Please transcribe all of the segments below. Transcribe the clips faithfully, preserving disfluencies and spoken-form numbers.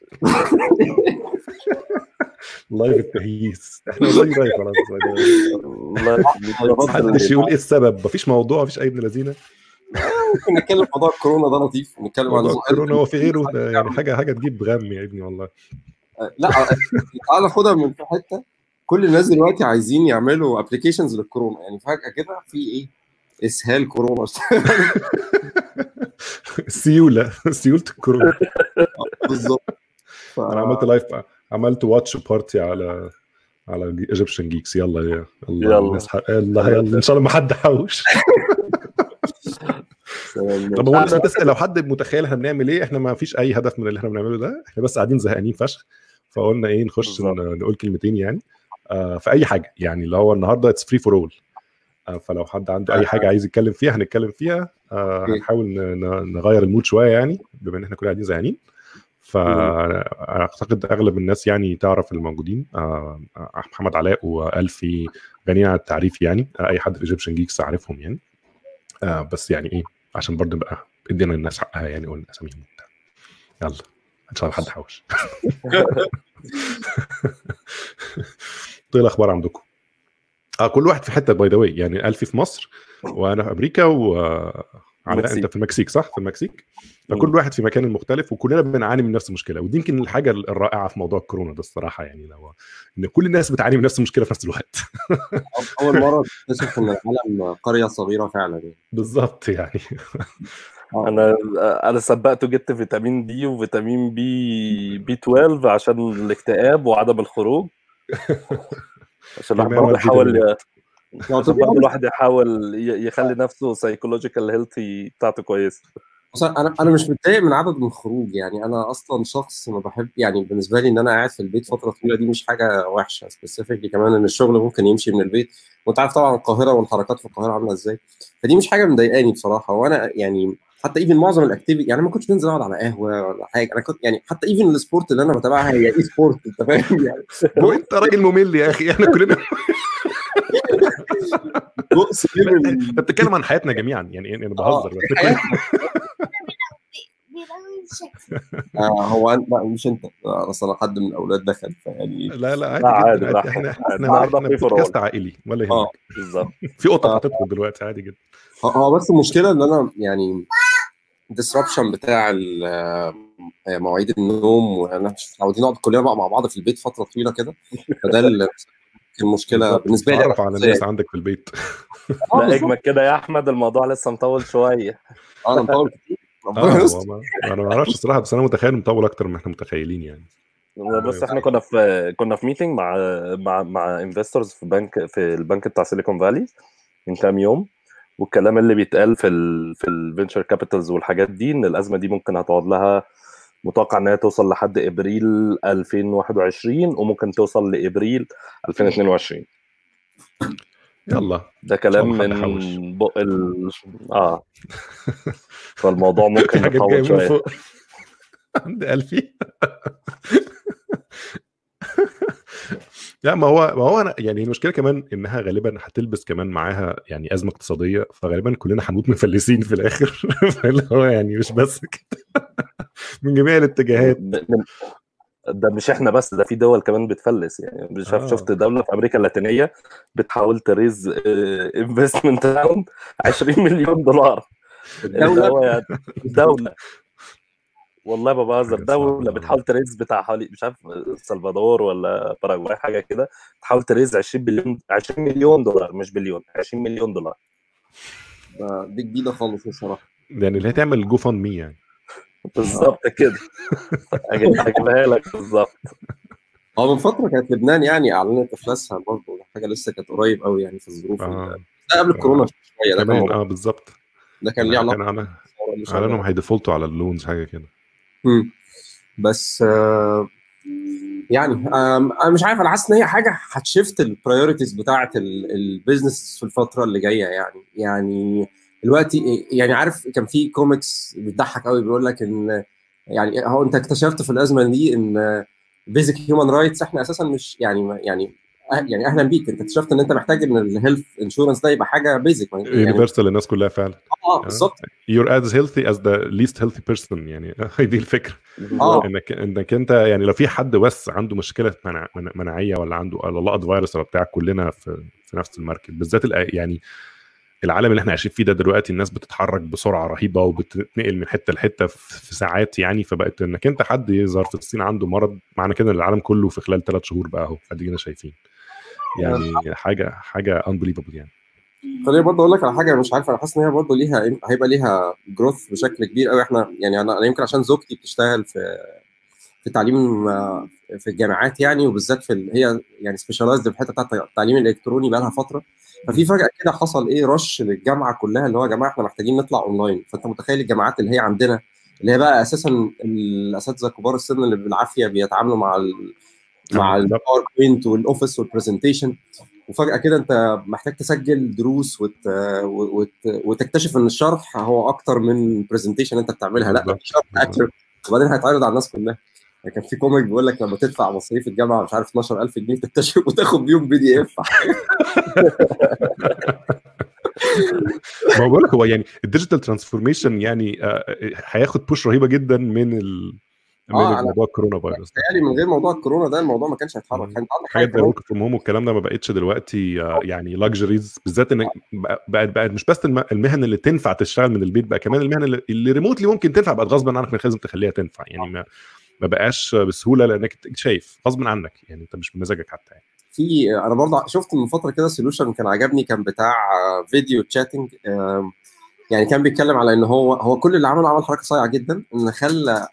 لايف التهييس احنا زي لايف خلاص محدش يقول ايه السبب، مفيش موضوع، مفيش اي ابن لذينه. ممكن نتكلم عن موضوع الكورونا ده لطيف، نتكلم عن موضوع الكورونا هو في غيره ده يعني حاجه حاجه تجيب غم يا ابني والله. لا تعالى خدها من في حته، كل الناس دلوقتي عايزين يعملوا ابلكيشنز للكورونا، يعني فجاه كده في ايه اسهال كورونا سيوله سيوله الكورونا بالظبط. ف... انا عملت لايف، عملت واتش بارتي على على ايجيبشن جيكس. يلا يا الله الناس يلا يلا ان شاء الله ما حد حوش. طب هو الناس بتسال لو حد متخيل احنا بنعمل ايه، احنا ما فيش اي هدف من اللي احنا بنعمله ده، احنا بس قاعدين زهقانين فشخ، فقلنا ايه نخش نقول كلمتين يعني آه في اي حاجه، يعني اللي هو النهارده اتس فري فور اول، فلو حد عنده اي حاجه عايز يتكلم فيها هنتكلم فيها. آه هنحاول نغير المود شويه يعني بما ان احنا كلنا قاعدين زهقانين. فاعتقد اغلب الناس يعني تعرف الموجودين، آه محمد علاء والفي غنيين عن التعريف يعني، آه اي حد في ايجيبشن جيكس عارفهم يعني. آه بس يعني ايه عشان برضه بقى ادينا الناس حقها يعني قلنا اساميهم. يلا ان شاء الله حد حوش. طيب الاخبار عندكم؟ اه كل واحد في حته باي ذا واي، يعني الفي في مصر وانا في امريكا وعلاء انت في المكسيك صح؟ في المكسيك. فكل واحد في مكان مختلف وكلنا بنعاني من نفس المشكله، ودي يمكن الحاجه الرائعه في موضوع الكورونا ده الصراحه، يعني لو ان كل الناس بتعاني من نفس المشكله في نفس الوقت. اول مره اكتشف ان العالم قريه صغيره فعلا يعني. بالظبط يعني. انا انا سبقت وجبت فيتامين دي وفيتامين بي بي اتناشر عشان الاكتئاب وعدم الخروج، عشان الواحد برضه يحاول عشان برضه الواحد يحاول يخلي نفسه سايكولوجيكال هيلثي بتاعته كويسه. انا انا مش متضايق من عدد من الخروج، يعني انا اصلا شخص ما بحب، يعني بالنسبه لي ان انا قاعد في البيت فتره طويله دي مش حاجه وحشه، سبيسيفيكلي كمان ان الشغل ممكن يمشي من البيت، وانت عارف طبعا القاهره والحركات في القاهره عامله ازاي، فدي مش حاجه مضايقاني بصراحه. وانا يعني حتى ايفن معظم الاكتيفيتي يعني ما كنتش بنزل اقعد على قهوه ولا حاجه، انا كنت يعني حتى ايفن السبورت اللي انا بتابعها هي اي سبورت، انت فاهم يعني. هو انت راجل ممل يا اخي، احنا كلنا انت بتتكلم عن حياتنا جميعا يعني، انا بهزر بس آه هو انت مش انت اصلا حد من الاولاد دخل فيعني لا لا عادي, عادي جدا عادي. احنا احنا احنا بودكاست عائلي ولا يهمك. بالظبط في قطه هتدخل دلوقتي عادي جدا. هو بس المشكله ان انا يعني الديسربشن بتاع مواعيد النوم، واحنا مش متعودين نقعد كلنا بقى مع بعض في البيت فتره طويله كده، فده المشكله بالنسبه لي. تعرف على الناس عندك في البيت. لا اجمل كده يا احمد، الموضوع لسه مطول شويه. اه انا مطول كتير. اه انا ما اعرفش الصراحه، بس انا متخيل مطول اكتر ما احنا متخيلين يعني. بس احنا كنا في كنا في ميتنج مع مع مع انفستورز في بنك في البنك بتاع سيليكون فالي من كام يوم، والكلام اللي بيتقال في ال في الفينشر كابيتالز والحاجات دي ان الازمه دي ممكن هتقعد لها، متوقع انها توصل لحد ابريل ألفين وواحد وعشرين وممكن توصل لابريل ألفين واثنين وعشرين. يلا ده كلام من بق ال اه فالموضوع ممكن يتطول شويه. عند ألفي. لا ما هو ما هو أنا يعني المشكله كمان انها غالبا هتلبس كمان معاها يعني ازمه اقتصاديه، فغالبا كلنا هنموت مفلسين في الاخر. فاللي هو يعني مش بس كده من جميع الاتجاهات. ده مش احنا بس، ده في دول كمان بتفلس يعني. مش عارف آه. شفت دوله في امريكا اللاتينيه بتحاول تريز انفستمنت راوند عشرين مليون دولار. الدوله يعني دوله والله ما بهزر، دوله بتحاول تريز بتاع حوالي مش عارف السلفادور ولا باراغواي حاجه كده، تحاول تريز عشرين بليون عشرين مليون دولار، مش بليون، عشرين مليون دولار. دي جديده خالص الصراحه، يعني اللي هتعمل جو فان مي يعني. بالظبط كده. اجيبها لك بالظبط. اه من فتره كانت لبنان يعني اعلنت افلاسها برضه، حاجه لسه كانت قريب قوي يعني في الظروف آه. ده قبل الكورونا آه. شويه. ده كمان اه بالظبط، ده كان ليه علاقه على على انهم هيديفولتوا على اللونز حاجه كده. امم بس آه يعني انا مش عارف، انا حاسس ان هي حاجه هتشفت البرايورتيز بتاعه البيزنس في الفتره اللي جايه يعني. يعني دلوقتي يعني عارف كان في كوميكس بتضحك قوي بيقول لك ان يعني هو انت اكتشفت في الازمه دي ان بيزك هيومن رايتس احنا اساسا مش يعني يعني يعني اهلا بيك، انت اكتشفت ان انت محتاج ان الهيلث انشورنس ده يبقى حاجه بيزك يعني يونيفرسال للناس كلها فعلا. اه بالظبط. you're as healthy as the least healthy person يعني دي الفكره. اه انك انك انت يعني لو في حد بس عنده مشكله منع مناعيه ولا عنده لقط فيروس ولا بتاع، كلنا في في نفس المركب. بالذات يعني العالم اللي احنا عايشين فيه ده دلوقتي، الناس بتتحرك بسرعه رهيبه وبتتنقل من حته لحته في ساعات يعني، فبقت انك انت حد يظهر في الصين عنده مرض، معنى كده ان العالم كله في خلال ثلاث شهور بقى اهو ادينا شايفين يعني حاجه حاجه unbelievable يعني. خليني برضه اقول لك على حاجه، مش عارف، انا حاسس ان هي برضه ليها هيبقى ليها جروث بشكل كبير قوي. احنا يعني انا انا يمكن عشان زوجتي بتشتغل في في التعليم في الجامعات يعني، وبالذات في ال... هي يعني سبيشالايزد في الحته بتاعت التعليم الالكتروني بقى لها فتره. ففي فجاه كده حصل ايه رش للجامعه كلها، اللي هو يا جماعه احنا محتاجين نطلع اونلاين. فانت متخيل الجامعات اللي هي عندنا اللي هي بقى اساسا الاساتذه كبار السن اللي بالعافيه بيتعاملوا مع ال... مع الباوربوينت والاوفيس والبرزنتيشن، وفجاه كده انت محتاج تسجل دروس وت... وت... وتكتشف ان الشرح هو اكتر من برزنتيشن انت بتعملها. لا الشرح اكتر، وبعدين هيتعرض على الناس كلها. كان في كوميك بيقول لك لما تدفع مصاريف الجامعه مش عارف اتناشر ألف جنيه تكتشف وتاخد بيهم بي دي اف. ما بقول لك هو يعني الديجيتال ترانسفورميشن يعني هياخد بوش رهيبه جدا من ال من آه موضوع الكورونا فيروس ده. يعني من غير موضوع الكورونا ده الموضوع ما كانش هيتحرك. انت عندك حاجه زي ورك فروم هوم والكلام ده ما بقتش دلوقتي يعني لاكجريز، بالذات ان بقت بقت مش بس المهن اللي تنفع تشتغل من البيت، بقى كمان المهن اللي, اللي ريموتلي ممكن تنفع بقت غصبا عنك، لازم تخليها تنفع يعني. ما ما بقاش بسهوله لانك شايف غصب عنك يعني، انت مش بمزاجك حتى يعني. في انا برضه شفت من فتره كده سوليوشن كان عجبني، كان بتاع فيديو تشاتنج، يعني كان بيتكلم على ان هو هو كل اللي عمله عمل حركه صايعه جدا، ان خلى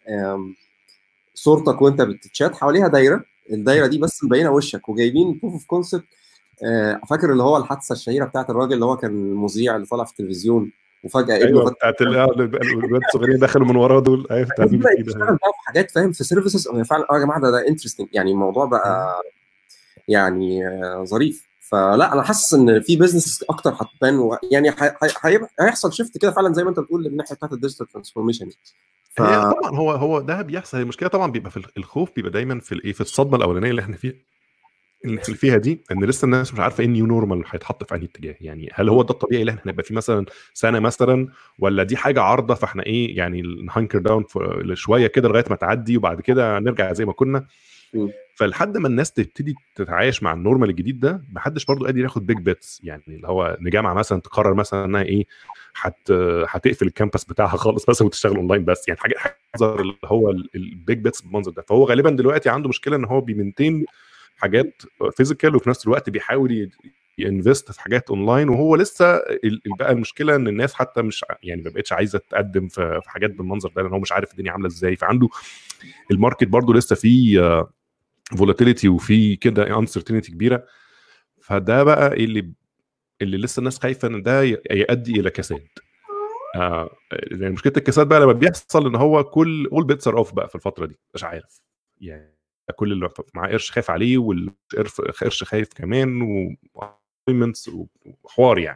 صورتك وانت بتتشات حواليها دايره، الدايره دي بس مبينه وشك، وجايبين بروف اوف كونسبت. فاكر اللي هو الحادثه الشهيره بتاعت الراجل اللي هو كان المذيع اللي طلع في التلفزيون وفجاه ابنه ايوه بتاعت الولاد الصغيرين دخلوا من وراه دول. ايوه بتاع بي بي سي ده في حاجات فاهم في سيرفيسز فعلا. اه يا جماعه ده ده انترستنج يعني، الموضوع بقى يعني ظريف. فلا انا حاسس ان في بزنس اكتر هتبان يعني، هيحصل شيفت كده فعلا زي ما انت بتقول للناحيه بتاعت الديجيتال ترانسفورميشن. ف... هي طبعا هو هو ده بيحصل. المشكله طبعا بيبقى في الخوف، بيبقى دايما في الايه، في الصدمه الاولانيه اللي احنا فيها اللي احنا فيها دي، ان لسه الناس مش عارفه ايه النيو نورمال هيتحط في انهي اتجاه يعني. هل هو ده الطبيعي اللي احنا هنبقى فيه مثلا سنه مثلا، ولا دي حاجه عارضه فاحنا ايه يعني نهانكر داون شويه كده لغايه ما تعدي وبعد كده نرجع زي ما كنا. فلحد ما الناس تبتدي تتعايش مع النورمال الجديد ده، محدش برضو قادر ياخد بيج بيتس يعني، اللي هو نجامعه مثلا تقرر مثلا انها ايه هت هتقفل الكامبس بتاعها خالص مثلا وتشتغل اونلاين بس يعني، حاجه حذر اللي هو البيج بيتس بالمنظر ده. فهو غالبا دلوقتي عنده مشكله ان هو بيمنتين حاجات فيزيكال وفي نفس الوقت بيحاول ينفست في حاجات اونلاين، وهو لسه بقى المشكله ان الناس حتى مش يعني ما بقتش عايزه تقدم في حاجات بالمنظر ده، لان هو مش عارف الدنيا عامله ازاي. فعنده الماركت برضو لسه فيه فولاتيليتي وفي كده انسرتينتي كبيره. فده بقى اللي اللي لسه الناس خايفه ان ده يؤدي الى كساد. آه يعني مشكله الكساد بقى لما بيحصل ان هو كل اول بيتس ار اوف بقى في الفتره دي، مش عارف يعني كل اللي معاه قرش خايف عليه والقرش خايف كمان وبيمنتس وحوار يعني.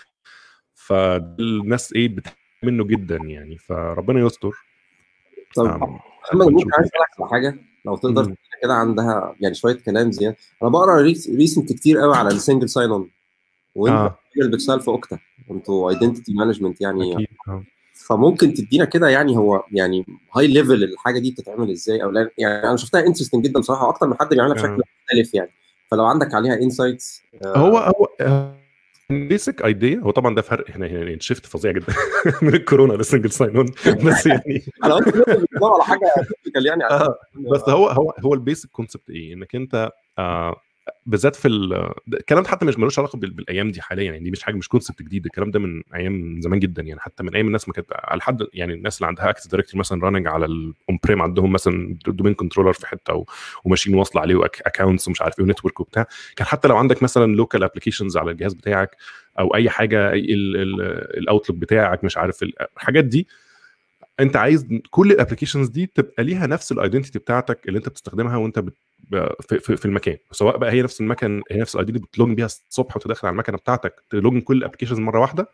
فالناس ايه بتحب منه جدا يعني، فربنا يستر. طب محمد ممكن عايز اسالك على حاجه لو تقدر كده، عندها يعني شويه كلام زياده. انا بقرا ريسنت كتير قوي على السنجل ساين اون، وانت آه. اللي بتشتغل في اوكتا انتوا ايدنتيتي مانجمنت يعني اكيد آه. فممكن تدينا كده يعني هو يعني هاي ليفل الحاجه دي بتتعمل ازاي، او لا يعني انا شفتها انترستنج جدا بصراحه، اكتر من حد بيعملها بشكل آه. مختلف يعني. فلو عندك عليها انسايتس. آه. هو هو بيسك ايديا، هو طبعا ده فرق هنا يعني شيفت فظيع جدا من الكورونا للسنجل ساين اون بس يعني انا قلت بتدور على حاجه يعني آه. بس هو هو هو البيسك كونسبت ايه، انك انت آه بالذات في الكلام ده حتى مش ملوش علاقه بالايام دي حاليا يعني، دي مش حاجه مش كونسبت جديد، الكلام ده من ايام زمان جدا يعني، حتى من ايام الناس ما كانت على حد يعني الناس اللي عندها اكسس دايركتري مثلا راننج على الاون بريم، عندهم مثلا دومين كنترولر في حته وماشين واصله عليه واكونتس ومش عارف ايه ونتورك وبتاع. كان حتى لو عندك مثلا لوكال ابلكيشنز على الجهاز بتاعك او اي حاجه الاوتلوك بتاعك مش عارف الحاجات دي، انت عايز كل الابلكيشنز دي تبقى ليها نفس الايدنتيتي بتاعتك اللي انت بتستخدمها وانت بت... في, في, في المكان، سواء بقى هي نفس المكان هي نفس الايدنتيتي بتلوجن بيها الصبح وتدخل على المكنه بتاعتك تلوجن كل الابلكيشنز مره واحده،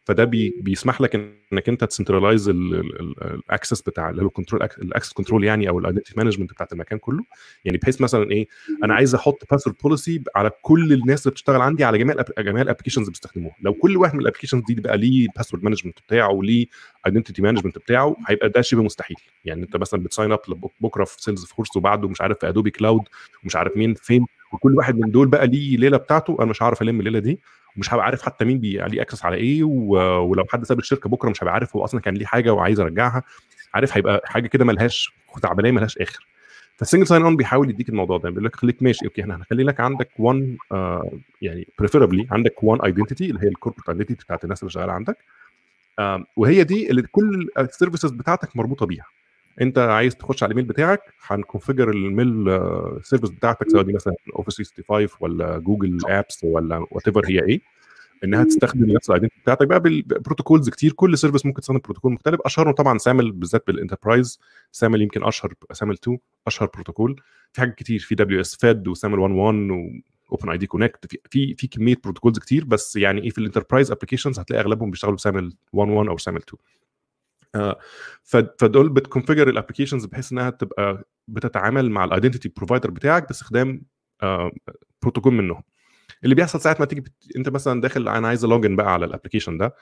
فده بي بيسمح لك انك انت تسنترلايز الاكسس بتاع اللي هو الكنترول الاكسس كنترول يعني او الايدنتي مانجمنت بتاعت المكان كله. يعني بحيث مثلا ايه انا عايز احط باسورد بوليسي على كل الناس اللي بتشتغل عندي على جميع جميع الابلكيشنز اللي بيستخدموها. لو كل واحد من الابلكيشنز دي بقى ليه باسورد مانجمنت بتاعه وليه ايدنتي مانجمنت بتاعه هيبقى ده شبه مستحيل. يعني انت مثلا بتساين اب بكره في سيلز فورس وبعده مش عارف في ادوبي كلاود ومش عارف مين فين، وكل واحد من دول بقى ليه ليله بتاعته. انا مش هعرف الم الليله دي ومش هبقى عارف حتى مين بي عليه اكسس على ايه، ولو حد ساب الشركه بكره مش هبقى عارف هو اصلا كان ليه حاجه وعايز ارجعها. عارف هيبقى حاجه كده ملهاش خزعبليه ملهاش اخر. فالسنجل ساين اون بيحاول يديك الموضوع ده، بيقول لك خليك ماشي اوكي احنا هنخلي لك عندك وان آه يعني بريفيربلي عندك وان ايدنتيتي اللي هي الكوربريت ايدنتيتي بتاعت الناس اللي شغاله عندك، آه وهي دي اللي كل السيرفيسز بتاعتك مربوطه بيها. انت عايز تخش على الايميل بتاعك هنكونفيجر الميل سيرفيس بتاعتك سواء دي مثلا اوفيس ثلاثمية وخمسة وخمسين ولا جوجل ابس ولا وات ايفر هي ايه، انها تستخدم نفس الايدنتيتي بتاعتك بقى بالبروتوكولز كتير. كل سيرفيس ممكن تستخدم بروتوكول مختلف، اشهرهم طبعا سامل بالذات بالانتربرايز. سامل يمكن اشهر، سامل اتنين اشهر بروتوكول. في حاجات كتير، في دبليو اس فيد وسامل واحد واحد واوبن اي دي كونكت، في في في كميه بروتوكولز كتير. بس يعني ايه في الانتربرايز ابلكيشنز هتلاقي اغلبهم بيشتغلوا بسامل واحد واحد او سامل اتنين. آه فدول بتكونفيجر الابلكيشنز بحيث انها تبقى بتتعامل مع الايدنتيتي بروفايدر بتاعك باستخدام آه بروتوكول منهم. اللي بيحصل ساعه ما تيجي بت... انت مثلا داخل انا عايز لوجن بقى على الابلكيشن ده،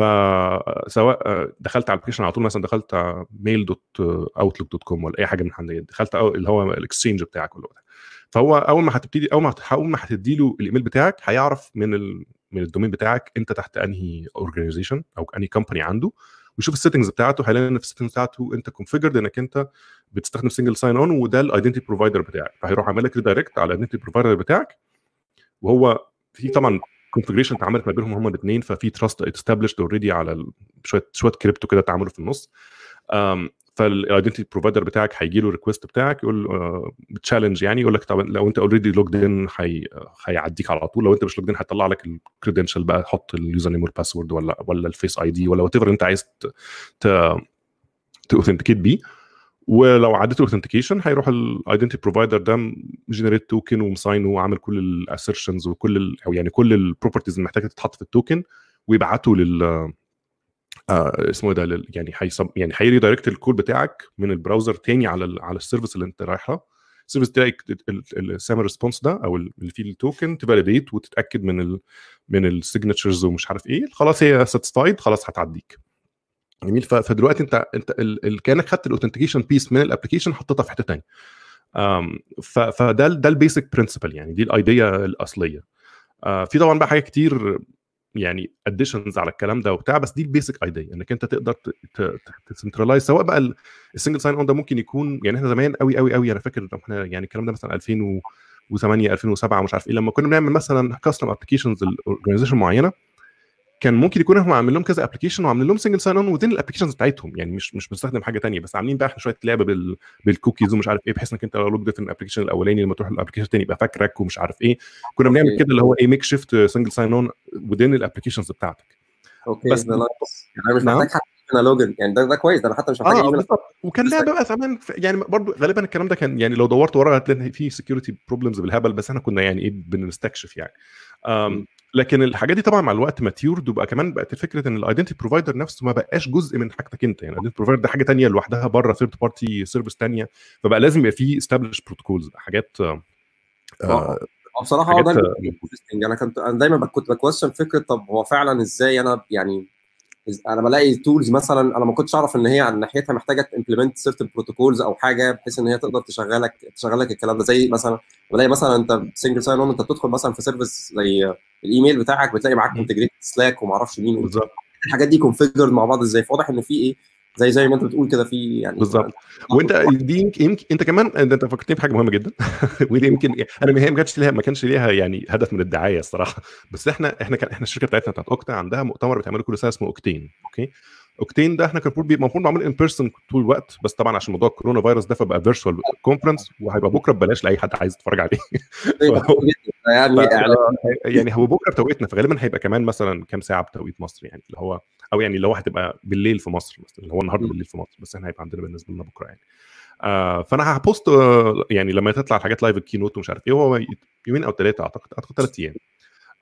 فسواء دخلت على الابلكيشن على طول مثلا دخلت ميل دوت اوتلوك دوت كوم ولا اي حاجه من عندي، دخلت أو اللي هو الاكسشينج بتاعك ولا ده، فهو اول ما هتبتدي اول ما اول ما هتدي له الايميل بتاعك هيعرف من ال... من الدومين بتاعك انت تحت انهي اورجانيزيشن او انهي كومباني عنده، ويشوف السيتنجز بتاعته. هيلاقي ان في السيتنجز بتاعته انت كونفيجرد انك انت بتستخدم سنجل ساين اون وده الايدنتي بروفايدر بتاعك، فهيروح عامل لك ريدايركت على الايدنتي بروفايدر بتاعك. وهو في طبعا كونفيجريشن اتعملت ما بينهم هما الاثنين، ففي تراست استابلشد اوريدي على شويه شويه كريبتو كده اتعملوا في النص. فالايدنتي بروفايدر بتاعك هيجي له ريكويست بتاعك يقول بتشالنج يعني يقول لك طب لو انت اوريدي لوجد ان هيعديك على طول، لو انت مش لوجد ان هيطلع لك الكريدنشال بقى، حط اليوزر نيم والباسورد ولا ولا الفيس اي دي ولا وات ايفر انت عايز تاوثنتيكيت بيه. ولو عديت الاوثنتيكيشن هيروح الايدنتي بروفايدر ده جنريت توكن ومساينه وعامل كل الاسيرشنز وكل ال او يعني كل البروبرتيز اللي محتاجه تتحط في التوكن ويبعته لل آه اسمه ده لل يعني هيصب يعني هيريدايركت الكود بتاعك من البراوزر تاني على ال على السيرفيس اللي انت رايحها. السيرفيس تلاقي السامر ريسبونس ده او اللي فيه التوكن تفاليديت وتتاكد من ال من السيجنتشرز ومش عارف ايه، خلاص هي ساتسفايد خلاص هتعديك. جميل. فدلوقتي انت انت ال... كانك خدت الاوثنتيكيشن بيس من الابلكيشن حطيتها في حته ثانيه. فده ده البيسك برنسبل يعني، دي الايديا الاصليه. آه في طبعا بقى حاجات كتير يعني اديشنز على الكلام ده وبتاع، بس دي البيسك ايديا انك انت تقدر تسنترلايز. سواء بقى السنجل ساين اون ده ممكن يكون يعني احنا زمان قوي قوي قوي انا فاكر احنا يعني الكلام ده مثلا ألفين وثمانية ألفين وسبعة مش عارف ايه، لما كنا بنعمل مثلا كاستم ابلكيشنز لاورجانيزيشن معينه كان ممكن يكون هم عاملين لهم كذا ابلكيشن وعاملين لهم سنجل ساين اون ودين الابلكيشنز بتاعتهم، يعني مش مش بنستخدم حاجه ثانيه، بس عاملين بقى احنا شويه لعبه بال بالكوكيز ومش عارف ايه، بحيث انك انت لو لوجد في الابلكيشن الاولاني لما تروح الابلكيشن الثاني يبقى فاكرك ومش عارف ايه. كنا بنعمل كده اللي هو ايه ميك شيفت سنجل ساين اون ودين الابلكيشنز بتاعتك. اوكي بس ده يعني انا مش محتاج حتى انا لوجن يعني ده ده كويس، ده انا حتى مش محتاج اه بالظبط. وكان لعبه بقى زمان يعني برضو غالبا الكلام ده كان يعني لو دورت ورا هتلاقي في سكيورتي بروبلمز بالهبل، بس احنا كنا يعني ايه بنستكشف يعني. أم لكن الحاجات دي طبعا مع الوقت ماتيورد وبقى كمان بقت الفكره ان الايدنتي بروفايدر نفسه ما بقاش جزء من حاجتك انت، يعني الايدنتي بروفايدر ده حاجه ثانيه لوحدها بره ثيرد بارتي سيرفيس ثانيه، فبقى لازم يبقى في استابلش بروتوكولز حاجات آه بصراحه ده انترستنج. انا كنت انا دايما كنت بكويشن فكره طب هو فعلا ازاي انا يعني انا بلاقي تولز مثلا انا ما كنتش اعرف ان هي عن ناحيتها محتاجه امبلمنت سيرتن بروتوكولز او حاجه بحيث ان هي تقدر تشغلك تشغلك الكلام ده. زي مثلا بلاقي مثلا انت سنجل ساين اون انت بتدخل مثلا في سيرفيس زي الايميل بتاعك بتلاقي معاك انتجريت سلاك وما اعرفش مين بالظبط. الحاجات دي كونفيجرد مع بعض ازاي، فواضح ان في ايه زي زي ما انت بتقول كده في يعني بالظبط. وانت دي يمكن انت كمان انت فكرتني بحاجه مهمه جدا ودي يمكن انا ما هي ما كانتش ليها ما كانش ليها يعني هدف من الدعايه الصراحه، بس احنا احنا كان احنا الشركه بتاعتنا بتاعت اوكتا عندها مؤتمر بتعمله كل سنه اسمه اوكتين. اوكي اوكتين ده احنا كان المفروض المفروض نعمل ان بيرسون طول الوقت، بس طبعا عشان موضوع الكورونا فيروس ده فبقى فيرتشوال كونفرنس وهيبقى بكره ببلاش لاي حد عايز يتفرج عليه. يعني يعني هو بكره بتوقيتنا فغالبا هيبقى كمان مثلا كام ساعه بتوقيت مصر يعني اللي هو او يعني اللي هو هتبقى بالليل في مصر مثلا اللي هو النهارده بالليل في مصر، بس احنا هيبقى عندنا بالنسبه لنا بكره يعني. آه فانا هبوست آه يعني لما تطلع الحاجات لايف الكينوت ومش عارف ايه، هو يومين او ثلاثه اعتقد اعتقد ثلاث ايام.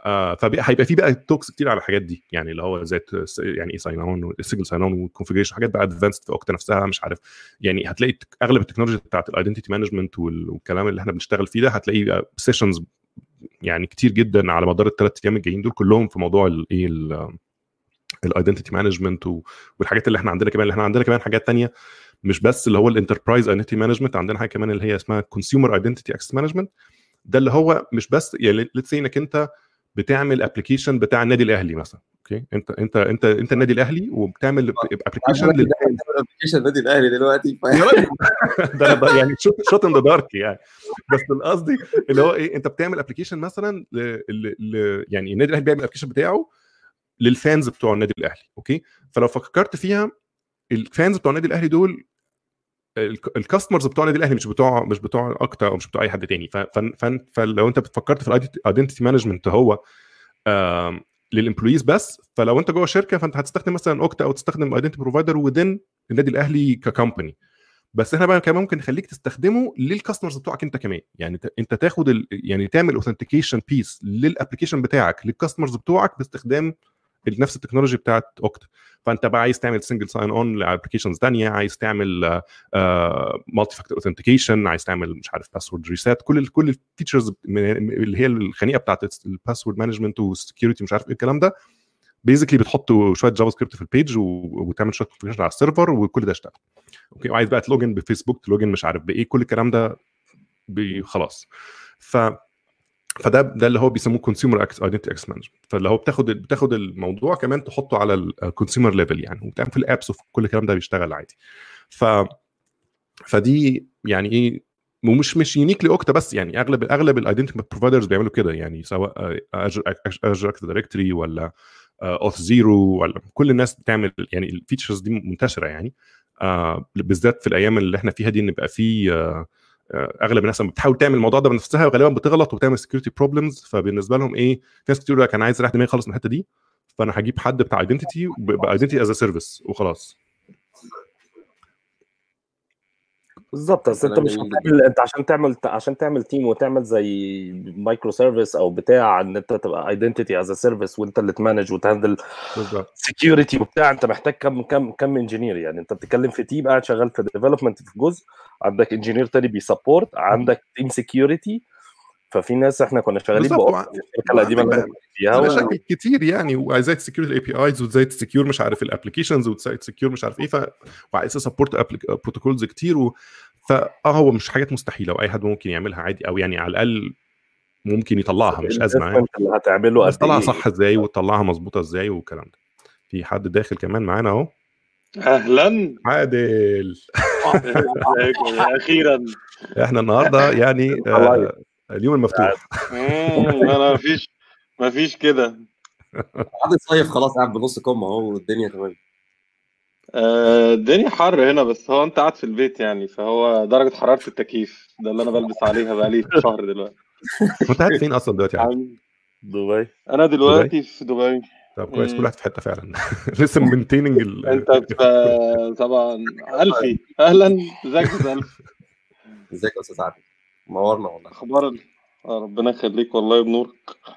آه فهيبقى في بقى توكس كتير على الحاجات دي، يعني اللي هو زي يعني ايه ساين اون والسيجل ساين اون والكونفيجريشن، حاجات بقى ادفانسد في اوكتا نفسها مش عارف. يعني هتلاقي اغلب التكنولوجيا بتاعت الايدنتيتي مانجمنت والكلام اللي احنا بنشتغل فيه ده هتلاقي سيشنز يعني كتير جدا على مدار الثلاث ايام الجايين دول كلهم في موضوع الايه الايدنتيتي مانجمنت والحاجات اللي احنا عندنا كمان. اللي احنا عندنا كمان حاجات تانية مش بس اللي هو الانتربرايز ايدنتيتي مانجمنت، عندنا حاجه كمان اللي هي اسمها كونسيومر ايدنتيتي اكسس مانجمنت. ده اللي هو مش بس يعني ليتس سي انك انت بتعمل ابلكيشن بتاع النادي الاهلي مثلا، اوكي انت انت انت انت النادي الاهلي وبتعمل ابلكيشن ابلكيشن النادي الاهلي دلوقتي ده انا يعني شوت شوت ان ذا دارك يعني. بس القصدي اللي هو ايه، انت بتعمل ابلكيشن مثلا ل... ل... يعني النادي الاهلي بيعمل الابلكيشن بتاعه للفانز بتوع النادي الاهلي، اوكي. فلو فكرت فيها الفانز بتوع النادي الاهلي دول الكاستمرز بتوع النادي الاهلي، مش بتوع مش بتوع اكتر او مش بتوع اي حد تاني. فلو انت فكرت في الايدنتيتي مانجمنت هو للامبلويز بس، فلو انت جوه شركه فانت هتستخدم مثلا اوكتا او تستخدم ايدنتيتي بروفايدر ودن النادي الاهلي ككمباني. بس احنا بقى كمان ممكن نخليك تستخدمه للكاستمرز بتوعك انت كمان، يعني انت تاخد ال... يعني تعمل اوثنتيكيشن بيس للابلكيشن بتاعك للكاستمرز بتوعك باستخدام نفس التكنولوجي بتاعت اوكتا. فانت بقى عايز تعمل سنجل ساين اون لابلكيشنز ثانيه، عايز تعمل مالتي فاكتور اوثنتيكيشن، عايز تعمل مش عارف باسورد ريسيت، كل ال كل الفيتشرز اللي هي الخنيقه بتاعت الباسورد مانجمنت والسكيورتي مش عارف ايه الكلام ده. بيزيكلي بتحط شويه جافا سكريبت في البيج وتعمل شويه كونفيجريشن على السيرفر وكل ده اشتغل، اوكي. وعايز بقى تلوجن بفيسبوك، تلوجن مش عارف بايه، كل الكلام ده خلاص. ف فده ده اللي هو بيسموه كونسيومر ايدنتيتي اكسس مانجمنت. فاللي هو بتاخد بتاخد الموضوع كمان تحطه على الكونسيومر ليفل يعني، وبتعمل في الابس وفي كل الكلام ده بيشتغل عادي. ف فدي يعني ايه، ومش مش يونيك لاوكتا بس، يعني اغلب اغلب الايدنتيتي بروفايدرز بيعملوا كده، يعني سواء اجر اكتيف دايركتوري ولا اوث زيرو ولا كل الناس بتعمل يعني الفيتشرز دي منتشره يعني. آه بالذات في الايام اللي احنا فيها دي ان بقى في آه اغلب الناس بتحاول تعمل الموضوع ده بنفسها وغالبا بتغلط وبتعمل سكيورتي بروبلمز. فبالنسبه لهم ايه، في ناس كتير كان عايز راح دماغي خالص من الحته دي، فانا هجيب حد بتاع ايدنتيتي بايدنتيتي از ا سيرفيس وخلاص. بالظبط. بس انت مش هتعمل، انت عشان تعمل عشان تعمل تيم وتعمل زي مايكرو سيرفيس او بتاع ان انت تبقى ايدنتيتي از ا سيرفيس وانت اللي تمانج وتهندل سكيورتي وبتاع، انت محتاج كم كم كم انجينير. يعني انت بتتكلم في تيم قاعد شغال في ديفلوبمنت في جزء، عندك انجينير تاني بيسبورت، عندك تيم سكيورتي. ففي ناس احنا كنا شغالين بقى في الشركه القديمه اللي فيها مشاكل كتير يعني، وازاي تسكيور الاي بي ايز وازاي تسكيور مش عارف الابلكيشنز وازاي تسكيور مش عارف ايه، ف وعايز سبورت بروتوكولز كتير و... فاه هو مش حاجات مستحيله واي حد ممكن يعملها عادي، او يعني على الاقل ممكن يطلعها، مش ازمه يعني اللي هتعمله قد تطلعها صح ازاي وتطلعها مظبوطه ازاي والكلام ده. في حد داخل كمان معانا اهو. اهلا عادل. اخيرا احنا النهارده يعني آه اليوم المفتوح. انا مفيش مفيش كده قاعد صيف خلاص، قاعد بنص كم اهو والدنيا تمام. آه الدنيا حر هنا، بس هو انت قاعد في البيت يعني، فهو درجه حراره التكييف ده اللي انا بلبس عليها بقالي شهر دلوقتي. انت قاعد فين اصلا دلوقتي يا عم؟ دبي. انا دلوقتي دبي. في دبي. طب كويس، كل واحد في حته فعلا. لسه مينتيننج ال... انت في طبعا الفي. اهلا، ازيك يا الف؟ ازيك يا استاذ عادل؟ منورنا والله. اخبار ربنا يخليك والله بنورك.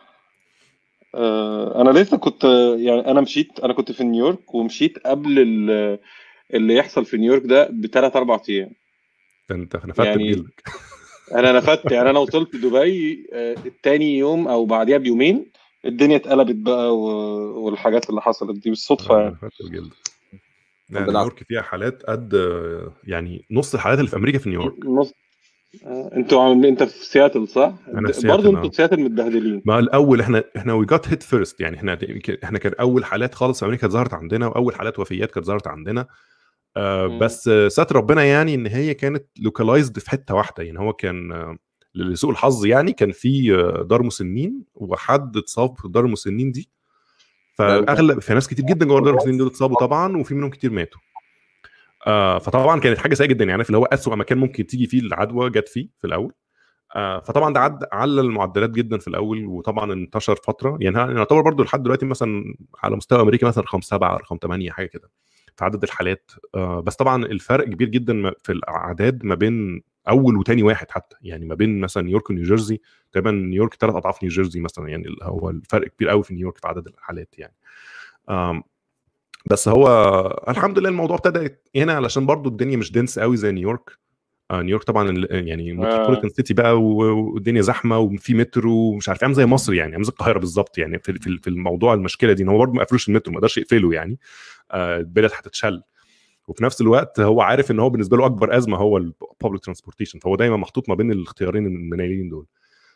آه انا لسه كنت يعني انا مشيت، انا كنت في نيويورك ومشيت قبل اللي يحصل في نيويورك ده بثلاث اربع ايام. انت نفدت يعني بجلدك. انا نفدت يعني انا وصلت دبي آه التاني يوم او بعديها بيومين الدنيا اتقلبت بقى والحاجات اللي حصلت دي بالصدفه يعني. نفدت بجلدك. يعني نيويورك فيها حالات قد يعني نص الحالات اللي في امريكا في نيويورك. نص. انتوا عاملين، انت في سياتل صح؟ برضه انتوا في سياتل متبهدلين. ما الاول احنا احنا وي جات هيت فيرست، يعني احنا احنا كان اول حالات خالص في امريكا ظهرت عندنا، واول حالات وفيات كانت ظهرت عندنا. آه بس ستر ربنا يعني ان هي كانت لوكالايزد في حته واحده. يعني هو كان آه لسوء الحظ يعني كان في دار مسنين وحد اتصاب في دار المسنين دي، فاغلب في ناس كتير جدا جوه دار المسنين دول اتصابوا طبعا، وفي منهم كتير ماتوا. آه فطبعا كانت حاجه سيئه جدا يعني، في اللي هو اسوأ مكان ممكن تيجي فيه العدوى جت فيه في الاول. آه فطبعا ده عد على المعدلات جدا في الاول، وطبعا انتشر فتره يعني يعتبر برضو لحد دلوقتي مثلا على مستوى امريكا مثلا رقم سبعة رقم ثمانية حاجه كده. في عدد الحالات. آه بس طبعا الفرق كبير جدا في الاعداد ما بين اول وتاني واحد حتى، يعني ما بين مثلا نيويورك ونيوجيرسي تقريبا نيويورك ثلاث اضعاف نيوجيرسي مثلا، يعني هو الفرق كبير قوي في نيويورك في عدد الحالات يعني. آم بس هو الحمد لله الموضوع ابتدى هنا علشان برضو الدنيا مش دنس قوي زي نيويورك. آه نيويورك طبعا يعني متروبوليتان سيتي بقى والدنيا زحمه وفي مترو ومش عارف عامل زي مصر يعني، عامل زي القاهره بالظبط يعني في في الموضوع المشكله دي ان هو برضه ما قفلوش المترو، ما قدرش يقفله يعني. آه البلد هتتشل، وفي نفس الوقت هو عارف ان هو بالنسبه له اكبر ازمه هو البابليك ترانسبورتيشن، فهو دايما محطوط ما بين الاختيارين المنيلين دول.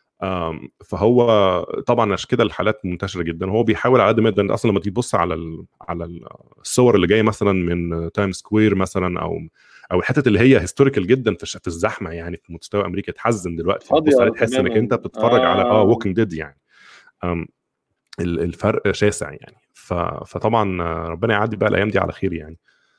فهو طبعا عشان كده الحالات منتشره جدا. هو بيحاول على قد ما يقدر، اصلا لما تبص على ال على الصور اللي جايه مثلا من تايم سكوير مثلا او او الحتت اللي هي هيستوريكال جدا في في الزحمه يعني في مستوى امريكا، تحزن دلوقتي تبص عليه تحس انك انت بتتفرج آه. على اه ووكينج ديد يعني. الفرق شاسع يعني. فطبعا ربنا يعدي بقى الايام دي على خير يعني.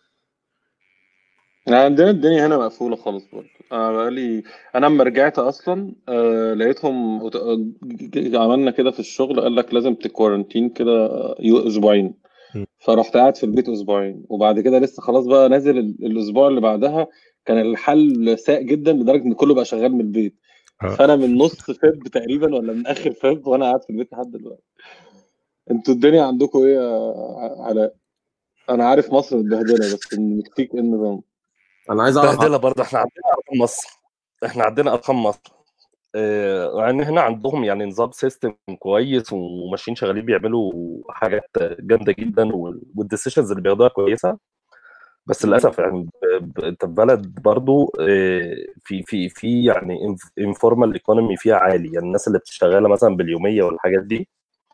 عندنا الدنيا هنا مقفوله خالص برضه. انا بقالي انا لما رجعت اصلا آه لقيتهم عملنا كده في الشغل، قال لك لازم تكوارنتين كده اسبوعين، فرحت قاعد في البيت اسبوعين، وبعد كده لسه خلاص بقى نازل الاسبوع اللي بعدها كان الحل ساء جدا لدرجه ان كله بقى شغال من البيت. فانا من نص فب تقريبا ولا من اخر فب وانا قاعد في البيت لحد دلوقتي. انتوا الدنيا عندكم ايه يا علاء؟ انا عارف مصر متبهدله، بس المكسيك ايه النظام؟ انا عايز اعرف بهدله برضه. احنا عندنا ارقام مصر احنا عندنا ارقام مصر يعني هنا عندهم يعني نظام سيستم كويس وماشيين شغالين بيعملوا حاجات جامده جدا والديسيشنز اللي بياخدوها كويسه. بس للاسف يعني انت في بلد برضو في في في يعني انفورمال ايكونومي فيها عالي، يعني الناس اللي بتشتغل مثلا باليوميه والحاجات دي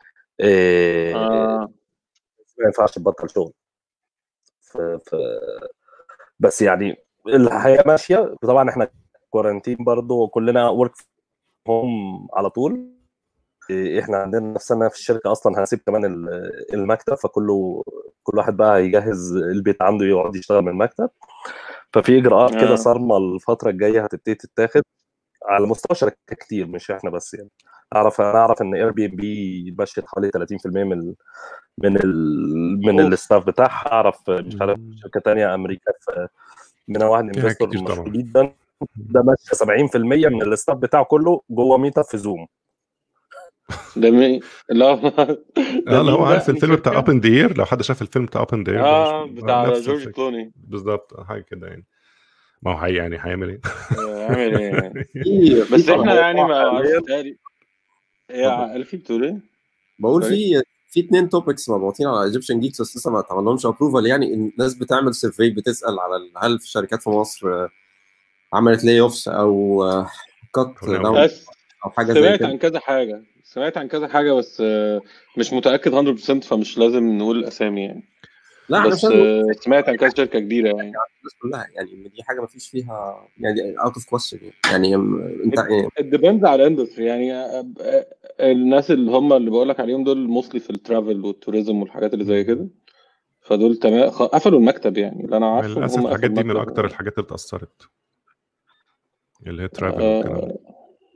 آه. ما ينفعش تبطل شغل. ف ف بس يعني الحياه ماشيه. طبعا احنا كورنتين برضو كلنا ورك هوم على طول. احنا عندنا نفسنا في الشركه اصلا هنسيب كمان المكتب، فكله كل واحد بقى هيجهز البيت عنده يقعد يشتغل من المكتب. ففي اجراءات آه. كده صارمه الفتره الجايه هتبتدي تتاخد على مستوى شركات كتير مش احنا بس يعني. اعرف انا اعرف ان اير بي ام بي ماشيه حوالي ثلاثين بالمية من ال من ال من الستاف بتاعها. اعرف مش عارف شركه ثانيه امريكا في من واحد انفستور مشهور جدا ده ماشيه سبعين بالمية من الستاف بتاعه كله جوه ميتا في زوم. ده مين؟ لا اه لو عارف الفيلم بتاع اب ان ذا اير، لو حد شاف الفيلم بتاع اب ان ذا اير اه بتاع جورج كلوني بالظبط حاجه كده يعني. ما هو حقيقي يعني هيعمل ايه؟ هيعمل ايه؟ بس احنا يعني ما اعرفش تاني ايه الفي بتقول ايه؟ بقول في في اتنين توبكس مبعوثين على ايجيبشن جيكس بس لسه ما اتعملهمش ابروفال. يعني الناس بتعمل سيرفي بتسال على هل في شركات في مصر عملت لاي اوفس او كات او حاجه زي كده. سمعت عن كذا حاجه سمعت عن كذا حاجه بس مش متاكد مية بالمية، فمش لازم نقول الاسامي يعني. لا بس سمعت عن كذا شركه كبيره يعني الناس كلها يعني دي حاجه ما فيش فيها يعني اوت اوف كويستشن يعني. انت ديبندز على الاندستري يعني. الناس اللي هم اللي بقول لك عليهم دول موستلي في الترافل والتوريزم والحاجات اللي زي كده، فدول تمام قفلوا المكتب يعني. اللي انا عارفه هم الحاجات دي من اكتر الحاجات اللي اتاثرت اللي هي ترافل آه والكلام ده.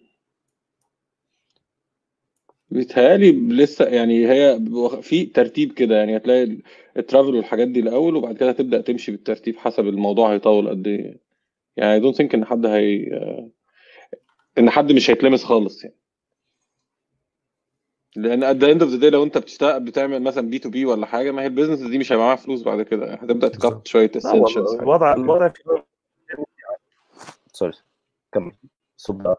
بيتهيألي لسه يعني هي في ترتيب كده يعني. هتلاقي الترافل والحاجات دي الاول وبعد كده هتبدا تمشي بالترتيب حسب الموضوع هيطول قد ايه يعني. اي دونت ثينك ان حد هي ان حد مش هيتلمس خالص يعني. لان at the end of the day لو انت بتشتغل بتعمل مثلا بي تو بي ولا حاجه، ما هي البيزنس دي مش هيبقى معاها فلوس بعد كده، هتبدا تكت شويه اسينشالز. الوضع الوضع في سوري كمل صدق.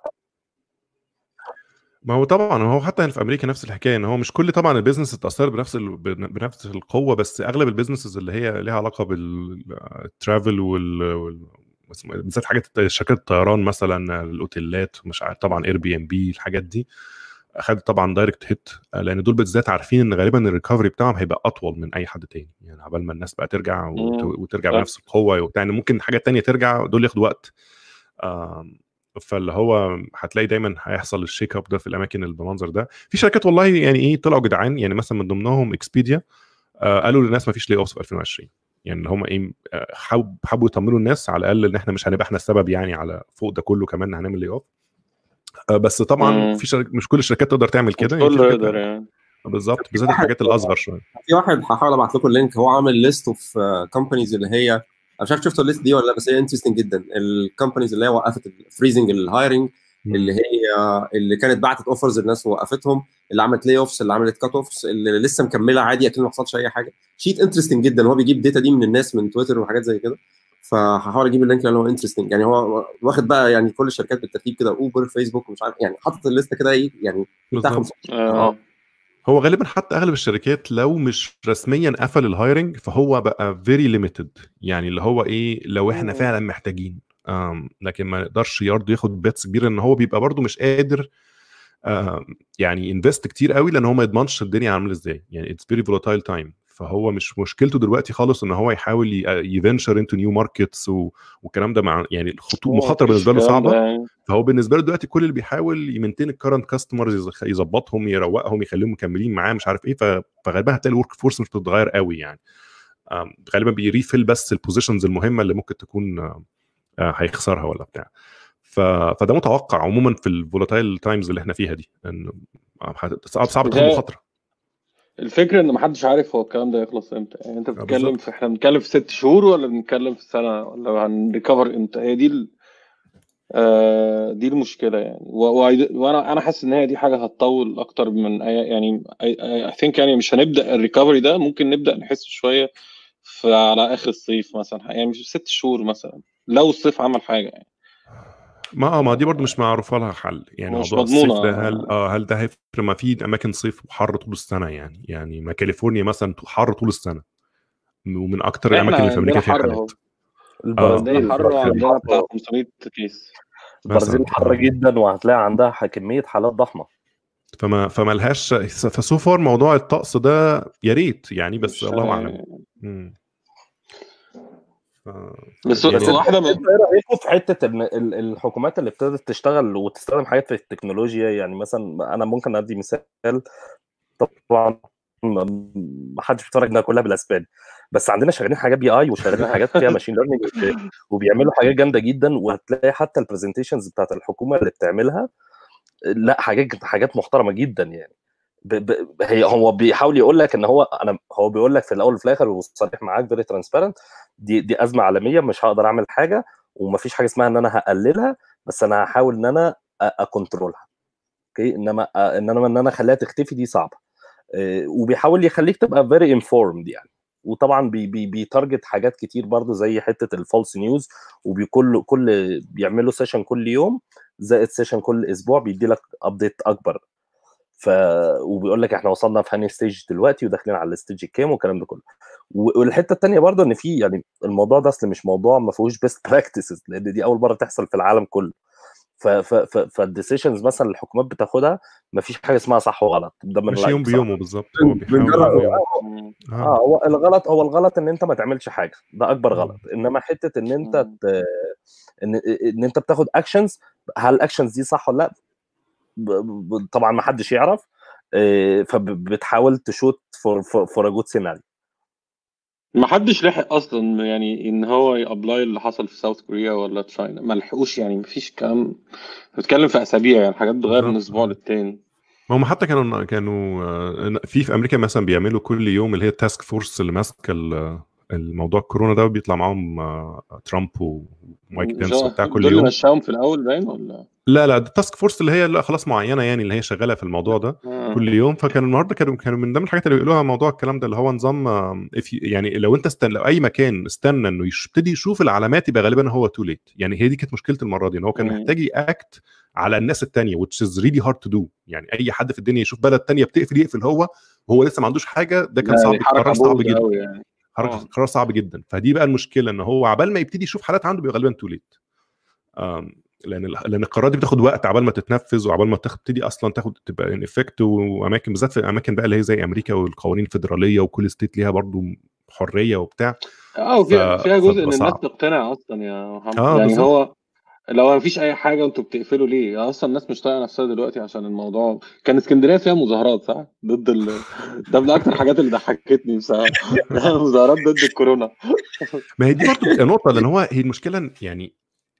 ما هو طبعا هو حتى في امريكا نفس الحكايه، ان هو مش كل طبعا البيزنس اتاثرت بنفس ال... بنفس القوه، بس اغلب البيزنسز اللي هي ليها علاقه بالترافل وال بالذات حاجات شركات الطيران مثلا الاوتيلات مش عارف طبعا اير بي ام بي الحاجات دي اخذت طبعا دايركت هيت، لان دول بالذات عارفين ان غالبا الريكفري بتاعهم هيبقى اطول من اي حد تاني يعني. عبال ما الناس بقى ترجع وت... وترجع بنفس القوه وبتاع، يعني ممكن حاجات تانية ترجع دول ياخدوا وقت. آم... فاللي هو هتلاقي دايما هيحصل الشيك اب ده في الاماكن اللي بالمنظر ده. في شركات والله يعني ايه طلعوا جدعان يعني، مثلا من ضمنهم اكسبيديا آه قالوا للناس ما فيش لي اوف في ألفين وعشرين يعني. هم ايه حب حبوا يطمنوا الناس على الاقل ان احنا مش هنبقى احنا السبب يعني على فوق ده كله كمان هنعمل لي اوف. آه بس طبعا مم. في شركة مش كل الشركات تقدر تعمل كده يعني. في شركات يعني. بالظبط، بالذات الحاجات الاصغر شويه. في واحد هحاول ابعت لكم اللينك، هو عامل ليست اوف كومبانيز اللي هي انا مش عارف شفتوا الليست دي ولا لا، بس هي انترستنج جدا. الكومبانيز اللي هي وقفت الفريزنج الهايرنج، اللي هي اللي كانت بعتت اوفرز الناس ووقفتهم، اللي عملت لي اوفس، اللي عملت كات اوفس، اللي لسه مكمله عادي اكن ما حصلش اي حاجه. شيت انترستنج جدا، هو بيجيب داتا دي من الناس من تويتر وحاجات زي كده، فهحاول اجيب اللينك لانه هو انترستنج. يعني هو واخد بقى يعني كل الشركات بالترتيب كده، اوبر، فيسبوك، مش عارف يعني، حاطط الليسته كده ايه يعني بتاع خمسة. اه هو غالبا حتى اغلب الشركات لو مش رسميا قفل الهايرنج فهو بقى فيري ليميتد، يعني اللي هو ايه لو احنا فعلا محتاجين، لكن ما يقدرش يرضى ياخد بيتس كبيره، ان هو بيبقى برضو مش قادر يعني انفست كتير قوي، لان هو ما يضمنش الدنيا عامله ازاي، يعني اتس فيري فولاتايل تايم. فهو مش مشكلته دلوقتي خالص ان هو يحاول يفنشر انتو نيو ماركتس والكلام ده، مع يعني الخطوط مخاطره بالنسبه له صعبه. فهو بالنسبه له دلوقتي كل اللي بيحاول يمنتين الكرنت كاستمرز، يظبطهم، يروقهم، يخليهم مكملين معاه، مش عارف ايه. فغالبا هتلاقي الورك فورس مش بتتغير قوي يعني، غالبا بيريفيل بس البوزيشنز المهمه اللي ممكن تكون هيخسرها ولا بتاع. فده متوقع عموما في الفولاتايل تايمز اللي احنا فيها دي، ان صعب صعب تاخد مخاطره. الفكره ان محدش عارف هو الكلام ده يخلص امتى، يعني انت بتتكلم في احنا بنتكلم في ست شهور ولا بنتكلم في سنه ولا هنريكفر امتى؟ هي دي ال... آه دي المشكله يعني. وانا انا حاسس ان هي دي حاجه هتطول اكتر من أي يعني اي ثينك يعني مش هنبدا الريكفري ده، ممكن نبدا نحس شويه في على اخر الصيف مثلا، يعني مش ست شهور مثلا لو الصيف عمل حاجه يعني. ما ما دي برضو مش معروفه لها حل يعني. موضوع الصيف ده هل اه هل ده هيفرق؟ ما في اماكن صيف وحر طول السنه يعني يعني ما كاليفورنيا مثلا حر طول السنه، ومن اكتر الاماكن اللي في امريكا فيها حالات. البرازيل حر وعندنا بتاع خمسمية كيس. البرازيل حر جدا وهتلاقي عندها كميه حالات ضخمه، فما فما لهاش فسوفر موضوع الطقس ده يا ريت يعني، بس الله اعلم. ف... بس يعني واحده من... ايه رايكم في حته ان الحكومات اللي ابتدت تشتغل وتستخدم حاجات في التكنولوجيا؟ يعني مثلا انا ممكن ادي مثال، طبعا ما حدش بيتفرج انها كلها بالاسباني، بس عندنا شغالين حاجات بي اي وشغالين حاجات فيها ماشين ليرنينج وبيعملوا حاجات جامده جدا، وهتلاقي حتى البرزنتيشنز بتاعت الحكومه اللي بتعملها لا حاجات حاجات محترمه جدا يعني. ب... ب... هي هو بيحاول يقول لك ان هو انا هو بيقول لك في الاول وفي الاخر وصريح معاك فيري ترانسبيرنت، دي دي ازمه عالميه مش هقدر اعمل حاجه، ومفيش حاجه اسمها ان انا هقللها، بس انا هحاول ان انا اكنترولها. اوكي، انما انما ان انا اخليها تختفي دي صعبه. وبيحاول يخليك تبقى فيري انفورمد يعني. وطبعا بي بي بيتارجت حاجات كتير برضو زي حته الفالس نيوز، وبكل كل بيعملوا سيشن كل يوم زائد سيشن كل اسبوع بيدي لك ابديت اكبر. ف وبيقول لك احنا وصلنا في هاني ستيج دلوقتي وداخلين على الستيج الكام والكلام ده كله. والحته الثانيه برضو ان في يعني الموضوع ده اصلا مش موضوع ما فيهوش بيست براكتسز، لان دي اول مره تحصل في العالم كله. ف ف فالديسيشنز مثلا الحكومات بتاخدها ما فيش حاجه اسمها صح وغلط، ده من مش يوم بيومه بالظبط. هو بيحاول اه هو الغلط هو الغلط ان انت ما تعملش حاجه، ده اكبر غلط. انما حته ان انت ت... ان ان انت بتاخد اكشنز، هل الاكشنز دي صح ولا لا؟ ب... طبعا ما حدش يعرف، فبتحاول تشوت فور فور ا جود سيناريو. ما حدش لحق اصلا يعني ان هو يابلاي اللي حصل في ساوث كوريا ولا تشاينا، ما لحقوش يعني، ما فيش كلام، بتتكلم في اسابيع يعني، حاجات بتغير من اسبوع للتاني. ما هم حتى كانوا كانوا في في امريكا مثلا بيعملوا كل يوم اللي هي التاسك فورس اللي ماسكه الموضوع الكورونا ده، وبيطلع معاهم ترامب ومايك بنس وبتاع كل يوم. دول مشاهم في الاول باين ولا لا لا التاسك فورس اللي هي لا خلاص معينه يعني، اللي هي شغاله في الموضوع ده آه. كل يوم. فكانوا النهارده كانوا كانوا من ضمن الحاجات اللي بيقولوها موضوع الكلام ده اللي هو نظام يعني لو انت استنى لو اي مكان استنى انه يبتدي يشوف العلامات يبقى غالبا هو تو ليت. يعني هي دي كانت مشكله المره دي، ان هو كان م. محتاج ياكت على الناس الثانيه which is really hard to do. يعني اي حد في الدنيا يشوف بلد ثانيه بتقفل يقفل هو وهو لسه ما عندوش حاجه، ده كان صعب، قرار صعب جدا يعني. قرار صعب جدا. فدي بقى المشكله ان هو عبال ما يبتدي يشوف حالات عنده بيبقى غالبا تو ليت، لان لان القرارات دي بتاخد وقت عبال ما تتنفذ وعبال ما تبتدي اصلا تاخد تبقى ان افكت. واماكن بالذات في الاماكن بقى اللي هي زي امريكا والقوانين الفيدراليه وكل ستيت ليها برضو حريه وبتاع. اه فيها فيها جزء ان الناس تقتنع اصلا يا محمد آه يعني بالزبط. هو لو ما فيش اي حاجه انتوا بتقفلوا ليه؟ يعني اصلا الناس مش طايقه نفسها دلوقتي عشان الموضوع. كان اسكندريه فيها مظاهرات صح ضد ال... ده من اكتر الحاجات اللي ضحكتني بصراحه، مظاهرات ضد الكورونا. ما هي دي برضه نقطه، لان هو هي المشكله يعني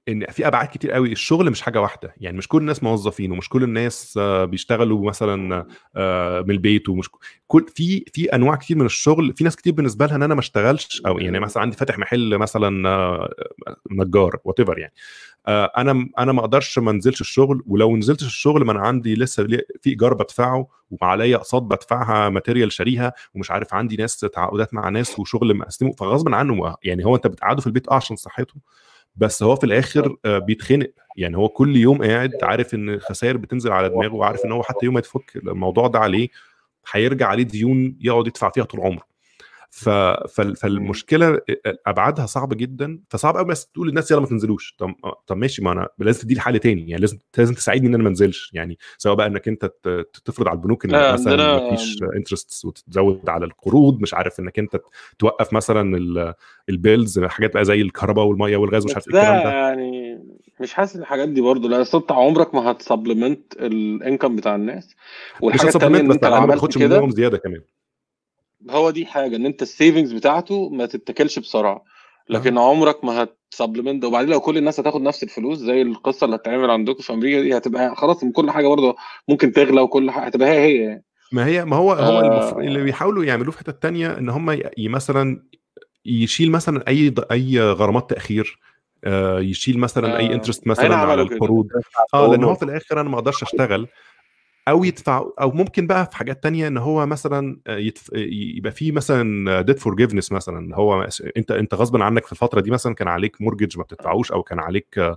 ان في ابعاد كتير قوي. الشغل مش حاجه واحده، يعني مش كل الناس موظفين ومش كل الناس آه، بيشتغلوا مثلا آه، من البيت، ومش كل في في انواع كتير من الشغل. في ناس كتير بالنسبه لها ان انا ما اشتغلش، او يعني مثلا عندي فاتح محل مثلا آه، نجار وات ايفر يعني، آه، انا انا ما اقدرش ما انزلش الشغل، ولو نزلتش الشغل ما انا عندي لسه لي- في ايجار بدفعه وعليا اقساط بدفعها، ماتيريال شاريها، ومش عارف عندي ناس تعاقدات مع ناس وشغل مقسمه، فغصب عنه يعني هو انت بتقعده في البيت اه عشان صحته، بس هو في الاخر آه، بيتخنق. يعني هو كل يوم قاعد عارف ان الخسائر بتنزل على دماغه، وعارف ان هو حتى يوم ما يتفك الموضوع ده عليه هيرجع عليه ديون يقعد يدفع فيها طول عمره. ف... فال- فالمشكله ابعادها صعبه جدا، فصعب قوي بس تقول للناس يلا ما تنزلوش. طب طب ماشي، ما انا لازم تدي لي حل تاني، يعني لازم لازم تساعدني ان انا ما انزلش، يعني سواء بقى انك انت ت- تفرض على البنوك انك لا مثلا عندنا ما فيش انترست وتزود على القروض، مش عارف انك انت توقف مثلا ال- البيلز، حاجات بقى زي الكهرباء والميه والغاز ومش بس عارف ايه ده الكلام ده. يعني مش حاسس ان الحاجات دي برضه، لا اصل انت عمرك ما هتسبلمنت الانكم بتاع الناس. مش والحاجه التانيه هسبلمنت ان بس، انت على لو الاقل ما عملت تاخدش كده، منهم زياده كمان. هو دي حاجه ان انت السيفنجز بتاعته ما تتاكلش بسرعه، لكن اه عمرك ما هتسبلمنت. وبعدين لو كل الناس هتاخد نفس الفلوس زي القصه اللي هتتعمل عندكم في امريكا دي، هتبقى خلاص كل حاجه برضه ممكن تغلى، وكل حاجه هتبقى هي هي يعني. ما هي ما هو هو المفروض اللي آه بيحاولوا يعملوه في حته تانية ان هم ي- ي- مثلا يشيل مثلا اي ض- اي غرامات تاخير، آه، يشيل مثلا اي آه انترست هنا مثلا على عملوا كده. القروض. اه لان هو في الاخر انا ما اقدرش اشتغل او يدفع، او ممكن بقى في حاجات تانية ان هو مثلا آه، يتف... يبقى في مثلا ديت فورجيفنس، مثلا هو انت انت غصبا عنك في الفتره دي مثلا كان عليك مورجج ما بتدفعوش، او كان عليك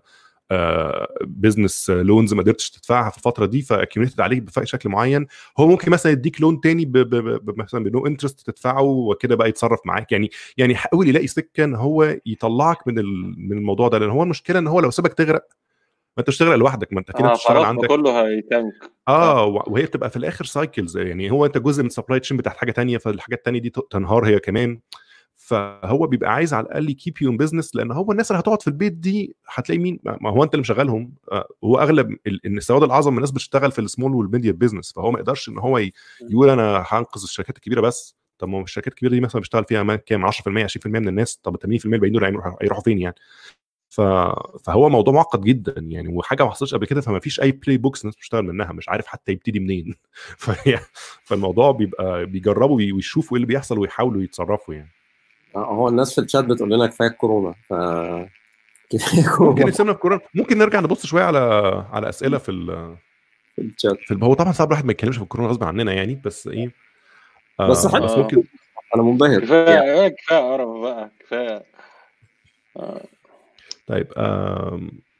بزنس لونز ما قدرتش تدفعها في الفتره دي، فاكيوميتد عليك بشكل معين. هو ممكن مثلا يديك لون تاني ب... ب... ب... مثلا بنو انترست تدفعه، وكده بقى يتصرف معاك يعني. يعني يحاول يلاقي سكه ان هو يطلعك من ال... من الموضوع ده، لان هو المشكله ان هو لو سابك تغرق، ما انت تشتغل لوحدك، ما انت كده اه بتشتغل خلاص ما عندك. كله هيتنك. صح. اه وهي بتبقى في الاخر سايكلز، يعني هو انت جزء من السبلاي تشين بتاعت حاجه تانية، فالحاجات التانية دي تنهار هي كمان. فهو بيبقى عايز على الاقل يكيب يو ان بزنس، لان هو الناس اللي هتقعد في البيت دي هتلاقي مين؟ ما هو انت اللي مشغلهم. آه، هو اغلب ال- ان السواد الاعظم من الناس بتشتغل في السمول والميديا بزنس، فهو ما يقدرش ان هو ي- يقول انا هنقذ الشركات الكبيره بس. طب ما هو الشركات الكبيره دي مثلا بيشتغل فيها ما كام عشرة في المية عشرين في المية من الناس، طب ثمانين في المية الباقيين دول هيروحوا هيروحوا فين يعني؟ ف... فهو موضوع معقد جدا يعني، وحاجه ما حصلتش قبل كده، فما فيش اي بلاي بوكس الناس بتشتغل منها، مش عارف حتى يبتدي منين. فهي فالموضوع بيبقى بيجربوا ويشوفوا ايه اللي بيحصل ويحاولوا يتصرفوا يعني. هو الناس في الشات بتقول لنا كفايه كورونا، ف كفايه ممكن كورونا نسيبنا في كورونا، ممكن نرجع نبص شويه على على اسئله في ال... في الشات. في ال... هو طبعا صعب الواحد ما يتكلمش في الكورونا غصب عننا يعني، بس ايه بس آه حلو، بس اه ممكن. انا منبهر يعني. كفايه كفايه قرف بقى كفايه. آه. طيب آه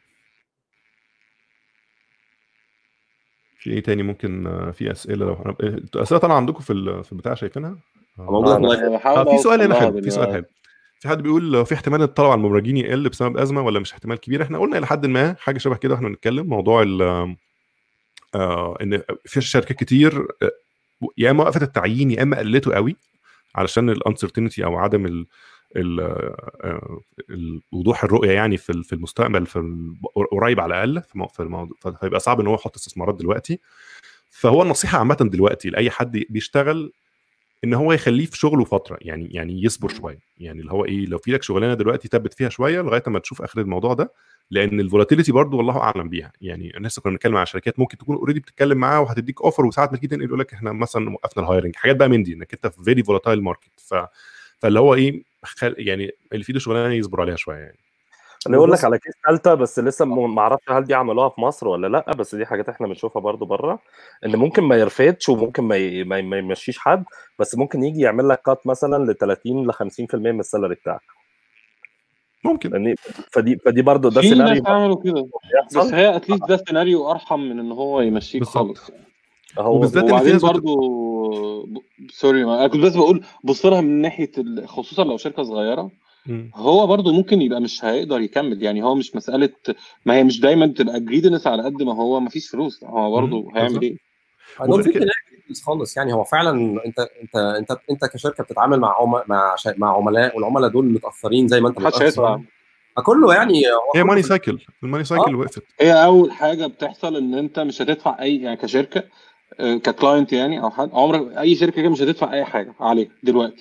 في ايه تاني ممكن؟ آه في اسئله، لو انا الاسئله طالعه عندكم في ال... في البتاع شايفينها؟ اه, موجوده في انا اللايف. انا آه بحاول في سؤال اوصل هنا لها حلو، في سؤال دلوقتي. حلو. في حد بيقول لو في احتمال الطلب على المبرمجين يقل بسبب ازمه، ولا مش احتمال كبير؟ احنا قلنا الى حد ما حاجه شبه كده واحنا بنتكلم موضوع ال آه ان في شركات كتير آه، يا اما وقفت التعيين يا اما قلته قوي علشان الانسرتينتي او عدم ال ال آه، الوضوح الرؤيه يعني في في المستقبل، في قريب على الاقل في مو- في الموضوع، فهيبقى صعب ان هو يحط استثمارات دلوقتي. فهو النصيحه عامه دلوقتي لاي حد بيشتغل ان هو يخليه في شغله فتره، يعني يعني يصبر شويه، يعني اللي هو ايه، لو في لك شغلانه دلوقتي ثبت فيها شويه لغايه ما تشوف اخر الموضوع ده، لان الفولاتيليتي برضو والله اعلم بيها يعني. لسه كنا بنتكلم على شركات ممكن تكون اوريدي بتتكلم معاها وهتديك اوفر، وساعات ما تيجي تنقل يقول لك احنا مثلا وقفنا الهايرنج، حاجات بقى من دي، انك انت في فيري فولاتايل ماركت. ف فاللي هو ايه خل... يعني اللي في ايده شغلانه يصبر عليها شويه يعني. انا اقول لك وبص على كيس ثالثه، بس لسه م- ما اعرفش هل دي عملوها في مصر ولا لا، بس دي حاجات احنا بنشوفها برضو بره، ان ممكن ما يرفدش وممكن ما ي- ما ي- ما يمشيش حد، بس ممكن يجي يعمل لك كات مثلا ل ثلاثين ل خمسين في المية من السالري بتاعك. ممكن. يعني فدي فدي برضو ده في ناس سيناريو عملوا كده، بس بيحصل. هي اتليست ده سيناريو ارحم من ان هو يمشيك بالظبط. خالص يعني. هو وبالذات ان في وبعدين ناس بت... برضو ب... سوري، ما انا كنت بس بقول بص لها من ناحيه ال... خصوصا لو شركه صغيره، مم. هو برضو ممكن يبقى مش هيقدر يكمل يعني. هو مش مساله، ما هي مش دايما تبقى جريدنس على قد ما هو ما فيش فلوس، هو مم. برضو هيعمل بالظبط. ايه؟ I don't وغير think كده إنها خالص يعني. هو فعلا انت انت انت انت كشركه بتتعامل مع عم... مع ش... مع عملاء، والعملاء دول متاثرين زي ما انت محدش متاثر. هيدفع. كله يعني هو هي كله ماني في سايكل، الماني اه سايكل وقفت. هي اول حاجه بتحصل ان انت مش هتدفع اي يعني كشركه، آه، ككلاينت يعني او حد، عمرك اي شركه كده مش هتدفع اي حاجه عليك دلوقتي.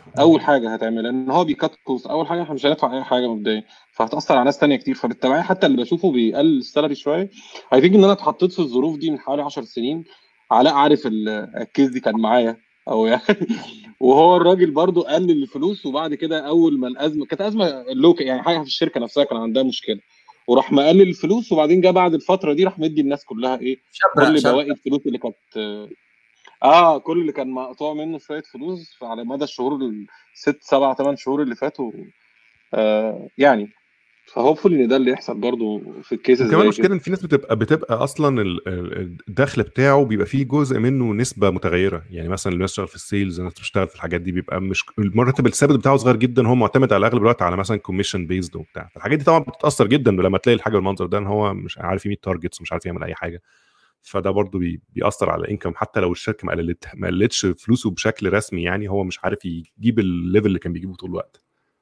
اول حاجه هتعمل ان هو بيكات كوست. اول حاجه احنا مش هندفع اي حاجه مبدئيا، فهتاثر على ناس تانية كتير. فبالتبعيه حتى اللي بشوفه بيقلل السالري شويه. هيجي ان انا اتحطيت في الظروف دي من حوالي عشر سنين. علاء عارف ال- الكيس دي كان معايا او يعني وهو الراجل برضو قلل الفلوس، وبعد كده اول ما الازمه كانت ازمه اللوك يعني حاجه في الشركه نفسها كان عندها مشكله، وراح مقلل الفلوس. وبعدين جه بعد الفتره دي راح مدي الناس كلها ايه شبه كل شبه بواقي الفلوس اللي كانت اه كل اللي كان مقطوع منه شويه فلوس على مدى الشهور الست سبع ثمان شهور اللي فاتوا. آه يعني فهوبفully ان ده اللي يحصل برضو في الكيسز وكمان زي مشكله كده. ان في ناس بتبقى بتبقى اصلا ال- ال- الدخل بتاعه بيبقى فيه جزء منه نسبه متغيره. يعني مثلا اللي بيشتغل في السيلز، الناس بتشتغل في الحاجات دي، بيبقى مش المرتب الثابت بتاعه صغير جدا، هو معتمد على اغلب الوقت على مثلا كوميشن بيزد وبتاع. فالحاجات دي طبعا بتتاثر جدا لما تلاقي الحاجه بالمنظر ده، ان هو مش عارف يميت تارجتس ومش عارف يعمل اي حاجه. فده برضو بي بيأثر على الانكم، حتى لو الشركه ما قللت ما قلتش فلوسه بشكل رسمي، يعني هو مش عارف يجيب الليفل اللي كان بيجيبه طول الوقت.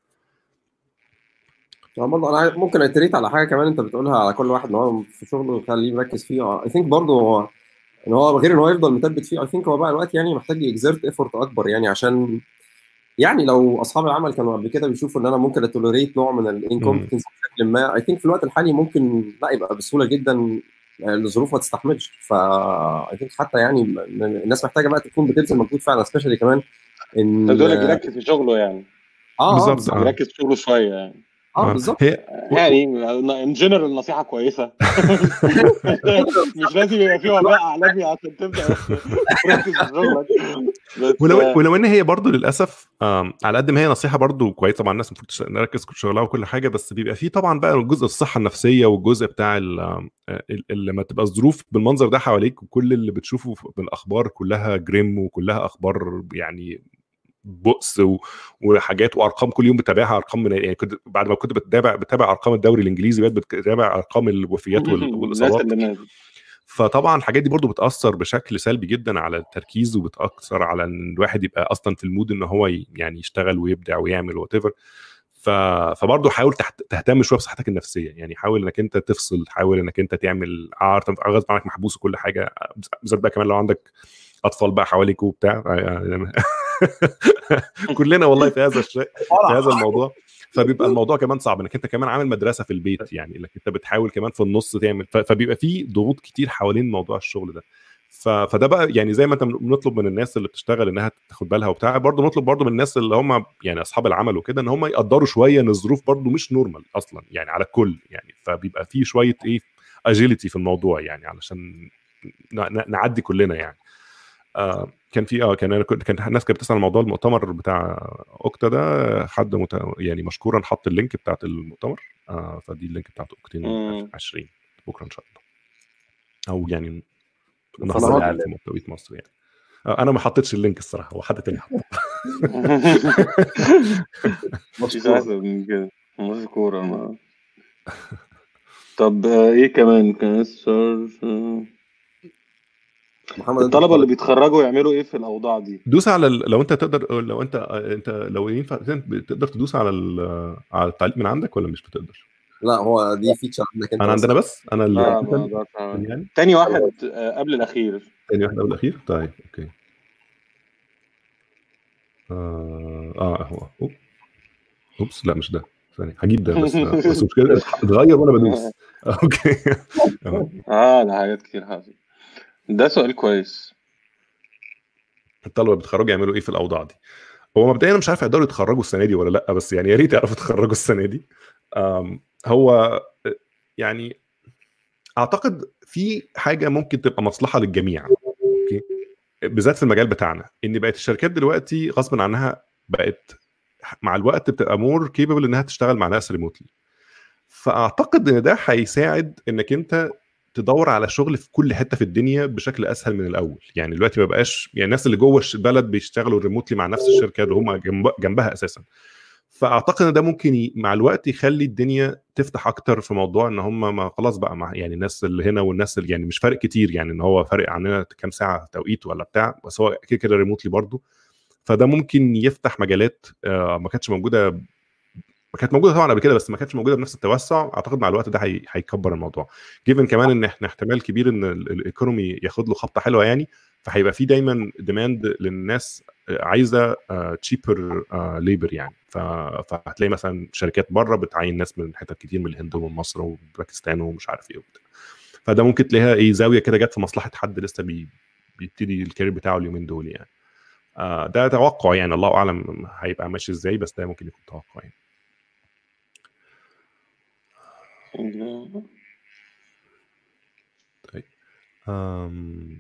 يعني برضه انا عايز- ممكن اتريت على حاجه كمان انت بتقولها على كل واحد ان هو في شغله يخليه مركز فيه. اي ثينك برضه هو ان هو غير ان هو يفضل مثبت فيه. اي ثينك هو بقى الوقت يعني محتاج يكزرت ايفورت اكبر، يعني عشان يعني لو اصحاب العمل كانوا قبل كده بيشوفوا ان انا ممكن اتوليريت نوع من الانكومبتنس بشكل ما، اي ثينك في الوقت الحالي ممكن لا يبقى بسهوله جدا الظروف ما تستحملش. ف اي ثينك حتى يعني الناس محتاجه بقى تكون بتبذل مجهود فعلا، سبيشالي كمان ان طب دول يركز في شغله يعني اه اه بالظبط. بالظبط اه يركز في شغله شويه يعني. اه اه بالظبط. هي و- و- يعني ان جنرال نصيحه كويسه. مش لازم يبقى في وباء عالمي عشان تبدا تركز في شغلك بس. ولو ولو ان هي برضو للاسف آم، على قد ما هي نصيحه برضو كويسه، طبعا الناس المفروض تش- نركز في شغلها وكل حاجه، بس بيبقى فيه طبعا بقى الجزء الصحه النفسيه والجزء بتاع ال- آم، ال- ال- لما تبقى الظروف بالمنظر ده حواليك، وكل اللي بتشوفه في- من الاخبار كلها جريم، وكلها اخبار يعني بؤس و- وحاجات وارقام كل يوم بتابعها، ارقام من يعني كنت بعد ما كنت بتتابع بتابع ارقام الدوري الانجليزي، بقيت بتتابع ارقام الوفيات وال- الناس والاصابات. اللي نازل فطبعا الحاجات دي برضو بتاثر بشكل سلبي جدا على التركيز، وبتاثر على ان الواحد يبقى اصلا في المود ان هو ي- يعني يشتغل ويبدع ويعمل وات ايفر. ف... فبرضه حاول تحت... تهتم شويه بصحتك النفسيه، يعني حاول انك انت تفصل، حاول انك انت تعمل عارف غصب عنك محبوس وكل حاجه، بالذات بقى كمان لو عندك اطفال بقى حواليك وبتاع. كلنا والله في هذا الشيء، في هذا الموضوع. فبيبقى الموضوع كمان صعب انك انت كمان عامل مدرسه في البيت، يعني انك انت بتحاول كمان في النص تعمل ف... فبيبقى في ضغوط كتير حوالين موضوع الشغل ده. ف... فده بقى يعني زي ما انت بنطلب من الناس اللي بتشتغل انها تاخد بالها وبتاع، برضه نطلب برضه من الناس اللي هم يعني اصحاب العمل وكده ان هم يقدروا شويه ان الظروف برضه مش نورمال اصلا يعني على الكل، يعني فبيبقى في شويه ايه اجيليتي في الموضوع، يعني علشان ن... نعدي كلنا يعني. آه كان في اه كان كان الناس كانت بتسال عن موضوع المؤتمر بتاع اوكتا ده، حد مت... يعني مشكورا حط اللينك بتاعت المؤتمر. آه فدي اللينك بتاعت اوكتين عشرين بكره ان شاء الله، او يعني النهارده في توقيت مصر يعني. آه انا ما حطيتش اللينك الصراحه، هو حد تاني حطه. مشكورا مشكورا. طب ايه كمان كان محمد الطلبه اللي بيتخرجوا يعملوا ايه في الاوضاع دي؟ دوس على ال... لو انت تقدر، لو انت انت لو ينفع تقدر تدوس على ال... على التعليق من عندك ولا مش بتقدر؟ لا هو دي فيتشر عندك انت. انا عندنا بس انا اللي لا ما اقدرش يعني. تاني واحد قبل الاخير. تاني واحد قبل الاخير. طيب اوكي. اه اه هو أوب. اوبس لا مش ده ثاني، هجيب ده بس بس مشكله اتغير وانا بدوس. اوكي. اه ده حاجات كتير حاجة. ده سؤال كويس. الطلبه بيتخرجوا يعملوا ايه في الاوضاع دي؟ هو مبدئيا انا مش عارف يقدروا يتخرجوا السنه دي ولا لا، بس يعني يا ريت يعرفوا يتخرجوا السنه دي. هو يعني اعتقد في حاجه ممكن تبقى مصلحه للجميع، اوكي، بالذات في المجال بتاعنا، ان بقت الشركات دلوقتي غصب عنها بقت مع الوقت بتبقى مور كيبل انها تشتغل مع ناس ريموتلي. فاعتقد ان ده هيساعد انك انت تدور على شغل في كل حته في الدنيا بشكل اسهل من الاول. يعني دلوقتي ما بقاش يعني الناس اللي جوه البلد بيشتغلوا ريموتلي مع نفس الشركه اللي هم جنب جنبها اساسا. فاعتقد ان ده ممكن ي... مع الوقت يخلي الدنيا تفتح اكتر في موضوع ان هم ما خلاص بقى مع يعني الناس اللي هنا والناس اللي يعني مش فارق كتير، يعني ان هو فارق عننا كام ساعه توقيت ولا بتاع، بس هو كده كده ريموتلي برضه. فده ممكن يفتح مجالات آه ما كانتش موجوده كانت موجوده طبعا قبل كده بس ما كانتش موجوده بنفس التوسع. اعتقد مع الوقت ده هيكبر الموضوع جيفن كمان ان احنا احتمال كبير ان الايكونومي ياخد له خبطه حلوه يعني، فهيبقى في دايما ديماند للناس عايزه تشيبر ليبر يعني. فهتلاقي مثلا شركات بره بتعين ناس من حتت كتير من الهند ومن مصر وباكستان ومش عارف ايه وبتاع. فده ممكن تلاقيها ايه زاويه كده جت في مصلحه حد لسه بي بيبتدي الكارير بتاعه اليومين دول يعني. آه ده توقع يعني، الله اعلم هيبقى ماشي ازاي، بس ده ممكن يكون توقع يعني. طيب أم...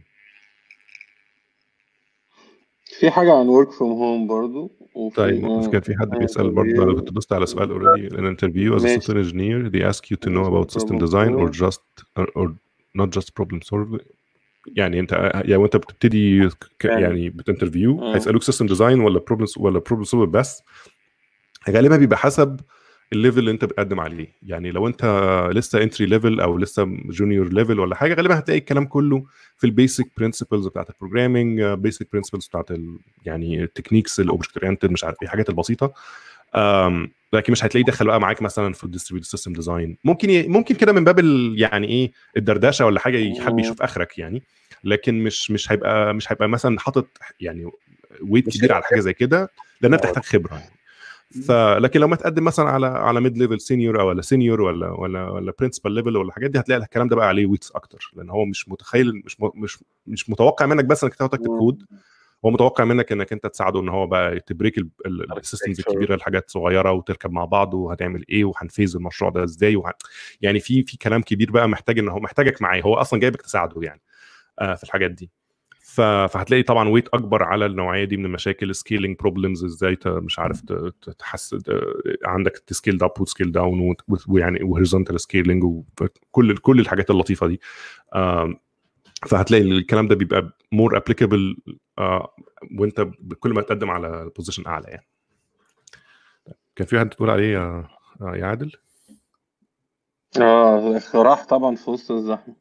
في حاجه عن work from home برضو. وفي طيب كان في حد بيسال برضه، انا كنت دوست على سؤال اوريدي in interview as a software engineer they ask you to know about system design or just or, or not just problem solving. يعني انت يعني وانت بتبتدي يعني بتنترفيو هيسالوك سيستم ديزاين ولا بروبلم ولا بروبلم سولفر، بس غالبا بيبقى حسب الليفل اللي انت بتقدم عليه. يعني لو انت لسه انتري ليفل او لسه جونيور ليفل ولا حاجه، غالبا هتلاقي الكلام كله في البيسك برنسبلز بتاعت البروجرامينج، بيسك برنسبلز بتاعت ال يعني التكنيكس الاوبجكت اورينتد مش عارف ايه الحاجات البسيطه. لكن مش هتلاقيه دخل بقى معاك مثلا في الديستريبيوتد سيستم ديزاين. ممكن ي... ممكن كده من باب يعني ايه الدردشه ولا حاجه يحب يشوف اخرك يعني، لكن مش مش هيبقى مش هيبقى مثلا حاطط يعني ويت كبير على حاجه زي كده لانها بتحتاج خبره يعني. فلكن لو ما تقدم مثلا على على ميد ليفل سينيور او ولا سينيور ولا ولا ولا برنسبل ليفل ولا الحاجات دي، هتلاقي الكلام ده بقى عليه ويتس اكتر، لان هو مش متخيل مش مش مش متوقع منك بس انك تكتب كود، هو متوقع منك انك انت تساعده ان هو بقى تبريك السيستمز الكبيره لحاجات صغيره وتركب مع بعض وهتعمل ايه وهنفيز المشروع ده ازاي وه... يعني في في كلام كبير بقى محتاج ان هو محتاجك معاه، هو اصلا جايبك تساعده يعني آه في الحاجات دي. فهتلاقي طبعا ويت اكبر على النوعيه دي من المشاكل، سكيلينج بروبلمز ازاي مش عارف تحس عندك تسكيل اب وسكيل داون ويعني وهوريزونتال سكيلينج وكل كل الحاجات اللطيفه دي. فهتلاقي الكلام ده بيبقى مور ابليكابل وانت كل ما تقدم على بوزيشن اعلى يعني. كان في حد تقول عليه يا يا عادل؟ اه اختراع طبعا في وسط الزحمه.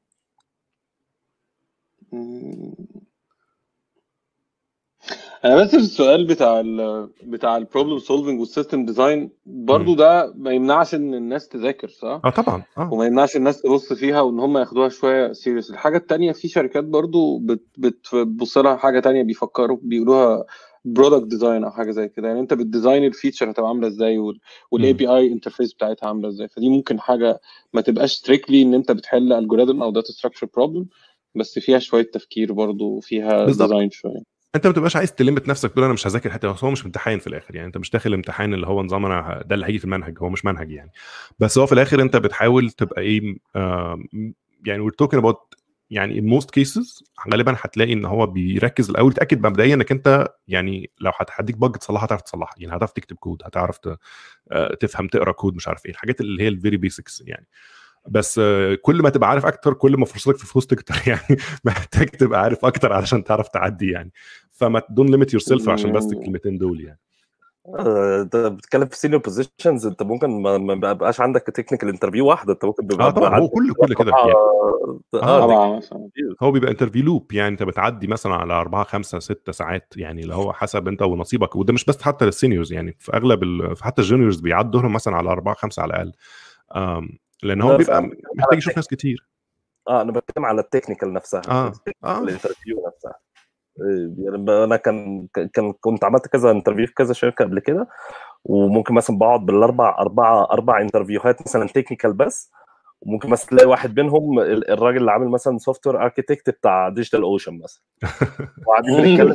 انا بس السؤال بتاع ال بتاع البروبلم سولفنج والسيستم ديزاين برضو ده ما يمنعش ان الناس تذاكر صح؟ اه طبعا اه وما يمنعش الناس تبص فيها وان هم ياخدوها شويه سيريس. الحاجه التانية في شركات برضو بتبص لها حاجه تانية، بيفكروا بيقولوها برودكت ديزاين او حاجه زي كده. يعني انت بتديزاين الفيتشر هتبقى عامله ازاي والاي بي اي انترفيس بتاعتها عامله ازاي. فدي ممكن حاجه ما تبقاش ستريكتلي ان انت بتحل الجوريثم او داتا ستراكشر بروبلم، بس فيها شويه تفكير برضو وفيها ديزاين شويه. انت ما تبقاش عايز تلمت نفسك تقول انا مش هذاكر حتى، هو مش امتحان في الاخر يعني، انت مش داخل امتحان اللي هو نظام انا ده اللي هيجي في المنهج، هو مش منهج يعني. بس هو في الاخر انت بتحاول تبقى ايه آه يعني we're talking about يعني in most cases غالبا هتلاقي ان هو بيركز الاول تاكد مبدئيا انك انت يعني لو هتديك بج تصلحها هتعرف تصلحها يعني، هتعرف تكتب كود، هتعرف تفهم تقرا كود مش عارف ايه الحاجات اللي هي الفيري بيسكس يعني. بس كل ما تبقى عارف اكتر كل ما فرصتك في الفوز تكتر يعني، محتاج تبقى عارف اكتر علشان تعرف تعدي يعني. فما دون ليميت يور سيلف عشان بس الكلمتين دول يعني. انت بتتكلم في سينيور بوزيشنز، انت ممكن ما بقاش عندك تكنيكال انترفيو واحده، انت ممكن بيبقى اه طبعا هو كل كل كده يعني. اه طبعا هو بيبقى انترفيو لوب يعني، انت بتعدي مثلا على أربعة خمسة ستة ساعات يعني، اللي هو حسب انت ونصيبك. وده مش بس حتى للسينيورز يعني، في اغلب ال... حتى الجونيورز بيعدوا لهم مثلا على أربعة خمسة على الاقل، لان هو بيبقى محتاج يشوف ناس كتير. اه انا بتكلم على التكنيكال نفسها، اه اه الانترفيو نفسها يعني. انا كان كان كنت عملت كذا انترفيو في كذا شركه قبل كده، وممكن مثلا بقعد بالاربع اربعه اربع انترفيوهات مثلا تكنيكال بس، وممكن مثلا تلاقي واحد بينهم الراجل اللي عامل مثلا سوفت وير اركيتكت بتاع ديجيتال اوشن مثلا، وقاعدين بنتكلم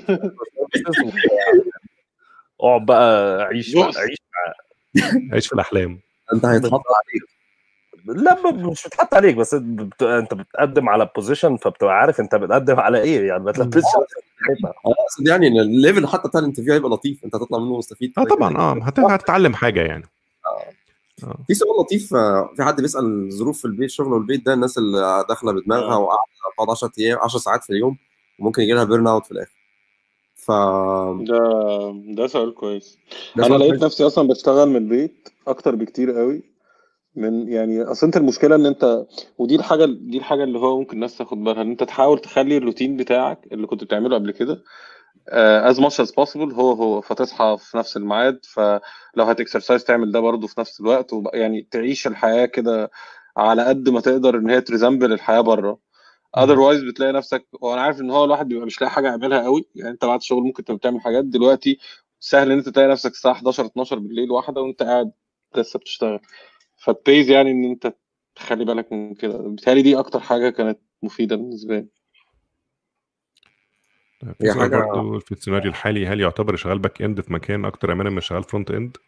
اقعد بقى عيش عيش عيش في الاحلام. انت هيتحط عليك لا مش بتحط عليك، بس بت... انت بتقدم على بوزيشن فبتبقى عارف انت بتقدم على ايه يعني، ما تلبسش اقصد يعني ان الليفل حتى بتاع الانترفيو هيبقى لطيف، انت هتطلع منه مستفيد. اه طبعا اه هتتعلم حاجه يعني. اه في سؤال لطيف، في حد بيسال ظروف في البيت، شغل والبيت ده، الناس اللي داخله بدماغها وقاعده بعد عشرة ايام عشر ساعات في اليوم وممكن يجي لها بيرن اوت في الاخر. ف ده ده سؤال كويس. انا لقيت كويس. نفسي اصلا بشتغل من البيت اكتر بكتير قوي من يعني، اصل انت المشكله ان انت، ودي الحاجه دي الحاجه اللي هو ممكن الناس تاخد بالها، ان انت تحاول تخلي الروتين بتاعك اللي كنت بتعمله قبل كده uh, as much as possible هو هو فتصحى في نفس الميعاد، فلو هتكسرسايز تعمل ده برضو في نفس الوقت، يعني تعيش الحياة كده على قد ما تقدر ان هي تريزمبل الحياة بره. otherwise بتلاقي نفسك، وانا عارف ان هو الواحد بيبقى مش لاقي حاجة يعملها قوي، يعني انت بعد الشغل ممكن تبقى بتعمل حاجات، دلوقتي سهل ان انت تلاقي نفسك الساعة حداشر اتناشر بالليل واحدة وانت قاعد لسه بتشتغل، فبيز يعني ان انت تخلي بالك من كده. بالتالي دي اكتر حاجة كانت مفيدة بالنسبة لي. في سؤال برضه في السيناريو الحالي، هل يعتبر شغال باك اند في مكان اكتر امانا من شغال فرونت اند؟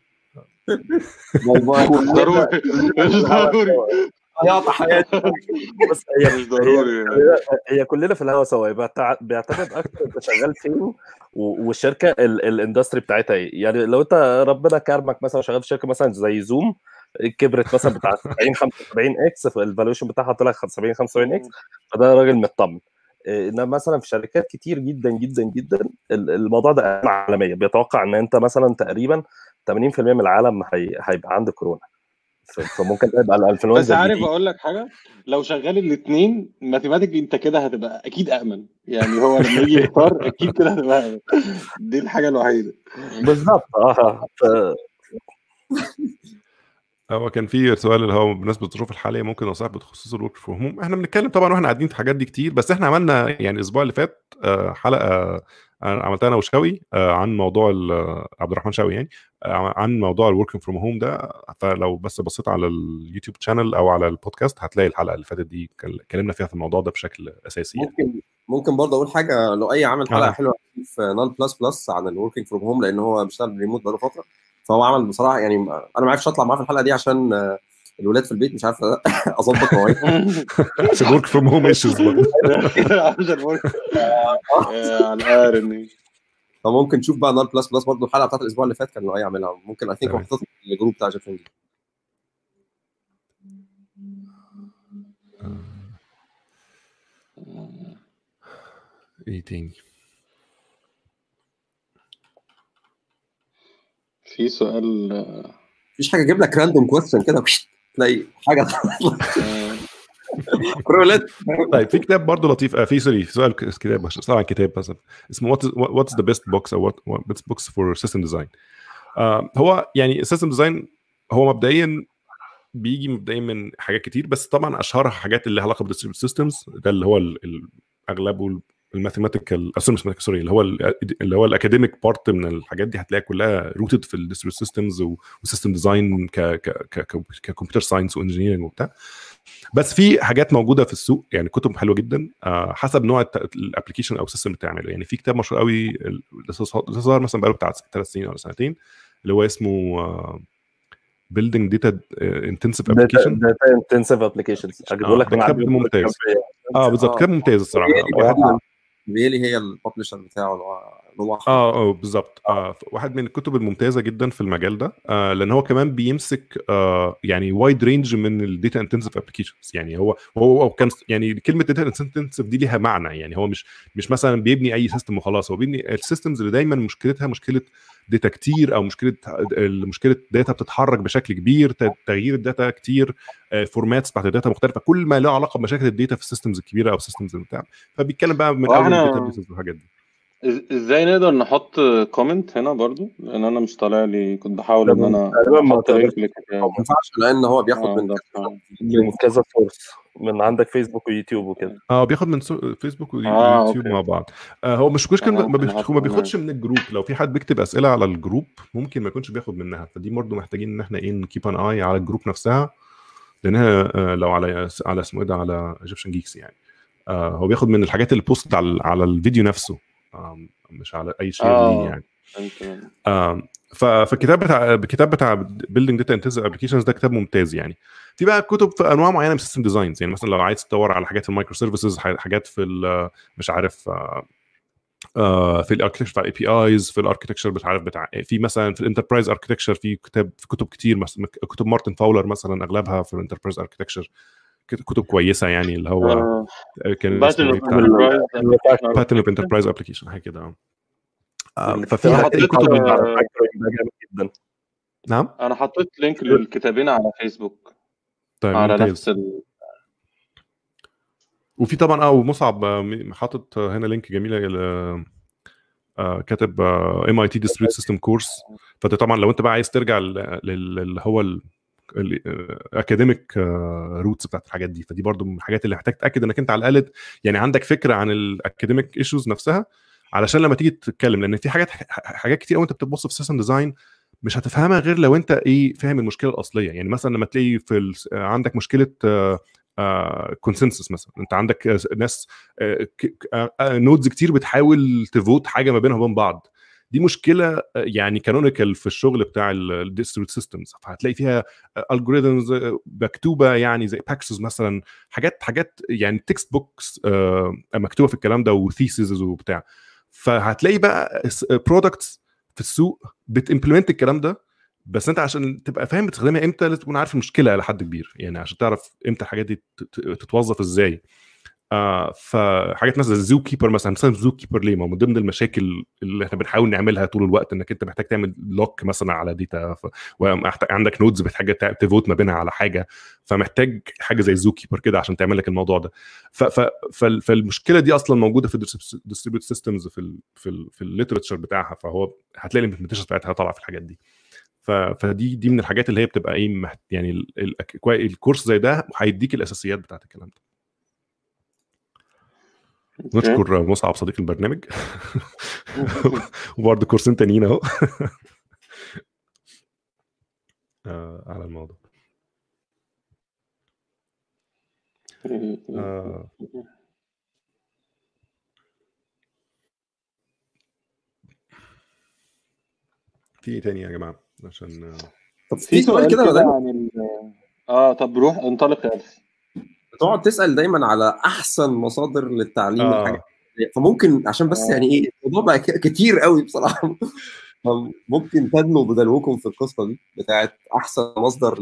ضروري مش ضروري هيقطع حياتي. بس هي مش ضروري هي, هي كلنا في الهوا سوا، بيعتمد اكتر انت شغال فين والشركه الاندستري بتاعتها ايه. يعني لو انت ربنا كرمك مثلا شغال في شركه مثلا زي زوم كبرت مثلا بتاع سبعين خمسة وسبعين اكس، فالفالويشن بتاعها طلع سبعين خمسة وسبعين اكس، فده راجل مطمن. انما مثلا في شركات كتير جدا جدا جدا الموضوع ده عالميا، بيتوقع ان انت مثلا تقريبا ثمانين بالمية من العالم هيبقى عنده كورونا، فممكن تبقى الانفلونزا. بس عارف اقول لك حاجه، لو شغال الاثنين ماثيماتيكلي انت كده هتبقى اكيد امن، يعني هو لما يجي يختار اكيد كده هتبقى امن، دي الحاجه الوحيده بالظبط. اه ف... هو كان في سؤال اللي هو بالنسبه للظروف الحاليه ممكن نصائح بخصوص الورك فروم هوم. احنا بنتكلم طبعا واحنا قاعدين في الحاجات دي كتير، بس احنا عملنا يعني الاسبوع اللي فات حلقه عملتها انا وشوي عن موضوع عبد الرحمن شوي يعني عن موضوع الورك فروم هوم ده، فلو بس بصيت على اليوتيوب شانل او على البودكاست هتلاقي الحلقه اللي فاتت دي اتكلمنا فيها في الموضوع ده بشكل اساسي. ممكن يعني. ممكن برضه اقول حاجه، لو اي عامل حلقه آه. حلوه في نال بلس بلس عن الوركينج فروم هوم، لان هو بيشتغل ريموت بقاله فتره، فهو عمل بصراحه يعني انا ما عرفتش اطلع معاه في الحلقه دي عشان الولاد في البيت مش عارف اظبط مواعيد عشان ورك فروم هوم ايشوز برضه عشان ورك على الارني. فممكن تشوف بقى نال بلس بلس برضه الحلقه بتاعت الاسبوع اللي فات كان لو اي عاملها، ممكن اي ثينك محطوط في الجروب بتاع جيفرنج. ايه تاني؟ في سؤال، مفيش حاجه اجيب لك راندوم كويستشن كده تلاقي حاجه برولت. طيب في كتاب برضه لطيف، في سوري في سؤال كتاب مش طبعا كتاب مثلا اسمه وات واتس ذا بيست بوكس او وات بيست بوكس فور سيستم ديزاين. هو يعني السيستم ديزاين هو مبدئيا بيجي مبدئيا من حاجات كتير، بس طبعا اشهرها حاجات اللي لها علاقه بالديستريبيوتد سيستمز، ده اللي هو الاغلب الماثيماتيكال سوري سوري اللي هو اللي هو الاكاديميك بارت من الحاجات دي هتلاقي كلها روتد في الديستريبيوتد سيستمز وسيستم ديزاين ك ك ككمبيوتر ساينس وانجينيرنج وبتاع. بس في حاجات موجوده في السوق يعني كتب حلوه جدا حسب نوع الابلكيشن او السيستم اللي بتعمله. يعني في كتاب مشهور قوي لسه ظهر مثلا بقاله بتاع ثلاث سنين ولا سنتين اللي هو اسمه building data intensive application data intensive applications. اقول لك كتاب ممتاز. اه بالظبط كتاب ممتاز الصراحه. ريلي هي الببلشر بتاعه اه اه بالظبط. آه واحد من الكتب الممتازه جدا في المجال ده، آه لان هو كمان بيمسك آه يعني وايد رينج من الداتا انتنسيف ابلكيشنز. يعني هو هو كان يعني كلمه داتا انتنسيف دي ليها معنى، يعني هو مش مش مثلا بيبني اي سيستم وخلاص، هو بيبني السيستمز اللي دايما مشكلتها مشكله داتا كتير او مشكله مشكله داتا بتتحرك بشكل كبير، تغيير الداتا كتير، فورماتس بتاعت الداتا مختلفه، كل ما له علاقه بمشاكل الداتا في السيستمز الكبيره او السيستمز بتاع. فبيتكلم بقى من اول الداتا بيسز والحاجات دي. ازاي نقدر نحط كومنت هنا برضو، لان انا مش طالع لي، كنت بحاول ان انا احط لينك للكتاب. ما ينفعش لان هو بياخد من من كذا سورس، من عندك فيسبوك ويوتيوب وكده. اه بياخد من فيسبوك ويوتيوب آه، مع بعض. آه هو مش مشكله ما, بيخ... ما بياخدش من الجروب. لو في حد بيكتب اسئله على الجروب ممكن ما يكونش بياخد منها، فدي برضو محتاجين ان احنا ايه نكيب ان اي على الجروب نفسها، لانها آه لو على على اسمه ايه ده على ايجيبشن جيكس يعني آه هو بياخد من الحاجات اللي بوست على على الفيديو نفسه، آه مش على اي شير آه. ليه يعني. آه فالكتاب بتاع الكتاب بتاع building data intensive applications ده كتاب ممتاز. يعني في بقى كتب في انواع معينه من السيستم ديزاينز، يعني مثلا لو عايز تدور على حاجات في المايكرو سيرفيسز، حاجات في مش عارف آه في الاركتكتشر بتاع الاي بي ايز، في الاركتكتشر مش عارف بتاع في مثلا في الانتربرايز اركتكتشر في كتاب في كتب كتير مثلا كتب مارتن فاولر مثلا اغلبها في الانتربرايز اركتكتشر كتب كويسه يعني اللي هو آه كان باترن اوف انتربرايز ابلكيشن حاجه كده. آه ففي حطيت كتب آه جدا. نعم انا حطيت لينك للكتابين على فيسبوك. طيب على ممتاز. نفس ال... وفي طبعا اه ومصعب حاطط هنا لينك جميله آه كاتب ام اي تي ديستريبيوتد سيستم كورس. فانت طبعا لو انت بقى عايز ترجع اللي هو الاكاديميك روتس بتاعت الحاجات دي، فدي برضو من الحاجات اللي محتاج تاكد انك انت على الاقل يعني عندك فكره عن الاكاديميك ايشوز نفسها، علشان لما تيجي تتكلم، لان في حاجات حاجات كتير قوي انت بتبص في سيستم ديزاين مش هتفهمها غير لو انت ايه فاهم المشكله الاصليه. يعني مثلا لما تلاقي في عندك مشكله كونسنسس، مثلا انت عندك ناس نودز كتير بتحاول تفوت حاجه ما بينها وبين بعض، دي مشكله يعني كانونيكال في الشغل بتاع الديستريبيوتد سيستمز. فهتلاقي فيها الجوريثمز مكتوبه يعني زي باكسز مثلا، حاجات حاجات يعني تكست بوكس مكتوبه في الكلام ده وثيسز وبتاع. فهتلاقي بقى برودكتس في السوق بتimplement الكلام ده، بس انت عشان تبقى فاهم بتستخدمها امتى لازم تكون عارف المشكله لحد كبير، يعني عشان تعرف امتى الحاجات دي تتوظف ازاي. آه فحاجات مثلا زو كيبر مثلا، مثلا زو كيبر ليه؟ ما من ضمن المشاكل اللي احنا بنحاول نعملها طول الوقت انك انت محتاج تعمل لوك مثلا على ديتا، وعندك نودز محتاج تفوت ما بينها على حاجه، فمحتاج حاجه زي زو كيبر كده عشان تعمل لك الموضوع ده. فالمشكله دي اصلا موجوده في الديستريبيوتد سيستمز في ال في ال في الليترشر بتاعها، فهو هتلاقي الامبلمنتيشن بتاعتها طالعه في الحاجات دي. فدي دي من الحاجات اللي هي بتبقى ايه يعني الكورس زي ده هيديك الاساسيات بتاعت الكلام ده. نشكر مصعب صديق البرنامج وبرضه كورسين تانيين اهو على الموضوع. آه. في ايه تاني يا جماعه؟ عشان طب في سؤال كده دايما عن ال... اه طب روح انطلق يا ألف. بتقعد تسال دايما على احسن مصادر للتعليم آه. الحاجات، فممكن عشان بس آه. يعني ايه الموضوع بقى كتير قوي بصراحه، ممكن تدنوا بدلوكم في القصه دي بتاعت احسن مصدر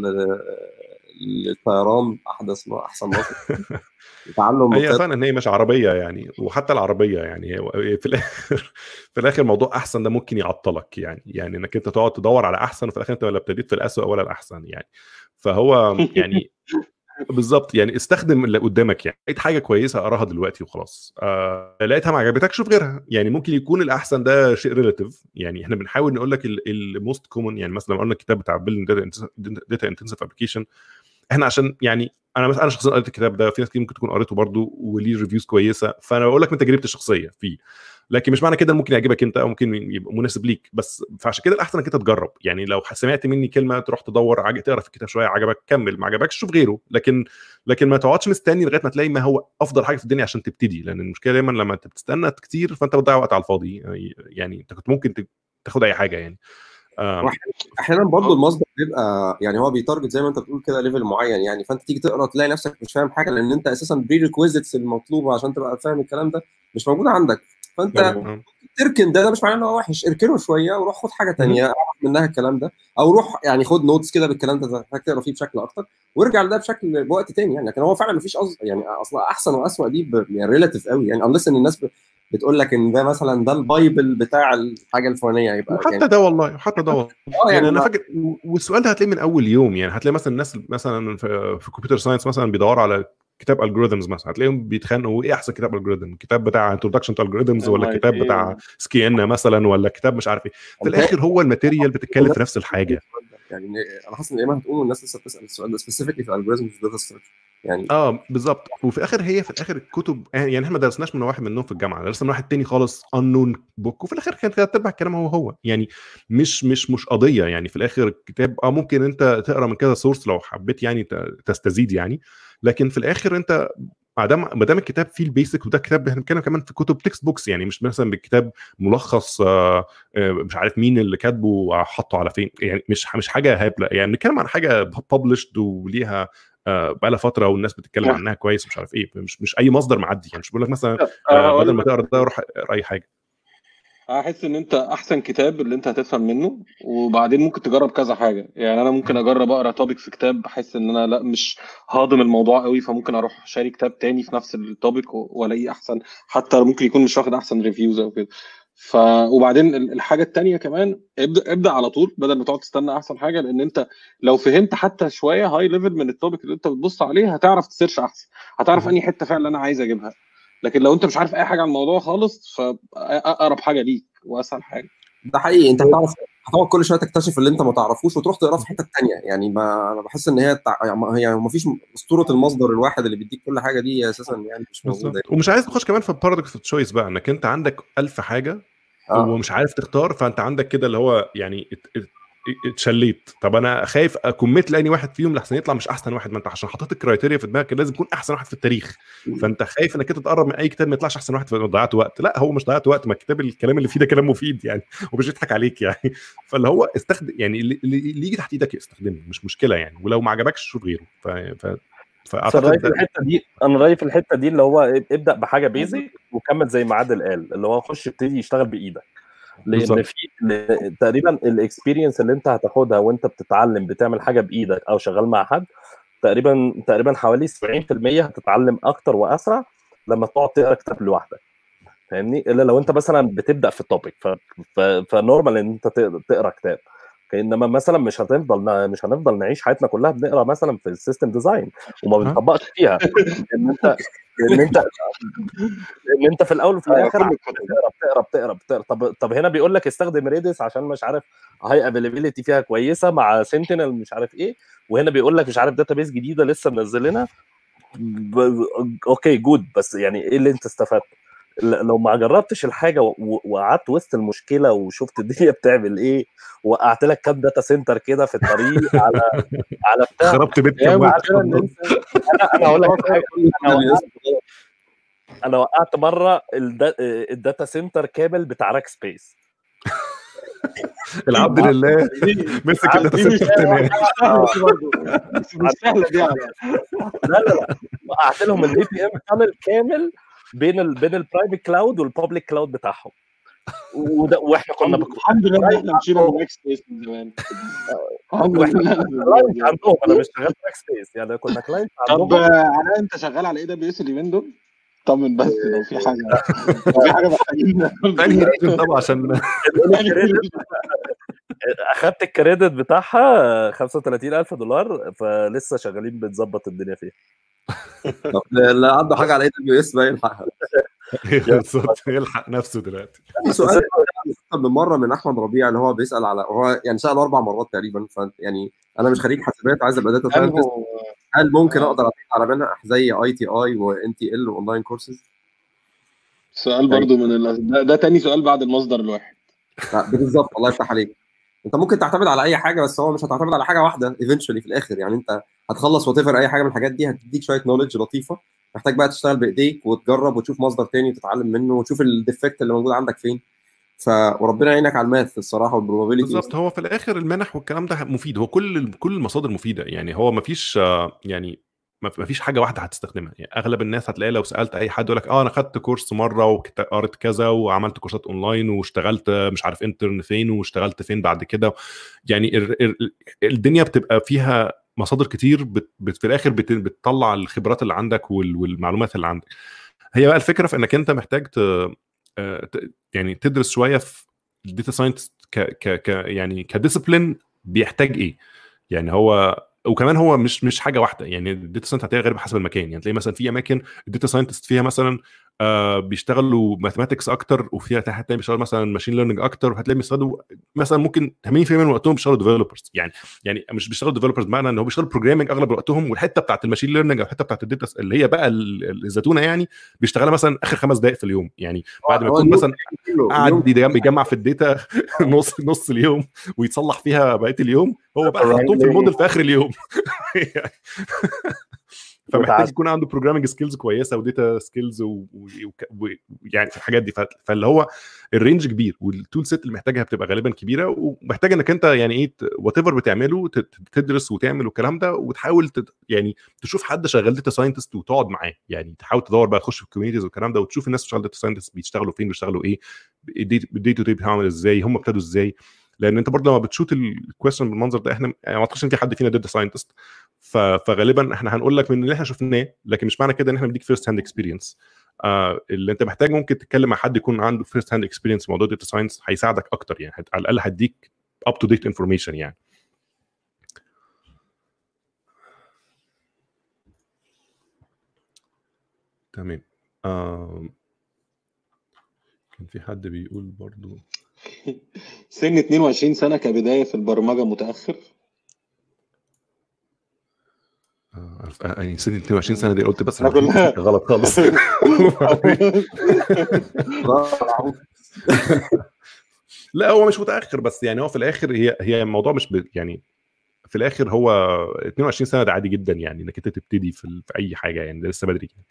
للطيران، احدث احسن مصدر تعلم. هي فعلا ان هي مش عربيه يعني، وحتى العربيه يعني في الاخر في الاخر موضوع احسن ده ممكن يعطلك يعني يعني انك انت تقعد تدور على احسن وفي الاخر انت ولا ابتديت في الاسوء ولا الاحسن يعني. فهو يعني بالظبط يعني استخدم اللي قدامك، يعني لقيت حاجه كويسه اقراها دلوقتي وخلاص، آه لقيتها ما عجبتكش شوف غيرها. يعني ممكن يكون الاحسن ده شيء ريلاتيف، يعني احنا بنحاول نقول لك الموست كومن. يعني مثلا لما قلنا الكتاب بتاع بيلدينج داتا انتنسيف ابلكيشن، احنا عشان يعني انا مثلا انا شخصيا قريت الكتاب ده، في ناس كتير ممكن تكون قريته برضو وليه ريفيوز كويسه، فانا بقول لك من تجربتي الشخصيه فيه، لكن مش معنى كده ممكن يعجبك انت او ممكن يبقى مناسب ليك. بس فعشان كده الاحسن انك انت تجرب. يعني لو سمعت مني كلمه تروح تدور عج... تقرا في الكتاب شويه، عجبك كمل، ما عجبكش شوف غيره. لكن لكن ما تقعدش مستني لغايه ما تلاقي ما هو افضل حاجه في الدنيا عشان تبتدي، لان المشكله دايما لما انت بتستنى كتير فانت بتضيع وقت على الفاضي. يعني انت كنت ممكن تاخد اي حاجه يعني. احيانا برضو المصدر بيبقى يعني هو بيتارجت زي ما انت بتقول كده ليفل معين، يعني فانت تيجي تقرا تلاقي نفسك مش فاهم حاجه، لان انت اساسا بري ريكويزيتس المطلوبه عشان تبقى فاهم الكلام ده مش موجوده عندك، فانت تركن ده, ده مش معناه ان هو وحش، اركنه شويه وروح خد حاجه ثانيه اعرف منها الكلام ده، او روح يعني خد نوتس كده بالكلام ده محتاج تقرا فيه بشكل اكتر وارجع لده بشكل بوقت ثاني يعني. لكن هو فعلا مفيش قصد يعني اصلا احسن واسوء دي يعني ريلاتيف قوي يعني، انلس ان الناس ب... بتقول لك ان ده مثلا ده البايبل بتاع الحاجه الفلانيه، يبقى وحتى يعني ده والله حتى ده والله اه يعني انا ما... فاكر. والسؤال ده هتلاقيه من اول يوم، يعني هتلاقي مثلا الناس مثلا في كمبيوتر ساينس مثلا بيدوروا على كتاب الجوريثمز مثلا، هتلاقيهم بيتخانقوا ايه احسن كتاب الجوريثم، الكتاب بتاع انتروداكشن تو الجوريثمز ولا الكتاب بتاع سكينا مثلا ولا كتاب مش عارف ايه. في الاخر هو الماتيريال بتتكلم في نفس الحاجه. يعني انا حاسس ان ايمان هتقول والناس لسه بتسال السؤال ده سبيسيفيكلي في الجوريثمز داتا ستراكشر يعني. اه بالظبط. وفي الاخر هي في الاخر الكتب يعني احنا ما درسناش من واحد منهم في الجامعه، درسنا من واحد تاني خالص انون بوك، وفي الاخر كانت تتبع الكلام هو هو يعني. مش مش مش قضيه يعني. في الاخر الكتاب اه ممكن انت تقرا من كذا سورس لو حبيت يعني تستزيد يعني، لكن في الاخر انت ما دام ما دام الكتاب فيه البيسك، وده كتاب احنا بنتكلم كمان في كتب تكست بوكس يعني، مش مثلا بالكتاب ملخص آه مش عارف مين اللي كاتبه وحطه على فين يعني، مش مش حاجه هبله يعني، بنتكلم عن حاجه ببلشد وليها آه بقى لها فتره والناس بتتكلم عنها كويس مش عارف ايه، مش مش اي مصدر معدي يعني. مش بقول لك مثلا آه بدل ما تقرا ده روح اقرا اي حاجه. احس ان انت احسن كتاب اللي انت هتفهم منه، وبعدين ممكن تجرب كذا حاجه يعني. انا ممكن اجرب اقرا توبيك في كتاب بحس ان انا لا مش هاضم الموضوع قوي، فممكن اروح شاري كتاب تاني في نفس التوبيك والاقيه احسن، حتى ممكن يكون مش واخد احسن ريفيوز او كده. ف وبعدين الحاجه التانيه كمان ابدا ابدا على طول بدل ما تقعد تستنى احسن حاجه، لان انت لو فهمت حتى شويه هاي ليفل من التوبيك اللي انت بتبص عليه هتعرف تسيرش احسن، هتعرف انهي حته فعلا انا عايز اجيبها. لكن لو انت مش عارف اي حاجه عن الموضوع خالص فاقرب حاجه ليك واسهل حاجه. ده حقيقي، انت هتعرف هتقعد كل شويه تكتشف اللي انت ما تعرفوش وتروح تقراه في حته ثانيه. يعني ما انا بحس ان هي تع... هي ما فيش اسطوره المصدر الواحد اللي بيديك كل حاجه دي اساسا يعني مش موجوده. ومش عايز نخش كمان في بارادوكس تشويس بقى، انك انت عندك ألف حاجه آه. ومش عارف تختار، فانت عندك كده اللي هو يعني اتشليت. طب انا خايف اكمت لاني واحد فيهم لحسن يطلع مش احسن واحد، ما انت عشان حطيت الكرايتيريا في دماغك لازم يكون احسن واحد في التاريخ، فانت خايف انك انت تقرب من اي كتاب ما يطلعش احسن واحد، فضيعت وقت. لا هو مش ضيعت وقت، ما الكتاب الكلام اللي فيه ده كلام مفيد يعني ومش يضحك عليك يعني. فاللي هو استخدم يعني اللي يجي تحت ايدك استخدمه، مش مشكله يعني، ولو ما عجبكش شوف غيره. ف, ف... فاعتقد في الحته دي انا رايي في الحته دي اللي هو ابدا بحاجه بيزك وكمل زي ما عادل قال، اللي هو خش ابتدي يشتغل بايدك، لان في تقريبا الاكسبيرينس اللي انت هتاخدها وانت بتتعلم بتعمل حاجه بايدك او شغال مع حد تقريبا تقريبا حوالي سبعين في المية هتتعلم اكتر واسرع لما تقعد تقرا كتاب لوحدك، فاهمني؟ الا لو انت مثلا بتبدا في التوبيك ف... ف... فنورمال ان انت تقرا كتاب، انما مثلا مش هتفضل مش هنفضل نعيش حياتنا كلها بنقرا مثلا في السيستم ديزاين وما بنطبقش فيها، لان انت لان انت لان انت في الاول وفي الاخر بتقرا بتقرا بتقرا بتقرا طب طب هنا بيقول لك استخدم ريدس عشان مش عارف هاي افيلابيلتي فيها كويسه مع سنتينل مش عارف ايه، وهنا بيقول لك مش عارف داتابيس جديده لسه منزلينها ب... اوكي جود، بس يعني ايه اللي انت استفدته؟ لو ما جربتش الحاجه وقعدت وسط المشكله وشفت الدنيا بتعمل ايه، وقعت لك كام داتا سنتر كده في الطريق على على بتاع خربت بيت كام واحد. انا انا هقول لك حاجه، انا وقعت انا وقعت مره الداتا سنتر كامل بتاع راك سبيس. العبد لله مسك الداتا سنتر تاني. مش سهله دي. لا لا لا وقعت لهم الاي بي ام تانل كامل بين ال بين البرايفت كلاود والبابليك كلاود بتاعهم، وده واحنا كنا الحمد لله احنا مشينا من راك سبيس من زمان. واحنا كلاينت عندهم، انا مش شغال راك سبيس يعني، كنا كلاينت عندهم. طب علاء انت شغال على اي دبليو اس اليومين دول؟ طمن بس لو في حاجه لو في حاجه محتاجين ثاني ريجن طبعا عشان اخدت الكريدت بتاعها خمسة وثلاثين ألف دولار، فلسه شغالين بنظبط الدنيا فيها. طب لا عنده حاجه على اي دبليو اس بقى يلحقها يلحق نفسه دلوقتي. في سؤال من مره من احمد ربيع اللي هو بيسال على، هو يعني سال اربع مرات تقريبا، فيعني انا مش خريج حسابات عايز ابقى داتا ساينتست، هل ممكن اقدر اعتمد على منح زي اي تي اي وان تي ال واونلاين كورسز؟ سؤال برضو من ال... ده, ده تاني سؤال بعد المصدر الواحد. بالظبط، الله يفتح عليك. انت ممكن تعتمد على اي حاجه، بس هو مش هتعتمد على حاجه واحده ايفينشولي في الاخر. يعني انت هتخلص وات ايفر اي حاجه من الحاجات دي هتديك شويه نوليدج لطيفه، محتاج بقى تشتغل بايديك وتجرب وتشوف مصدر تاني وتتعلم منه وتشوف الديفكت اللي موجود عندك فين. ف وربنا يعينك على الماث الصراحه والبروبابيلتي. بالظبط، هو في الاخر المنح والكلام ده مفيد، هو كل كل المصادر مفيده يعني، هو مفيش يعني ما فيش حاجه واحده هتستخدمها يعني. اغلب الناس هتلاقي لو سالت اي حد يقول لك اه انا خدت كورس مره وقريت كذا وعملت كورسات اونلاين واشتغلت مش عارف انترن فين واشتغلت فين بعد كده. يعني ال ال الدنيا بتبقى فيها مصادر كتير بت بت في الاخر بت بتطلع الخبرات اللي عندك والمعلومات اللي عندك. هي بقى الفكره في انك انت محتاج ت يعني تدرس شويه في الداتا ساينتست ك ك ك يعني كديسيبلين بيحتاج ايه يعني. هو وكمان هو مش مش حاجه واحده يعني، الداتا ساينتست هتلاقيها غير حسب المكان يعني. تلاقي مثلا في اماكن الداتا ساينتست فيها مثلا آه بيشتغلوا ماثماتكس اكتر، وفيها هتلاقي بيشتغلوا مثلا ماشين ليرنينج اكتر، وهتلاقي بيشتغلوا مثلا ممكن ثمانين بالمية من وقتهم بيشتغلوا ديفلوبرز يعني. يعني مش بيشتغلوا ديفلوبرز بمعنى ان هو بيشتغلوا بروجرامنج اغلب وقتهم، والحته بتاعت الماشين ليرنينج او الحته بتاعت الداتا اللي هي بقى الزتونه يعني بيشتغلها مثلا اخر خمس دقائق في اليوم يعني، بعد ما يكون مثلا قاعد يجمع في الداتا نص نص اليوم ويتصلح فيها بقيه اليوم، هو بقى حطهم في الموديل في اخر اليوم. فمحتاج يكون عنده بروجرامنج سكيلز كويسه وداتا سكيلز ويعني في الحاجات دي. فاللي هو الرينج كبير والتول سيت اللي محتاجها بتبقى غالبا كبيره، ومحتاج انك انت يعني ايه وات ايفر بتعمله تدرس وتعمل والكلام ده، وتحاول يعني تشوف حد شغال داتا ساينتست وتقعد معاه يعني، تحاول تدور بقى تخش في الكوميونيتيز والكلام ده وتشوف الناس شغال داتا ساينتست بيشتغلوا فين بيشتغلوا ايه الدي تو دي بيعمل ازاي هم ابتدوا ازاي. لان انت برضه لما بتشوت الكويشن بالمنظر ده احنا يعني ما اعتقدش ان في حد فينا داتا ساينتست، فغالبا احنا هنقول لك من اللي احنا شفناه، لكن مش معنى كده ان احنا بنديك فيرست هاند اكسبيرينس. اللي انت محتاج ممكن تتكلم مع حد يكون عنده فيرست هاند اكسبيرينس في موضوع داتا ساينس، هيساعدك اكتر يعني، على الاقل هديك اب تو ديت انفورميشن يعني. تمام. آه كان في حد بيقول برضو سن اتنين وعشرين سنة كبداية في البرمجة متأخر. اه يعني سن اتنين وعشرين سنه دي قلت بس أنا كلها غلط خالص. لا هو مش متاخر، بس يعني هو في الاخر هي هي الموضوع مش ب... يعني في الاخر هو اتنين وعشرين سنه ده عادي جدا يعني انك انت تبتدي في, ال... في اي حاجه يعني، ده لسه بدري يعني.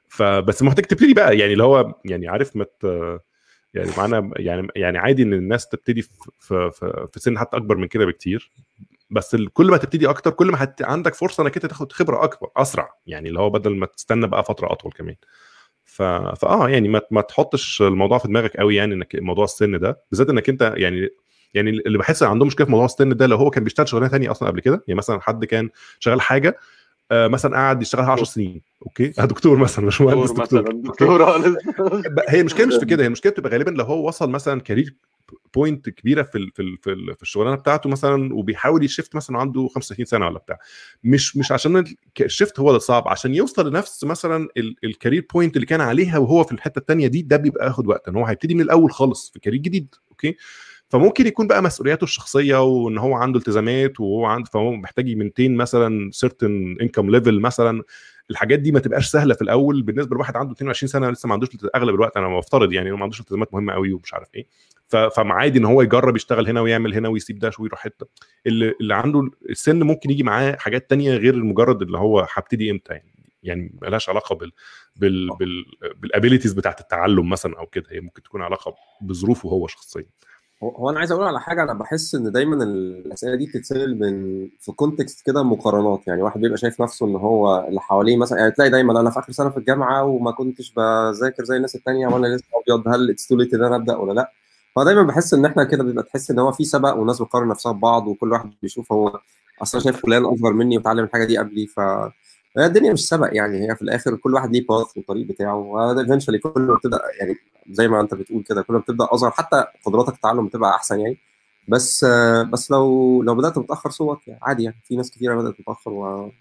فبس محتاج تبتدي بقى يعني اللي هو يعني عارف ما مت... يعني معانا يعني يعني عادي ان الناس تبتدي في في في, في سن حتى اكبر من كده بكتير، بس كل ما تبتدي اكتر كل ما هت... عندك فرصه انك انت تاخد خبره اكبر اسرع يعني، اللي هو بدل ما تستنى بقى فتره اطول كمان. ف... فاه يعني ما ما تحطش الموضوع في دماغك قوي يعني انك موضوع السن ده بالذات، انك انت يعني يعني اللي بحس ان عندهم مشكله في موضوع السن ده لو هو كان بيشتغل شغلانه ثانيه اصلا قبل كده، يعني مثلا حد كان شغال حاجه آه مثلا قاعد يشتغلها عشر سنين اوكي، آه دكتور مثلا مش مهندس دكتور مثلا دكتور. هي المشكله مش في كده، هي المشكله بتبقى غالبا لو هو وصل مثلا كارير بوينت كبيره في ال في ال في, ال في الشغلانه بتاعته مثلا، وبيحاول يشفت مثلا عنده خمسة وثلاثين سنه ولا بتاع، مش مش عشان الشفت هو اللي صعب، عشان يوصل لنفس مثلا الكارير بوينت اللي كان عليها وهو في الحته الثانيه دي، ده بيبقى ياخد وقت ان هو هيبتدي من الاول خالص في كارير جديد اوكي. فممكن يكون بقى مسؤولياته الشخصيه وان هو عنده التزامات وهو عنده فهو محتاج يمنتين مثلا certain income level مثلا، الحاجات دي ما تبقاش سهله في الاول بالنسبه لواحد عنده اتنين وعشرين سنه لسه ما عندوش اغلب الوقت، انا بفترض يعني ما عندوش التزامات مهمه قوي ومش عارف ايه، فعادي ان هو يجرب يشتغل هنا ويعمل هنا ويسيب ده ويروح حته. اللي, اللي عنده السن ممكن يجي معاه حاجات تانية غير المجرد اللي هو هبتدي امتى يعني، يعني مالهاش علاقه بال بال بال بالابيليتيز بتاعه التعلم مثلا او كده، هي ممكن تكون علاقه بظروفه هو شخصيا. هو انا عايز اقول على حاجه، انا بحس ان دايما الاسئله دي بتتسال من في كونتكست كده مقارنات، يعني واحد بيبقى شايف نفسه ان هو اللي حواليه مثلا، يعني تلاقي دايما انا في اخر سنه في الجامعه وما كنتش بذاكر زي الناس الثانيه وانا لسه ابيض، هل اتس تو ليت ان انا ابدا ولا لا؟ فدايما بحس ان احنا كده بيبقى تحس ان هو في سبق والناس بتقارن نفسها ببعض، وكل واحد بيشوف هو اصلا شايف فلان اصغر مني وتعلم الحاجه دي قبلي، ف هي الدنيا مش سبق يعني، هي في الاخر كل واحد ليه باث والطريق بتاعه، وهذا ايفنشولي كل ما بتبدا يعني زي ما انت بتقول كده كل ما بتبدا اصغر حتى قدراتك التعلم بتبقى احسن يعني. بس بس لو لو بدات متاخر صوت يعني عادي يعني، في ناس كتيره بدات متاخر و...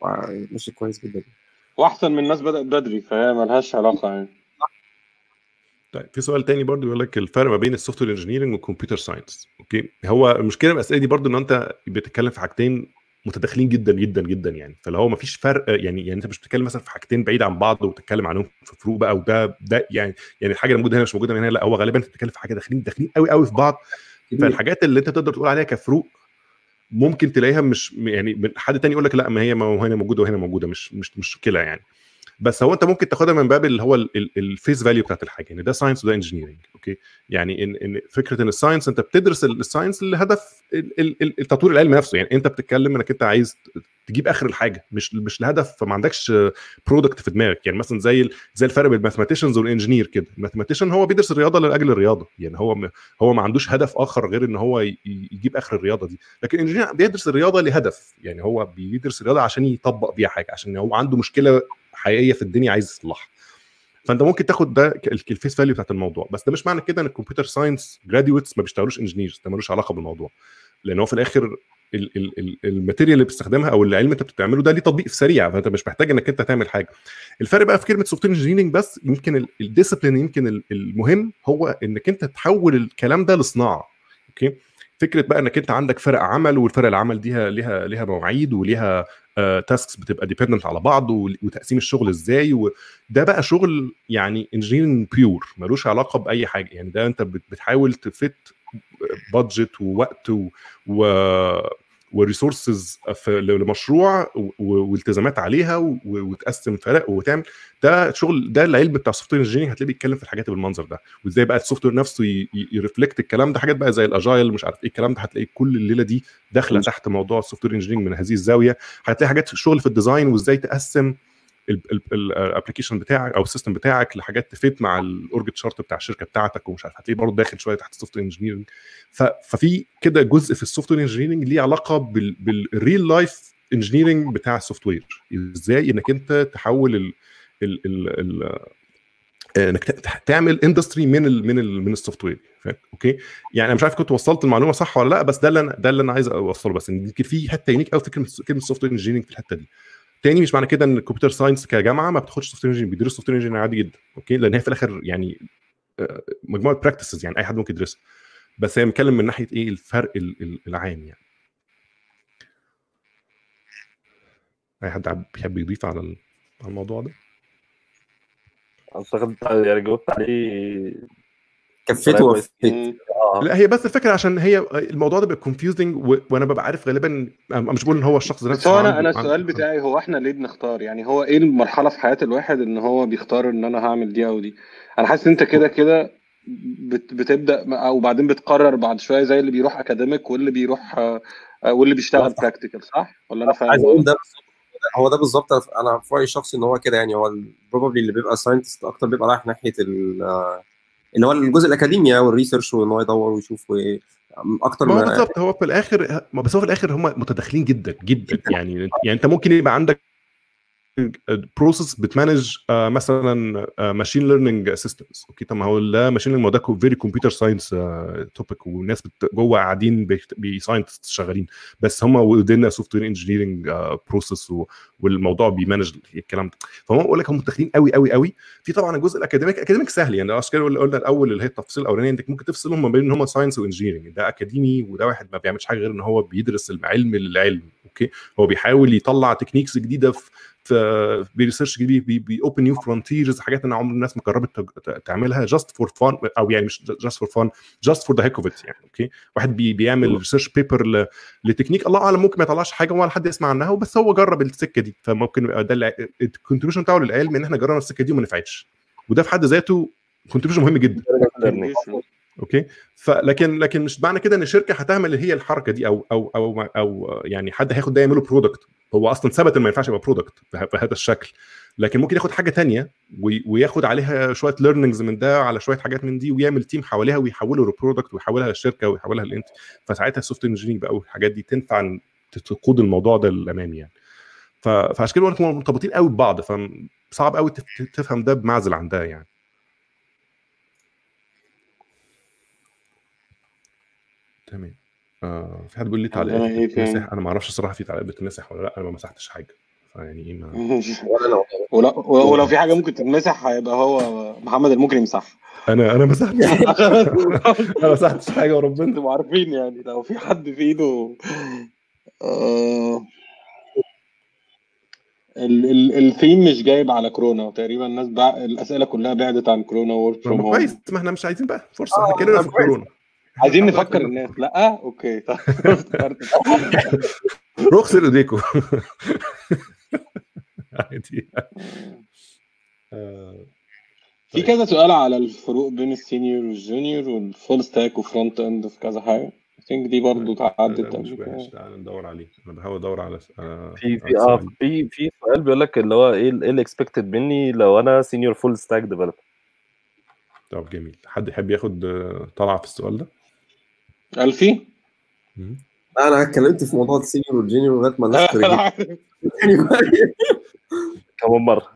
ومشي كويس جدا، واحسن من ناس بدات بدري، فهي مالهاش علاقه يعني. طيب في سؤال تاني برضو يقول لك الفرق ما بين السوفت وير انجينيرنج والكمبيوتر ساينس اوكي. هو المشكله بالاسئله دي برضو ان انت بتتكلم في حاجتين متداخلين جدا جدا جدا يعني، فلو هو ما فيش فرق يعني يعني انت مش بتتكلم مثلا في حاجتين بعيد عن بعض وبتتكلم عنهم في فروق بقى، وده ده يعني يعني الحاجه اللي موجوده هنا مش موجوده هنا، لا هو غالبا انت بتتكلم في حاجه داخلين داخلين قوي قوي في بعض. فالحاجات اللي انت تقدر تقول عليها كفروق ممكن تلاقيها مش يعني حد تاني يقول لك لا ما هي ما هنا موجوده وهنا موجوده، مش مش مشكله يعني. بس هو انت ممكن تاخدها من باب اللي هو الفيس فاليو بتاعت الحاجه، ان ده ساينس وده انجينيرنج اوكي. يعني ان ان فكره ان الساينس انت بتدرس الساينس لهدف التطوير العلمي نفسه، يعني انت بتتكلم انك انت عايز تجيب اخر الحاجه، مش مش الهدف، فما عندكش برودكت في دماغك. يعني مثلا زي زي الفرق بين الماثيماتيشنز والانجينير كده، الماثيماتيشن هو بيدرس الرياضه لاجل الرياضه، يعني هو هو ما عندوش هدف اخر غير ان هو يجيب اخر الرياضه دي. لكن الانجينير بيدرس الرياضه لهدف، يعني هو بيدرس الرياضه عشان يطبق بيها حاجه، عشان هو عنده مشكله حقيقيه في الدنيا عايز يصلحها. فانت ممكن تاخد ده الفيس فاليو بتاعت الموضوع، بس ده مش معنى كده ان الكمبيوتر ساينس جراديويتس ما بيشتغلوش انجينيرز، ده ملوش علاقه بالموضوع، لان هو في الاخر الماتيريال اللي بتستخدمها او العلم انت بتعمله ده ليه تطبيق سريع، فانت مش محتاج انك انت تعمل حاجه. الفرق بقى في كلمه سوفت وير انجينيرنج، بس يمكن الديسيبلين يمكن المهم هو انك انت تحول الكلام ده لصناعه اوكي. فكره بقى انك انت عندك فرق عمل، والفرق العمل دي ليها ليها مواعيد وليها تاسكس uh, بتبقى ديبندنت على بعض، وتقسيم الشغل ازاي، وده بقى شغل يعني انجينيرنج بيور ملوش علاقه باي حاجه يعني. ده انت بتحاول تفت بادجت ووقت و, و... وريسورسز لمشروع والتزامات عليها وتقسم فرق وتعمل ده شغل. ده العلم بتاع السوفت وير انجينيرنج، هتلاقيه بيتكلم في الحاجات بالمنظر ده، وازاي بقى السوفت وير نفسه يرفلكت الكلام ده. حاجات بقى زي الاجايل مش عارف ايه الكلام ده، هتلاقي كل الليله دي داخله تحت موضوع السوفت وير انجينيرنج من هذه الزاويه. هتلاقي حاجات في الشغل في الديزاين، وازاي تقسم الابلكيشن بتاعك او السيستم بتاعك لحاجات تفيت مع الاورج تشارت بتاع الشركه بتاعتك ومش عارف، هتلاقيه برضه داخل شويه تحت السوفت وير انجينيرنج. ففي كده جزء في السوفت وير انجينيرنج ليه علاقه بالريل لايف انجينيرنج بتاع السوفت وير، ازاي انك انت تحول ال ال ال ال انك تعمل اندستري من ال من ال من السوفت وير اوكي. يعني انا مش عارف كنت وصلت المعلومه صح ولا لا، بس ده اللي انا ده اللي انا عايز اوصله، بس ان في حته يونيك قوي في كلمه كلمه السوفت وير انجينيرنج في الحته دي. تاني مش معنى كده ان الكمبيوتر ساينس كجامعه ما بتاخدش سوفت وير انجينيرنج، بيدرسوا سوفت وير انجينيرنج عادي جدا اوكي، لان هي في الاخر يعني مجموعه براكتسز يعني اي حد ممكن يدرسها، بس هي بنتكلم من ناحيه ايه الفرق العام يعني. اي حد بيحب يضيف على الموضوع ده؟ اعتقد يعني جاوبت عليه كفيت ووفيت. لا هي بس الفكره عشان هي الموضوع ده بيبقى كونفيوزنج، وانا ببقى عارف غالبا، مش بقول ان هو الشخص بس هو انا انا السؤال بتاعي هو احنا ليه بنختار؟ يعني هو ايه المرحله في حياه الواحد ان هو بيختار ان انا هعمل دي او دي؟ انا حاسس انت كده كده بت بتبدا او بعدين بتقرر بعد شويه، زي اللي بيروح اكاديميك واللي بيروح واللي بيشتغل براكتيكال، صح ولا انا فاهم؟ عايز اقول ده هو ده بالظبط. انا في رايي الشخصي ان هو كده يعني. هو بروبابلي اللي بيبقى ساينتست اكتر بيبقى رايح ناحيه اللي هو الجزء الاكاديمي والريسيرش، وان هو يدور ويشوف اكتر. ما هو بالظبط، هو في الاخر بس هو في الاخر هم متداخلين جدا جدا يعني. يعني انت ممكن يبقى عندك بروسيس بتمانج مثلا ماشين ليرنينج سيستمز، اوكي، طب ما هو ده ماشين ليرنينج ده فيري كمبيوتر ساينس توبيك، والناس جوه قاعدين بساينتست شغالين، بس هم ودينا سوفت وير انجينيرنج بروسيس والموضوع بيمانج الكلام ده. فهم بقول لك هم متدخلين قوي قوي قوي في طبعا الجزء الاكاديميك. اكاديميك سهل يعني، عشان كده قلنا الاول اللي هي التفصيل الاولاني انك ممكن تفصلهم ما بين ان هم ساينس وانجينيرنج. ده اكاديمي وده واحد ما بيعملش حاجه غير ان هو بيدرس العلم للعلم، اوكي، هو بيحاول يطلع تكنيكس جديده في في بيريسيرش جديد، بي اوبن نيو فرونتيرز، حاجات ان عمر الناس ما جربت تعملها جاست فور فان، او يعني مش جاست فور فان، جاست فور ذا هيك اوف ات يعني، اوكي. واحد بي بيعمل ريسيرش بيبر لتكنيك الله اعلم ممكن ما يطلعش حاجه ولا حد يسمع عنها، بس هو جرب السكه دي، فممكن ده الكونتريبيوشن بتاعه للعلم ان احنا جربنا السكه دي وما نفعتش، وده في حد ذاته كونتريبيوشن مهم جدا، اوكي. فلكن لكن مش معنى كده ان الشركه هتعمل هي الحركه دي، او او او او يعني حد هياخد ده يعمله برودكت. هو اصلا ثبت ان ما ينفعش يبقى برودكت بهذا الشكل، لكن ممكن ياخد حاجه تانية وياخد عليها شويه ليرنينجز من ده على شويه حاجات من دي، ويعمل تيم حواليها ويحوله لبرودكت ويحولها للشركه ويحولها لانت. فساعتها السوفت وير انجينيرنج بقى والحاجات دي تنفع تقود الموضوع ده للامام يعني. فعشان كده هم مرتبطين قوي ببعض، فصعب قوي تفهم ده بمعزل عن ده يعني. تمام. آه في حد بيقول لي تعليقات بتتمسح، انا ما اعرفش الصراحه في تعليقات بتتمسح ولا لا، انا ما مسحتش حاجه، فيعني ايه ما ولا ولو في حاجه ممكن تتمسح هيبقى هو محمد الممكن يمسحها. انا انا مسحت انا ما مسحتش حاجه وربنا. انتوا عارفين يعني لو في حد في ايده آه الثيم مش جايب على كورونا تقريبا، الناس بقى الاسئله كلها بعدت عن كورونا وورك فروم هوم. كويس، ما احنا مش عايزين بقى فرصه احنا كلنا في كورونا، عايزين نفكر الناس. لا اوكي طب رخص ايديكم عادي. في كذا سؤال على الفروق بين السينيور والجونيور والفول ستاك وفرونت اند في كذا حاجه. I think دي برضه تعدت. مش وحش، تعال ندور عليه. انا بحاول ادور على آه في في اه في في سؤال بيقول لك اللي هو ايه اللي اكسبكتد مني لو انا سينيور فول ستاك ديفلوبر. طب جميل، حد يحب ياخد طلعه في السؤال ده؟ ألفي؟ انا اتكلمت في موضوع السينيور والجونيور لغايه ما الناس ترجع كمان مره.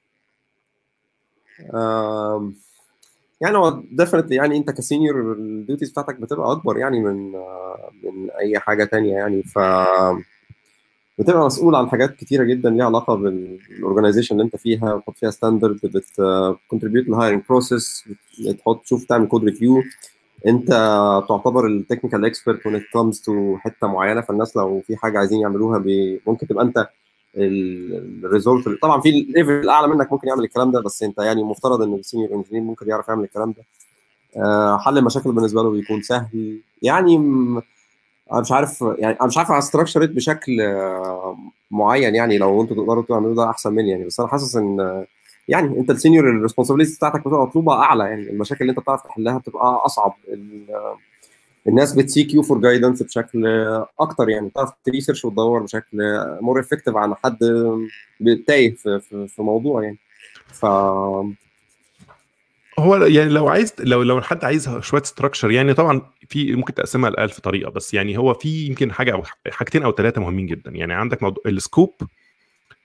آم يعني هو ديفينتلي يعني انت كسينيور الديوتيز بتاعتك بتبقى اكبر يعني من من اي حاجه تانية يعني. ف بتبقى مسؤول عن حاجات كتيره جدا ليها علاقه بالاورجنايزيشن اللي انت فيها، بتحط فيها ستاندرد، بتكونتريبيوت للهايرنج بروسيس، بتحط تشوف تعمل كود ريفيو. انت تعتبر التكنيكال اكسبرت when it comes to حته معينه، فالناس لو في حاجه عايزين يعملوها ممكن تبقى انت الريزولت. طبعا في الليفل الاعلى منك ممكن يعمل الكلام ده، بس انت يعني مفترض ان السينيور انجينير ممكن يعرف يعمل الكلام ده. أه حل المشاكل بالنسبه له بيكون سهل يعني. انا مش عارف يعني انا مش عارف استراكشرت بشكل معين يعني. لو انتوا تقدروا تعملوا ده احسن مني يعني، بس انا حاسس ان يعني انت السينيور الريسبونسابيلتي بتاعتك بتبقى مطلوبه اعلى يعني. المشاكل اللي انت بتعرف تحلها بتبقى اصعب. الناس بتسيك يو فور جايدنس بشكل اكتر يعني، بتعرف تريسيرش وتدور بشكل مور افكتيف عن حد تايه في, في في موضوع يعني. ف هو يعني لو عايز لو لو حد عايز شويه ستراكشر يعني، طبعا في ممكن تقسمها لألف طريقه، بس يعني هو في يمكن حاجه او حاجتين او ثلاثه مهمين جدا يعني. عندك موضوع السكوب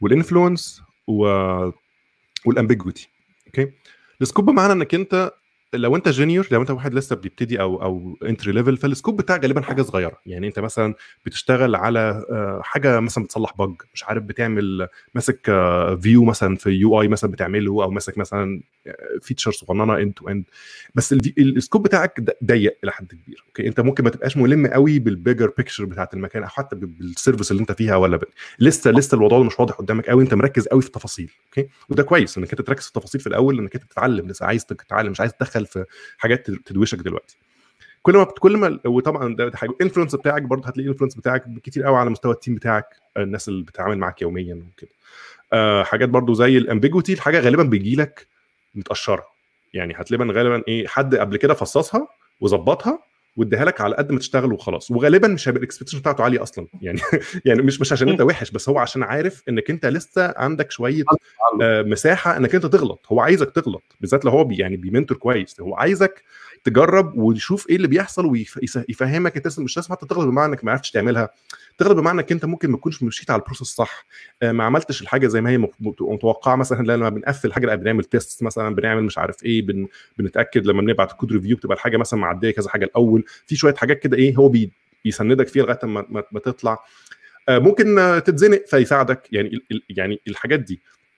والانفلونس والامبيجويتي، اوكي. السكوب بمعنى انك انت لو انت جونيور، لو انت واحد لسه بيبتدي او او انتري ليفل، فالسكوب بتاعك غالبا حاجه صغيره. يعني انت مثلا بتشتغل على حاجه مثلا بتصلح بج، مش عارف بتعمل ماسك فيو مثلا في يو اي مثلا بتعمله، او ماسك مثلا فيتشر صغننه اند تو اند. بس السكوب بتاعك ضيق الى حد كبير. اوكي، انت ممكن ما تبقاش ملم قوي بالبيجر بيكتشر بتاعت المكان، او حتى بالسيرفيس اللي انت فيها، ولا ب... لسه لسه الوضع مش واضح قدامك قوي، انت مركز قوي في التفاصيل. اوكي، وده كويس انك انت تركز في التفاصيل في الاول، لانك انت تتعلم، لسه عايز تتعلم، مش عايز تدخل في حاجات تدوشك دلوقتي. كل ما كل ما وطبعا ده حاجه الانفلونس بتاعك برضه، هتلاقي الانفلونس بتاعك كتير قوي على مستوى التيم بتاعك، الناس اللي بتتعامل معاك يوميا وكده. أه حاجات برضه زي الامبيجوتي، الحاجه غالبا بيجي لك متقشره. يعني هتلاقي غالبا ايه، حد قبل كده فصصها وظبطها واديها لك على قد ما تشتغل وخلاص، وغالبا مش هيبقى الاكسبكتيشن بتاعته عاليه اصلا. يعني يعني مش مش عشان انت وحش، بس هو عشان عارف انك انت لسه عندك شويه آه مساحه انك انت تغلط. هو عايزك تغلط، بالذات لو هو بي يعني بيمنتور كويس، هو عايزك تجرب ويشوف ايه اللي بيحصل ويفهمك. انت مش لازم حتى تغلط بمعنى انك ما عرفتش تعملها، تغلط بمعنى انك انت ممكن ما تكونش مشيت على البروسيس صح، آه ما عملتش الحاجه زي ما هي متوقعه. مثلا لما بنقفل حاجه بنعمل تيست مثلا، بنعمل مش عارف ايه، بن بنتاكد لما بنبعت الكود ريفيو بتبقى الحاجه مثلا معديه كذا حاجه الاول، في شويه حاجات كده ايه هو بي بيسندك فيها لغايه ما, ما, ما تطلع. آه ممكن آه تتزنق فيساعدك. يعني يعني الحاجات دي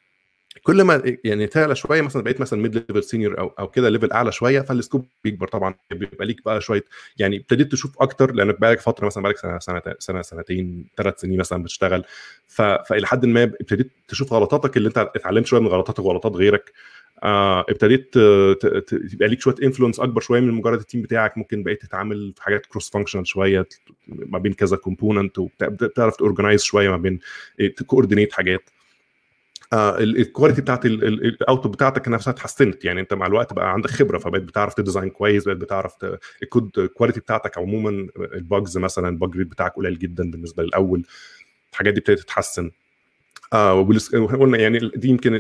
كل ما يعني تعلى شويه، مثلا بقيت مثلا ميد ليفل سينيور او او كده ليفل اعلى شويه، فالسكوب بيكبر طبعا، بيبقى ليك بقى شويه. يعني ابتديت تشوف اكتر لانك بقالك فتره، مثلا بقالك سنه سنه سنه سنتين ثلاث سنين مثلا بتشتغل، فالى حد ما ابتديت تشوف غلطاتك اللي انت اتعلمت شويه من غلطاتك وغلطات غيرك. آه ابتديت يبقى ليك شويه انفلونس اكبر شويه من مجرد التيم بتاعك. ممكن بقيت تتعامل في حاجات كروس فانكشنال شويه ما بين كذا كومبوننت، وبتعرف تورجنايز شويه ما بين تكوردينيت حاجات. آه الكواليتي بتاعت الاوتبوت بتاعتك نفسها اتحسنت. يعني انت مع الوقت بقى عندك خبره، فبقيت بتعرف تديزاين كويس، بقيت بتعرف الكود كواليتي بتاعتك عموما. الباجز مثلا الباج ريت بتاعك قليل جدا بالنسبه للاول، الحاجات دي ابتدت تتحسن. اه وقلنا يعني دي يمكن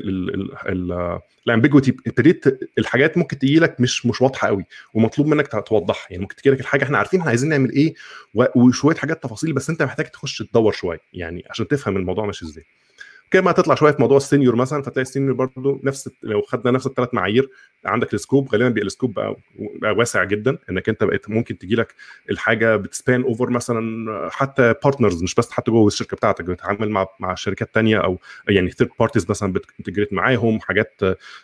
الامبيجوتي، ابتديت الحاجات ممكن تجي لك مش مش واضحه قوي، ومطلوب منك توضحها. يعني ممكن تجي لك الحاجه احنا عارفين احنا عايزين نعمل ايه، وشويه حاجات تفاصيل، بس انت محتاج تخش تدور شويه يعني عشان تفهم الموضوع ماشي ازاي. كما تطلع شويه في موضوع السينيور مثلا، فتلاقي السينيور برضه نفس، لو خدنا نفس الثلاث معايير عندك السكوب، غالبا بيبقى السكوب بقى, بقى واسع جدا، انك انت بقيت ممكن تجي لك الحاجه بتسبان اوفر مثلا حتى بارتنرز، مش بس حتى جوه الشركه بتاعتك، بتتعامل مع مع شركات ثانيه، او يعني ثيرد بارتيز مثلا بتنتجريت معاهم حاجات.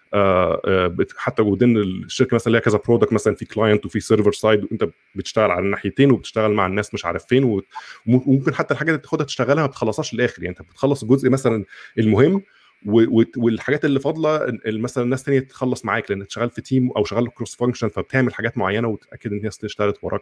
آه حتى ودين الشركه مثلا ليها كذا برودكت، مثلا في كلاينت وفي سيرفر سايد، وانت بتشتغل على الناحيتين وبتشتغل مع الناس مش عارف فين، وممكن حتى الحاجه اللي تاخدها تشتغلها ما بتخلصهاش للاخر. يعني انت بتخلص الجزء مثلا المهم، والحاجات اللي فاضله مثلا الناس ثانيه تخلص معاك، لان انت شغال في تيم او شغال كروس فانكشن، فبتعمل حاجات معينه وتتاكد ان الناس اشتغلت وراك.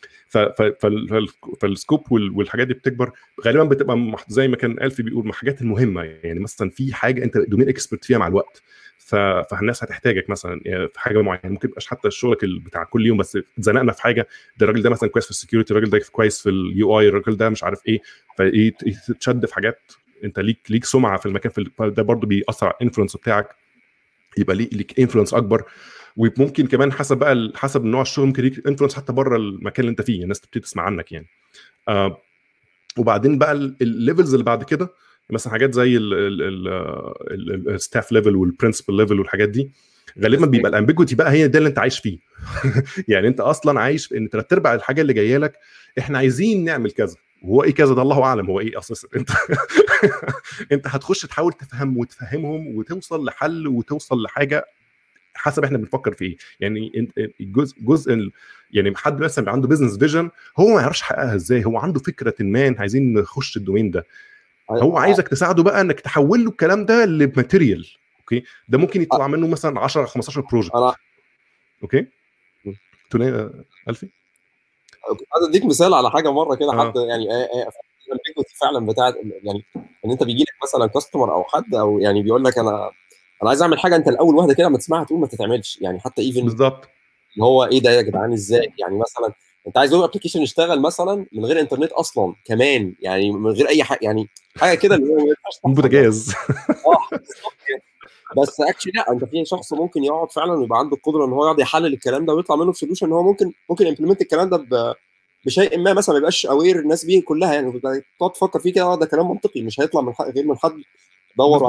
فالسكوب والحاجات دي بتكبر غالبا، بتبقى زي ما كان ألفي بيقول حاجات المهمه. يعني مثلا في حاجه انت دومين اكسبرت فيها مع الوقت، فالناس هتحتاجك مثلا في حاجه معينه، ممكن يبقاش حتى شغلك بتاع كل يوم، بس اتزنقنا في حاجه، ده الراجل ده مثلا كويس في السكيورتي، الراجل ده كويس في اليو اي، الراجل ده مش عارف ايه، فتشد في حاجات انت ليك ليك سمعه في المكان، في ده برضو بيأثر على الانفلونس بتاعك، يبقى ليك انفلونس اكبر. وممكن كمان حسب بقى حسب نوع الشغل ممكن ليك انفلونس حتى بره المكان اللي انت فيه، الناس تبتدي تسمع عنك يعني. آه وبعدين بقى الليفلز اللي بعد كده، مثلا حاجات زي الستاف ليفل والبرنسبل ليفل والحاجات دي، غالبا بيبقى الامبيجوتي بقى هي ده اللي انت عايش فيه. يعني انت اصلا عايش في ان ثلاث ارباع الحاجه اللي جايه لك احنا عايزين نعمل كذا، وهو ايه كذا ده الله اعلم هو ايه اساسا. انت انت هتخش تحاول تفهم وتفهمهم وتوصل لحل وتوصل لحاجه حسب احنا بنفكر في ايه. يعني الجزء جزء يعني حد مثلا عنده بزنس فيجن، هو ما يعرفش يحققها ازاي، هو عنده فكره ما عايزين نخش الدومين ده، هو عايزك تساعده بقى انك تحول له الكلام ده لماتيريال. اوكي، ده ممكن يطلع منه مثلا عشرة خمستاشر بروجكت. اوكي توني ألفي عايز اديك مثال على حاجه مره كده، حد يعني الامبيجوتي فعلا بتاعت يعني ان انت بيجي لك مثلا كاستمر او حد، او يعني بيقول لك انا انا عايز اعمل حاجه، انت الاول واحده كده ما تسمعها تقول ما تتعملش، يعني حتى ايفن بالظبط اللي هو ايه ده يا جدعان ازاي، يعني مثلا انت عايز ويب ابلكيشن يشتغل مثلا من غير انترنت اصلا كمان، يعني من غير اي حاجه، يعني حاجه كده اللي هو ما ينفعش بوتاجاز. اه بس اكشلي لا، انت في شخص ممكن يقعد فعلا ويبقى عنده القدره ان هو يقعد يحلل الكلام ده ويطلع منه سوليوشن ان هو ممكن ممكن امبلمنت الكلام ده ب بشيء ما، مثلا ما يبقاش اوير الناس بيه كلها، يعني تقعد تفكر فيه كده، ده كلام منطقي مش هيطلع من حد غير من حد دور وعمل.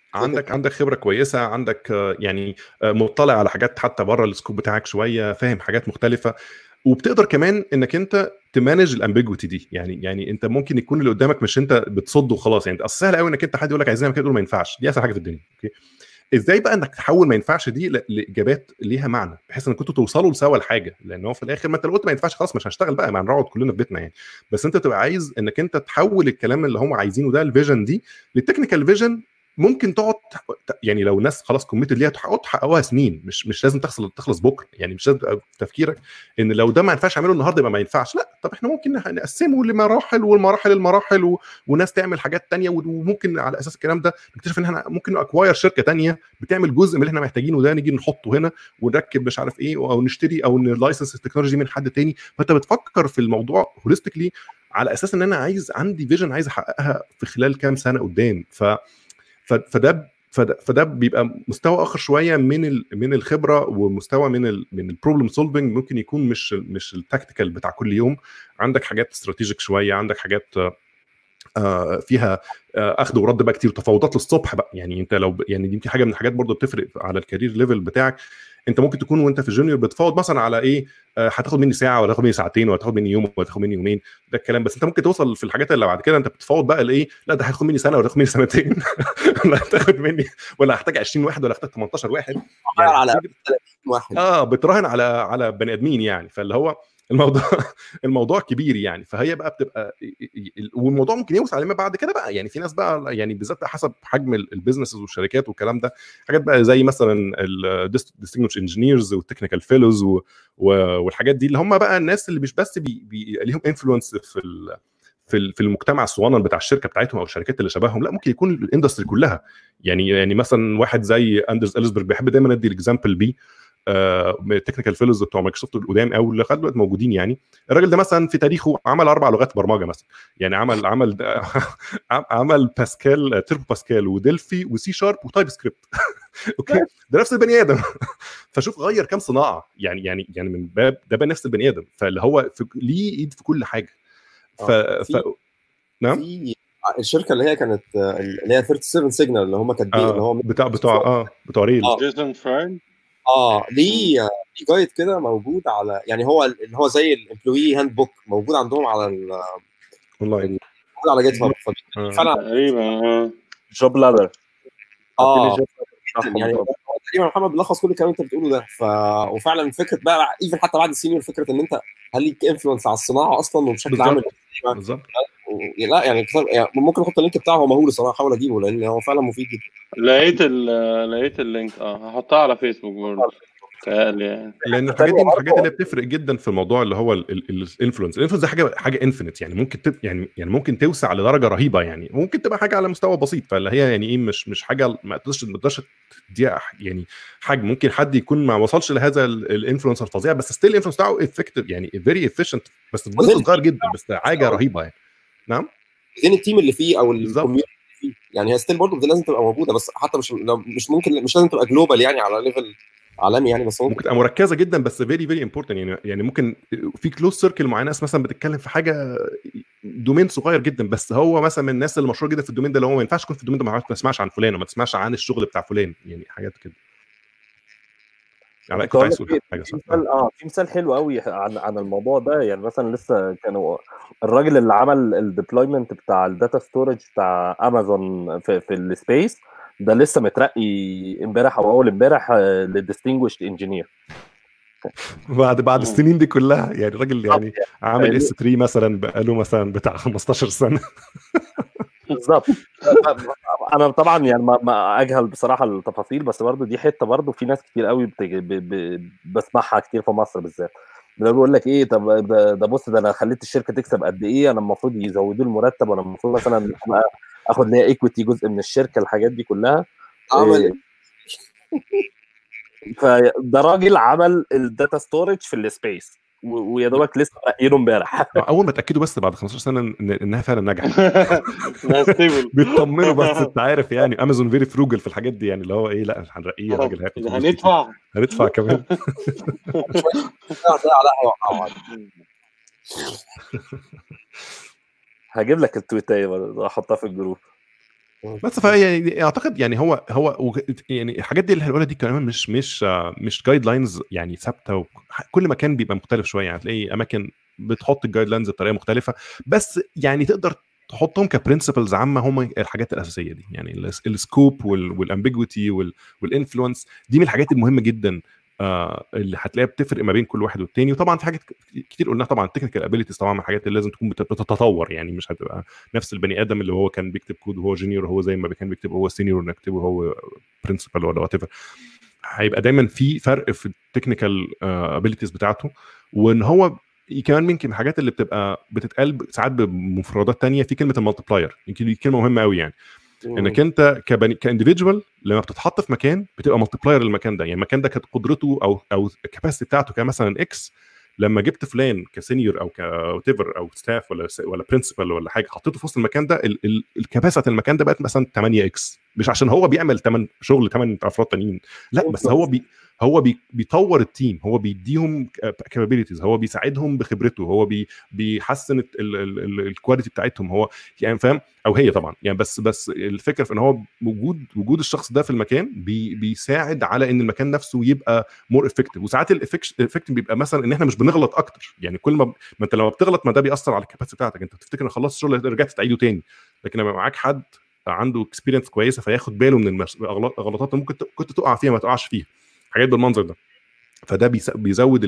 عندك عندك خبره كويسه، عندك آه، يعني آه، مطلع على حاجات حتى بره السكوب بتاعك شويه، فاهم حاجات مختلفه، وبتقدر كمان انك انت تمانج الامبيجوتي دي. يعني يعني انت ممكن يكون اللي قدامك مش انت بتصده وخلاص، يعني اصل سهل قوي انك انت حد يقول لك عايزين نعمل كده تقول ما ينفعش، دي اسهل حاجه في الدنيا. اوكي، ازاي بقى انك تحول ما ينفعش دي ل- لاجابات ليها معنى، بحيث انكم توصلوا لسوا لحاجه، لان هو في الاخر ما انت لو قلت ما ينفعش خلاص مش هنشتغل بقى، ما هنقعد كلنا في بيتنا يعني. بس انت تبقى عايز انك انت تحول الكلام اللي هم عايزينه ده، الفيجن دي، للتكنيكال فيجن. ممكن تقعد تح- يعني لو الناس خلاص كوميتد ليها تقعد تحققوها سنين، مش مش لازم تخلص تخلص بكره يعني. مش لازم تبقى في تفكيرك ان لو ده ما ينفعش اعمله النهارده يبقى ما ينفعش، لا. طب احنا ممكن نقسمه لمراحل، والمراحل المراحل و... وناس تعمل حاجات تانية، وممكن على اساس الكلام ده نكتشف ان احنا ممكن اكواير شركه تانية بتعمل جزء من اللي احنا محتاجينه ده، نيجي نحطه هنا ونركب مش عارف ايه، او نشتري او نلايسنس التكنولوجي من حد تاني. فانت بتفكر في الموضوع هوليستيكلي على اساس ان انا عايز عندي فيجن عايز احققها في خلال كام سنه قدام. ف ف- فده فده, فده بيبقى مستوى اخر شويه من ال... من الخبره، ومستوى من ال... من البروبلم سولفنج. ممكن يكون مش مش التكتيكال بتاع كل يوم، عندك حاجات استراتيجيك شويه، عندك حاجات آه، فيها آه، اخذ ورد بقى كتير، تفاوضات للصبح بقى. يعني انت لو ب- يعني دي يمكن حاجه من الحاجات برضو بتفرق على الكارير ليفل بتاعك. انت ممكن تكون وانت في الجونيور بتفاوض مثلا على ايه، آه، هتاخد مني ساعه، ولا هتاخد مني ساعتين، ولا هتاخد مني يوم، ولا هتاخد مني يومين، ده الكلام. بس انت ممكن توصل في الحاجات اللي بعد كده انت بتفاوض بقى لايه، لا ده هياخد مني سنه، ولا هياخد مني سنتين ولا هتاخد مني، ولا هحتاج عشرين واحد، ولا هحتاج تمنتاشر واحد يعني. على هتيجي- ثلاثين واحد. اه بتراهن على على بني ادمين يعني. فاللي هو الموضوع الموضوع كبير يعني. فهي بقى بتبقى، والموضوع ممكن يوسع على ما بعد كده بقى. يعني في ناس بقى يعني بالذات حسب حجم البيزنسز والشركات والكلام ده، حاجات بقى زي مثلا الديستنجوش انجينيرز والتكنيكال فيلوز والحاجات دي، اللي هم بقى الناس اللي مش بس بي بي ليهم انفلونس في ال في في المجتمع الصغنن بتاع الشركه بتاعتهم او الشركات اللي شبههم، لا ممكن يكون الاندستري كلها. يعني يعني مثلا واحد زي اندرز اليسبرغ بيحب دايما ادي الاكزامبل بيه، التكنيكال فيلوز بتوع مايكروسوفت القدام او اللي لغايه دلوقتي موجودين. يعني الراجل ده مثلا في تاريخه عمل اربع لغات برمجه مثلا. يعني عمل عمل عمل باسكال، تيربو باسكال، ودلفي، وسي شارب، وتايب سكريبت اوكي، ده نفس البني ادم. فشوف غير كام صناعه يعني يعني يعني من باب ده بقى نفس البني ادم. فاللي هو في ليه ايد في كل حاجه. ف, آه، ف... في نعم. في الشركه اللي هي كانت آه، اللي هي ثلاثة وثلاثين سيجنال اللي هم كاتبين اللي اه هو بتاع بتوع اه بتوع ريل. اه جيسون فراي. اه ليه آه، ليه جايد كده موجود على، يعني هو اللي هو زي الامبلوي هاند بوك موجود عندهم على ال- اونلاين. ال- موجود على جيت هاب. آه. فعلا تقريبا اه جوب لادر. اه جوب يعني هو تقريبا محمد بيلخص كل الكلام اللي انت بتقوله ده. ف وفعلا فكره بقى ايفن حتى بعد السينيور، فكره ان انت هل ليك انفلونس على الصناعه اصلا وبشكل عام. بالظبط بالظبط. لا يعني كتاب يعني ممكن احط اللينك بتاعه، هو مهول الصراحه، احاول اجيبه لان هو فعلا مفيد جدا. لقيت ال لقيت اللينك، اه هحطها على فيسبوك برضه تقال يعني. لان الحاجات دي من الحاجات اللي بتفرق جدا في الموضوع اللي هو الانفلونس. الانفلونس ده حاجه حاجه انفينيت يعني. ممكن تب يعني يعني ممكن توسع لدرجه رهيبه يعني. ممكن تبقى حاجه على مستوى بسيط، فاللي هي يعني ايه مش مش حاجه ما تقدرش ما تقدرش تديها يعني حجم. ممكن حد يكون ما وصلش لهذا الانفلونس الفظيع، بس ستيل الانفلونس بتاعه افكتيف يعني فيري افيشنت، بس في جزء صغير جدا، بس حاجه رهيبه يعني. نعم زين التيم اللي فيه او بالظبط. الكوميونتي اللي فيه، يعني هي ستيل برضه لازم تبقى موجوده، بس حتى مش لو مش ممكن مش لازم تبقى جلوبال يعني على ليفل عالمي يعني، بس ممكن تبقى مركزه جدا بس فيري فيري امبورتنت يعني. يعني ممكن في كلوز سيركل معينه ناس مثلا بتتكلم في حاجه دومين صغير جدا، بس هو مثلا من الناس اللي مشهور جدا في الدومين ده، اللي هو ما ينفعش يكون في الدومين ده ما تسمعش عن فلان وما تسمعش عن الشغل بتاع فلان يعني. حاجات كده. يعني كنت عايز تقول حاجه في صح؟ مثال اه في مثال حلو قوي عن عن الموضوع ده. يعني مثلا لسه كانوا الراجل اللي عمل الديبلويمنت بتاع الداتا ستورج بتاع امازون في, في السبيس ده لسه مترقي امبارح او اول امبارح للديستنجويشد انجينير بعد بعد السنين دي كلها يعني. راجل يعني عامل اس ثلاثة مثلا بقاله مثلا بتاع خمستاشر سنه. بالظبط. انا طبعا يعني ما, ما اجهل بصراحه التفاصيل، بس برضه دي حته برضه في ناس كتير قوي بتج... ب... ب... بسمعها كتير في مصر بالذات. ده بيقول لك ايه، طب ده, ده بص ده انا خليت الشركه تكسب قد ايه، انا المفروض يزودوا المرتب، وانا المفروض مثلا اخد ليا ايكويتي جزء من الشركه، الحاجات دي كلها. عمل إيه فده راجل عمل الداتا ستورج في السبيس ويا دوبك لسه قايله امبارح. اول ما اتاكدوا بس بعد خمستاشر سنه إن انها فعلا نجحت ده ستيبل. بيطمنوا بس. انت عارف يعني امازون فيري فروجل في الحاجات دي يعني، اللي هو ايه لا هنرقيه الراجل هياخد فلوس كتير. هندفع هندفع كمان. هجيب لك التويتايه احطها في الجروب. بس فهي اعتقد يعني هو هو يعني الحاجات دي اللي هنقولها دي كمان مش مش مش جايد لاينز يعني ثابته، كل مكان بيبقى مختلف شويه، هتلاقي اماكن بتحط الجايد لاينز بطريقه مختلفه، بس يعني تقدر تحطهم كبرنسبلز عامه هم الحاجات الاساسيه دي، يعني السكوب والامبيجويتي والانفلونس دي من الحاجات المهمه جدا آه اللي هتلاقيها بتفرق ما بين كل واحد والتاني. وطبعا في حاجات كتير قلناها طبعا، التكنيكال ابيليتيز طبعا من الحاجات اللي لازم تكون بتتطور، يعني مش هتبقى نفس البني ادم اللي هو كان بيكتب كود وهو جونيور هو زي ما كان بيكتب هو سينيور ونكتبه هو برنسبل ولا وات ايفر. هيبقى دايما في فرق في التكنيكال ابيليتيز بتاعته. وان هو كمان ممكن الحاجات اللي بتبقى بتتقال ساعات بمفردات تانية في كلمه المالتيبلاير، يمكن دي كلمه مهمه قوي، يعني انك انت كبني كانديفيدوال لما بتتحط في مكان بتبقى مالتيبلاير للمكان ده، يعني المكان ده كانت قدرته او او الكاباسيتي بتاعته كان مثلا اكس، لما جبت فلان كسينيور او كوتيفر او ستاف ولا ولا برنسبل ولا حاجه حطيته في وسط المكان ده، الكاباسيتي المكان ده بقت مثلا ثمانية اكس، مش عشان هو بيعمل ثمانية شغل ثمانية افراد تانيين، لا بس هو بي هو بي بيطور التيم، هو بيديهم كابابيلتيز، هو بيساعدهم بخبرته، هو بي بيحسن الكواليتي بتاعتهم، هو يعني فاهم، او هي طبعا يعني، بس بس الفكره في ان هو وجود وجود الشخص ده في المكان بي بيساعد على ان المكان نفسه يبقى مور افكتيف. وساعات الافكتيف بيبقى مثلا ان احنا مش بنغلط اكتر، يعني كل ما, ما انت لما بتغلط ما ده بيأثر على الكاباسيتي بتاعتك، انت بتفتكر ان خلاص الشغل رجعت تعيده تاني، لكن لما معاك حد عنده اكسبيرينس كويسه فياخد باله من الغلطات اللي ممكن كنت تقع فيها ما تقعش فيها، حاجات بالمنظر ده، فده بيزود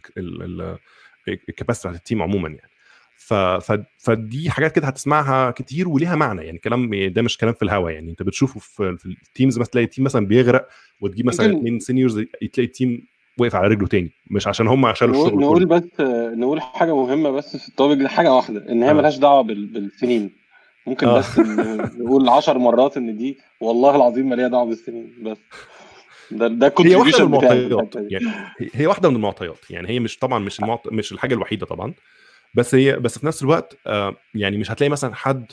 الكاباسيتي بتاعت التيم عموما يعني. ف... ف... فدي حاجات كده هتسمعها كتير وليها معنى، يعني كلام ده مش كلام في الهوا، يعني انت بتشوفه في, في التيمز مثلا، تلاقي تيم مثلا بيغرق وتجيب مثلا اثنين سينيورز تلاقي التيم وقف على رجله تاني، مش عشان هم شالوا الشغل نقول كله. بس نقول حاجه مهمه بس في التوبيك ده، حاجه واحده، ان هي آه. ملهاش دعوه بال... بالسنين، ممكن آه. بس نقول عشر مرات ان دي والله العظيم ما ليها دعوه بالسنين، بس ده ده هي واحده من الكونتريبيوشن بتاعي المعطيات، يعني هي واحده من المعطيات، يعني هي مش طبعا مش المعط... مش الحاجه الوحيده طبعا، بس هي بس في نفس الوقت آه يعني مش هتلاقي مثلا حد،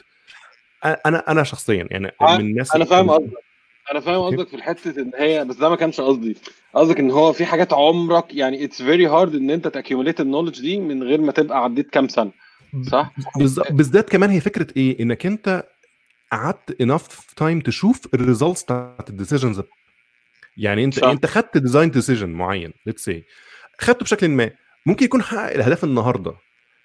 انا انا شخصيا يعني من الناس انا فاهم قصدك انا فاهم قصدك في الحته ان هي، بس ده ما كانش قصدي قصدك ان هو في حاجات عمرك يعني اتس فيري هارد ان انت تاكيوميليت النولج دي من غير ما تبقى عديت كام سنه، صح؟ بالذات كمان هي فكره ايه، انك انت قعدت انف تايم تشوف الريزلتس بتاعت الديسيجنز، يعني انت صح. انت خدت ديزاين ديسيجن معين ليتس سي خدته بشكل ما، ممكن يكون حقق الاهداف النهارده،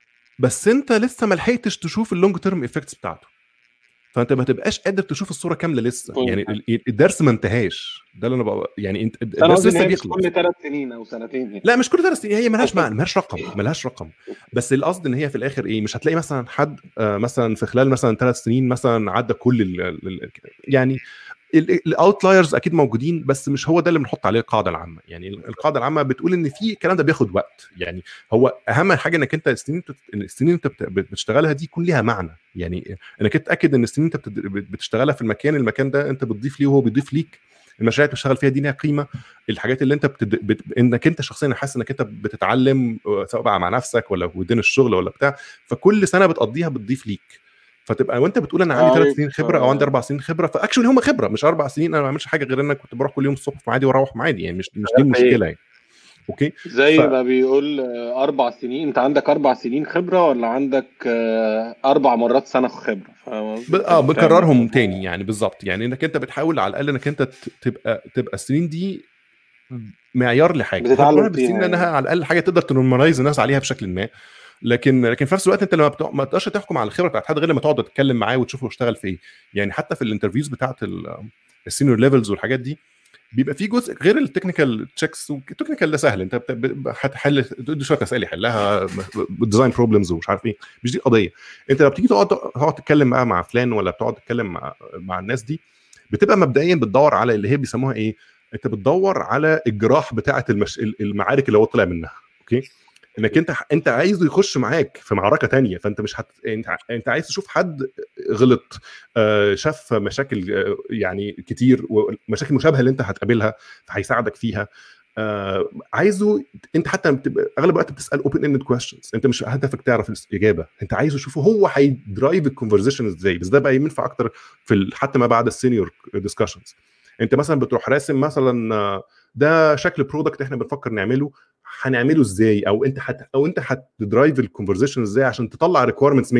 بس انت لسه ما لحقتش تشوف اللونج تيرم ايفكتس بتاعته، فانت ما تبقاش قادر تشوف الصوره كامله لسه، يعني الدرس ما انتهاش، ده اللي انا بقى يعني انت الدرس لسه بيخلص كل ثلاث سنين او سنتين يعني. لا مش كل ثلاث سنين، هي ملهاش معنى، ملهاش رقم ملهاش رقم بس القصد ان هي في الاخر ايه، مش هتلاقي مثلا حد آه مثلا في خلال مثلا ثلاث سنين مثلا عدى كل ال ال يعني الاوتلايرز اكيد موجودين، بس مش هو ده اللي بنحط عليه القاعده العامه، يعني القاعده العامه بتقول ان في الكلام ده بياخد وقت، يعني هو اهم حاجه انك انت السنين السنين انت بتشتغلها دي يكون ليها معنى، يعني انك تتاكد ان السنين انت بتشتغلها في المكان المكان ده انت بتضيف ليه وهو بيضيف ليك، المشاريع اللي بتشتغل فيها دي ليها قيمه، الحاجات اللي انت بتد... بت... انك انت شخصيا حاسس انك انت بتتعلم سواء بقى مع نفسك ولا ودين الشغل ولا بتاع، فكل سنه بتقضيها بتضيف ليك، فتبقى وانت بتقول انا عندي ثلاث سنين خبره او عندي اربع سنين خبره، فاكشولي هم خبره مش اربع سنين، انا ما بعملش حاجه غير ان انا كنت بروح كل يوم الصبح في معادي واروح في معادي، يعني مش مش دي المشكله يعني. اوكي زي ف... ما بيقول اربع سنين، انت عندك اربع سنين خبره ولا عندك اربع مرات سنه خبره، ب... اه بنكررهم تاني يعني بالظبط، يعني انك انت بتحاول على الاقل انك انت تبقى تبقى السنين دي معيار لحاجه بتتعلم فيها، لانها على الاقل حاجه تقدر تنورماليز الناس عليها بشكل ما، لكن لكن في نفس الوقت انت لما بتق... ما تقدرش تحكم على الخبره بتاعت حد غير لما تقعد تتكلم معاه وتشوفه اشتغل في ايه، يعني حتى في الانترفيوز بتاعت السينيور ليفلز والحاجات دي بيبقى في جزء غير التكنيكال تشيكس، والتكنيكال ده سهل، انت هتحل تدي شويه اسئله يحلها ديزاين بروبلمز ومش عارف ايه، مش دي قضيه، انت لما بتيجي تقعد تقعد تتكلم مع مع فلان ولا بتقعد تتكلم مع مع الناس دي، بتبقى مبدئيا بتدور على اللي هي بيسموها ايه، انت بتدور على الجراح بتاعه المش... المعارك اللي هو طلع منها، اوكي، انك انت انت عايزه يخش معاك في معركه تانية، فانت مش هت... انت انت عايز تشوف حد غلط، آه شاف مشاكل آه يعني كتير ومشاكل مشابهه اللي انت هتقابلها فهيساعدك فيها، آه عايزه انت حتى بتبقى اغلب الوقت بتسال اوبن اندد كويستشنز، انت مش هدفك تعرف الاجابه، انت عايزه تشوفه هو هيدرايف الكونفرزيشن ازاي، بس ده بقى ينفع اكتر في ال... حتى ما بعد السينيور ديسكشنز، انت مثلا بتروح راسم مثلا ده شكل برودكت احنا بنفكر نعمله، هنعمله ازاي، او انت حت او انت هتدرايف الكونفرزيشن ازاي عشان تطلع ريكويرمنتس مني،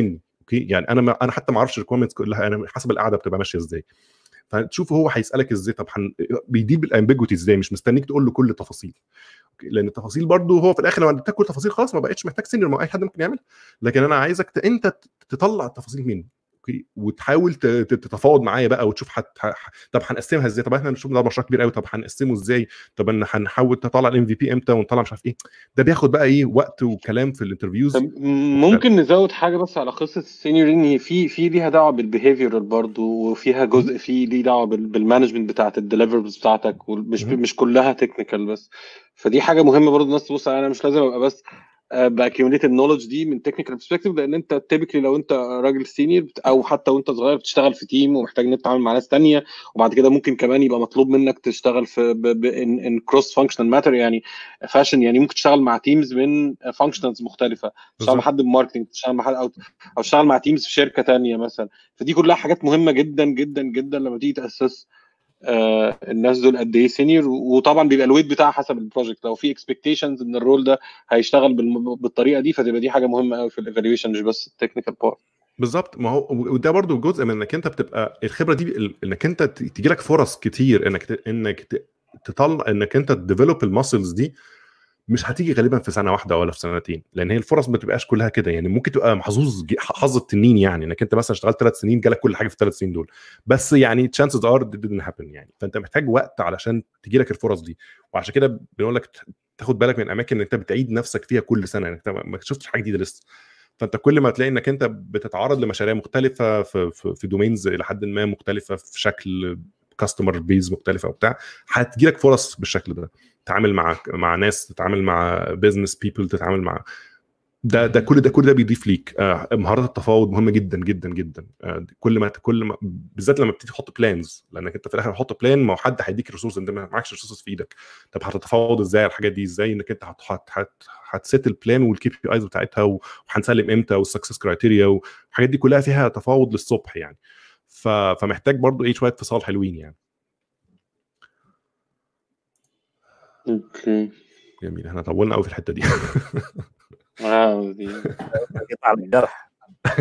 اوكي يعني انا ما انا حتى ما اعرفش الريكويرمنتس كلها، انا حسب القعده بتبقى ماشيه ازاي. فتشوف هو هيسالك ازاي، طب حن... بيديل بالامبيجوتي ازاي، مش مستنيك تقول له كل التفاصيل، لان التفاصيل برضو هو في الاخر لما اديتك كل التفاصيل خلاص ما بقتش محتاج سينيور، ما اي حد ممكن يعمل. لكن انا عايزك ت... انت تطلع التفاصيل منه، اوكي، وتحاول ت... تتفاوض معايا بقى وتشوف حت... ح... طب هنقسمها ازاي، طب احنا نشوف ده مشروع كبير قوي، طب هنقسمه ازاي، طب ان هنحاول نطلع الام في بي امتى ونطلع مش عارف ايه. ده بياخد بقى ايه وقت وكلام في الانترفيوز. ممكن نزود حاجه بس على قصه السينيور، ان في في ليها دعوه بالبيهيفيرال برضه، وفيها جزء في ليه دعوه بالمانجمنت بتاعت الديليفربلز بتاعتك، ومش مش كلها تكنيكال بس. فدي حاجه مهمه برضه الناس تبص عليها. انا مش لازم ابقى بس باكيوميليت النولج دي من تكنيكال برسبكتيف، لان انت تيبيكلي لو انت راجل سينيور او حتى وانت صغير بتشتغل في تيم ومحتاج ان انت تتعامل مع ناس ثانيه، وبعد كده ممكن كمان يبقى مطلوب منك تشتغل في ان كروس فانكشنال ماتر، يعني فاشن، يعني ممكن تشتغل مع تيمز من فانكشنالز مختلفه، تشتغل مع حد بماركتنج، تشتغل مع حد او او تشتغل مع تيمز في شركه ثانيه مثلا. فدي كلها حاجات مهمه جدا جدا جدا لما تيجي تاسس آه الناس دول قد ايه سينيور. وطبعا بيبقى الويت بتاعها حسب البروجكت، لو في اكسبكتيشنز ان الرول ده هيشتغل بالطريقه دي فتبقى دي حاجه مهمه قوي في الايفالويشن، مش بس التكنيكال بارت. بالظبط، ما هو وده برضو جزء من انك انت بتبقى الخبره دي، انك انت تيجي لك فرص كتير انك انك تطلع انك انت تديفلوب الماسلز دي، مش هتيجي غالبا في سنه واحده ولا في سنتين، لان هي الفرص ما بتبقاش كلها كده. يعني ممكن تبقى محظوظ حظ التنين، يعني انك انت مثلا اشتغلت ثلاث سنين جالك كل حاجه في الثلاث سنين دول، بس يعني chances are it didn't happen يعني. فانت محتاج وقت علشان تجي لك الفرص دي، وعشان كده بنقول لك تاخد بالك من الاماكن اللي انت بتعيد نفسك فيها كل سنه، انك يعني ما شفتش حاجه جديده لسه. فانت كل ما تلاقي انك انت بتتعرض لمشاريع مختلفه في في, في دومينز الى حد ما مختلفه، في شكل كاستمر بيز مختلفه وبتاع، هتجي لك فرص بالشكل ده، تتعامل مع مع ناس، تتعامل مع بيزنس بيبل، تتعامل مع ده ده كل ده كل ده بيضيف ليك آه مهارات التفاوض مهمه جدا جدا جدا. آه كل ما كل ما بالذات لما بتيجي تحط بلانز، لانك انت في الاخر هتحط بلان، ما هو حد هيديك ريسورس انت ما معكش ريسورس في ايدك. طب هتتفاوض ازاي على الحاجات دي؟ ازاي انك انت هتسيت البلان والكي بي ايز بتاعتها، وهنسلم امتى، والسكسس كرايتيريا والحاجات دي كلها فيها تفاوض للصبح يعني. فمحتاج برضو ايه شويه اتصال حلوين يعني. اوكي جميل، احنا طولنا قوي في الحته دي. اه دي جيت على الجرح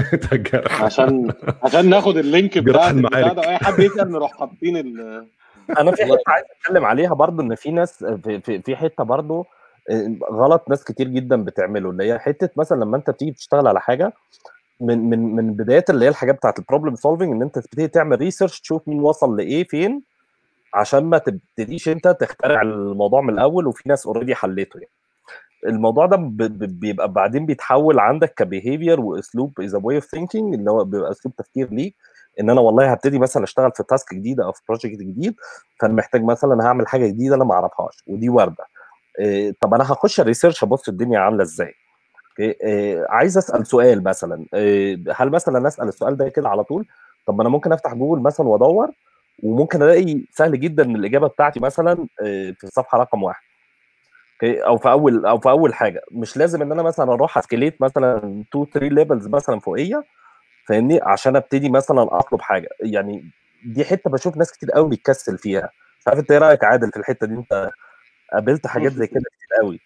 عشان عشان ناخد اللينك بتاع البتاع ده، اي حد يسال نروح حاطين ال انا في حته عايز اتكلم عليها برضو، ان في ناس في في, في حته برضو غلط ناس كتير جدا بتعمله، اللي هي حته مثلا لما انت بتيجي تشتغل على حاجه من من من بدايات اللي هي الحاجات بتاعت البروبلم سولفنج، ان انت تبتدي تعمل ريسيرش تشوف مين وصل لايه فين، عشان ما تبتديش انت تخترع الموضوع من الاول وفي ناس اوريدي حليته يعني. الموضوع ده بيبقى بعدين بيتحول عندك كبيهيفير واسلوب از واي اوف ثينكينج، اللي هو بيبقى اسلوب تفكير ليك، ان انا والله هبتدي مثلا اشتغل في تاسك جديده او في بروجكت جديد، فانا محتاج مثلا هعمل حاجه جديده انا ما اعرفهاش ودي وارده. إيه طب انا هخش الريسيرش ابص الدنيا عامله ازاي. إيه عايز اسال سؤال مثلا، إيه هل مثلا اسال السؤال ده كده على طول؟ طب ما انا ممكن افتح جوجل مثلا وادور، وممكن الاقي سهل جدا ان الاجابه بتاعتي مثلا إيه في الصفحه رقم واحد، او في اول او في اول حاجه. مش لازم ان انا مثلا اروح اسكليت مثلا اتنين تلاتة ليفلز مثلا فوقيه، فاهمني، عشان ابتدي مثلا اطلب حاجه يعني. دي حته بشوف ناس كتير قوي بيتكسل فيها. مش عارف انت ايه رايك عادل في الحته دي؟ انت قابلت حاجات زي كده كتير قوي.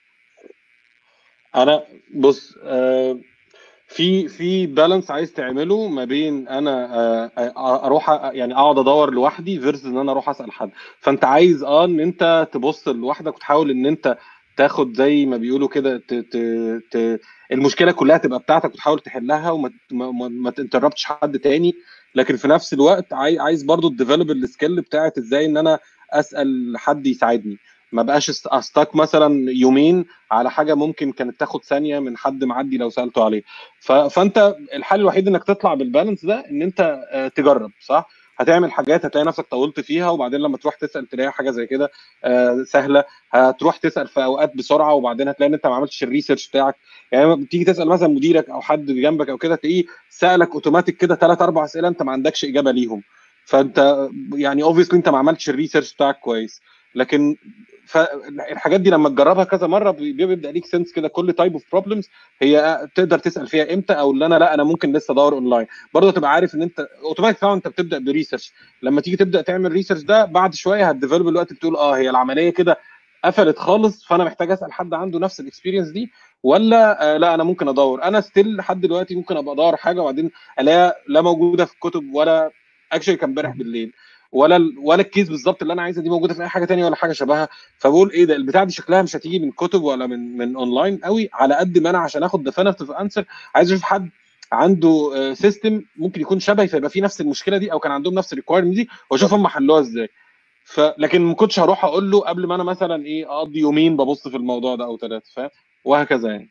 انا بص آه في في بالانس عايز تعمله ما بين انا آه اروح يعني اقعد ادور لوحدي فيرسز ان انا اروح اسال حد. فانت عايز اه ان انت تبص لوحدك وتحاول ان انت تاخد زي ما بيقولوا كده ت... ت... ت... المشكله كلها تبقى بتاعتك وتحاول تحلها وما ما, ما تنتربتش حد تاني. لكن في نفس الوقت عايز عايز برضو تديفلوب السكيل بتاعت ازاي ان انا اسال حد يساعدني، ما بقاش استاك مثلا يومين على حاجه ممكن كانت تاخد ثانيه من حد معدي لو سالته عليه. ف... فانت الحل الوحيد انك تطلع بالبالانس ده ان انت تجرب صح. هتعمل حاجات هتلاقي نفسك طولت فيها، وبعدين لما تروح تسال تلاقي حاجه زي كده سهله. هتروح تسال في اوقات بسرعه، وبعدين هتلاقي ان انت ما عملتش الريسيرش بتاعك. يعني بتيجي تسال مثلا مديرك او حد جنبك او كده، تلاقيه سالك اوتوماتيك كده ثلاث اربع اسئله انت ما عندكش اجابه ليهم. فانت يعني اوبفيسلي انت ما عملتش الريسيرش بتاعك كويس. لكن فالحاجات دي لما تجربها كذا مره بيبدا ليك سنس كده كل تايب اوف بروبلمز هي تقدر تسال فيها امتى، او اللي انا لا انا ممكن لسه ادور اونلاين. برضه تبقى عارف ان انت اوتوماتيك طبعا انت بتبدا بريسيرش. لما تيجي تبدا تعمل ريسيرش ده بعد شويه هتديفلوب الوقت بتقول اه هي العمليه كده قفلت خالص، فانا محتاج اسال حد عنده نفس الاكسبيرينس دي، ولا آه لا انا ممكن ادور. انا ستيل لحد دلوقتي ممكن ابقى ادور حاجه وبعدين الاقيها لا موجوده في الكتب، ولا اكشلي كان امبارح بالليل، ولا ال- ولا الكيس بالظبط اللي انا عايزها دي موجوده في اي حاجه تانية ولا حاجه شبهها. فبقول ايه ده البتاع دي شكلها مش هتيجي من كتب ولا من من اونلاين قوي، على قد ما انا عشان اخد ديفينيتيف انسر عايز اشوف حد عنده سيستم ممكن يكون شبهي فيبقى فيه نفس المشكله دي، او كان عندهم نفس الريكوايرمنت دي، واشوف هم حلوها ازاي. ف لكن ما كنتش هروح اقول له قبل ما انا مثلا ايه اقضي يومين ببص في الموضوع ده او ثلاثه، فاهم؟ وهكذا يعني.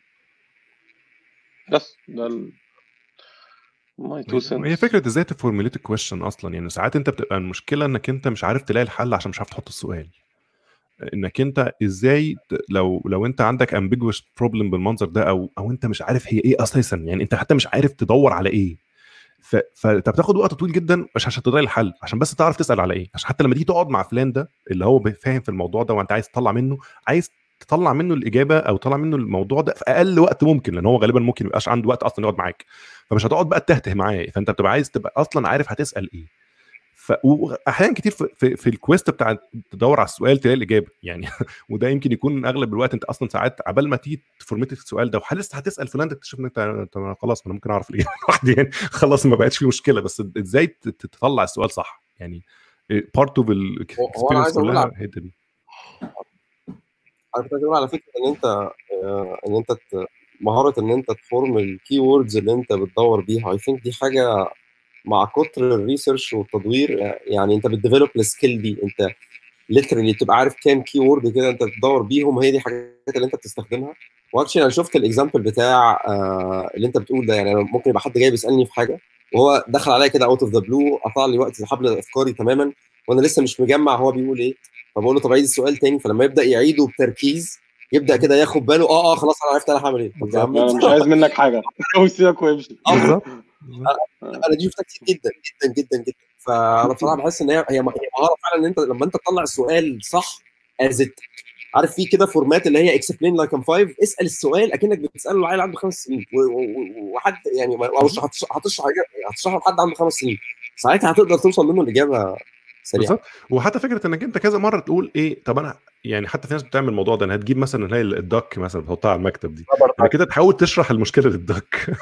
بس ده ال... my two وهي cents. فكره ازاي تفورمulate الكويشن اصلا، يعني ساعات انت بتبقى المشكله انك انت مش عارف تلاقي الحل عشان مش عارف تحط السؤال. انك انت ازاي ت- لو لو انت عندك ambiguous problem بالمنظر ده، او او انت مش عارف هي ايه اساسا، يعني انت حتى مش عارف تدور على ايه، ف... فانت بتاخد وقت طويل جدا مش عشان تلاقي الحل، عشان بس تعرف تسال على ايه، عشان حتى لما تيجي تقعد مع فلان ده اللي هو فاهم في الموضوع ده وانت عايز تطلع منه، عايز تطلع منه الاجابه او تطلع منه الموضوع ده في اقل وقت ممكن، لان هو غالبا ممكن ما يبقاش عنده وقت اصلا يقعد معاك، فمش هتقعد بقى تهته معاه، فانت بتبقى عايز تبقى اصلا عارف هتسال ايه. ف... واحيانا كتير في, في, في الكويست بتاع تدور على السؤال تلاقي الاجابه يعني وده يمكن يكون اغلب الوقت انت اصلا ساعات عبال ما تيجي تفورميت السؤال ده وحلست هتسال فلان تكتشف ان انت, انت خلاص انا ممكن اعرف الاجابه لوحدي يعني خلاص ما بقتش في مشكله، بس ازاي تطلع السؤال صح يعني بارت اوف هو انا الاكسبيرينس عايز اقول كلها على الحته دي. انا كنت عايز اقول على فكره ان انت آه، ان انت ت- مهاره ان انت تفورم الكي ووردز اللي انت بتدور بيها. اي ثينك دي حاجه مع كتر الريسيرش والتدوير، آه، يعني انت بتديفلوب السكيل دي. انت ليترالي تبقى عارف كام كي وورد كده انت بتدور بيهم، هي دي الحاجات اللي انت بتستخدمها. واكشلي انا شفت الاكزامبل بتاع آه اللي انت بتقول ده. يعني أنا ممكن يبقى حد جاي بيسالني في حاجه وهو دخل عليا كده اوت اوف ذا بلو، قطع لي وقت حبل افكاري تماما، وانا لسه مش مجمع هو بيقول ايه. فبقول له طب عيد السؤال تاني، فلما يبدا يعيده بتركيز يبدا كده ياخد باله، اه اه خلاص انا عرفت انا هعمل ايه. طب يا عم انا مش عايز منك حاجه وسيبك وامشي. بالظبط. انا دي شفتها كتير جدا جدا جدا جدا. فانا بصراحه بحس ان هي هي مهاره فعلا، ان انت لما انت تطلع السؤال صح از عارف في كده فورمات اللي هي اكسبلين لايك ام فايف، اسال السؤال اكنك بتساله لعيل عنده خمس سنين وحد يعني او هتشرح هتشرح لحد عنده خمس سنين، ساعتها هتقدر توصل منه الاجابه سريعه. بالظبط. وحتى فكره انك انت كذا مره تقول ايه طب انا يعني حتى في ناس بتعمل الموضوع ده انها تجيب مثلا اللي هي الدك مثلا تحطها على المكتب دي، انك كده تحاول تشرح المشكله للدك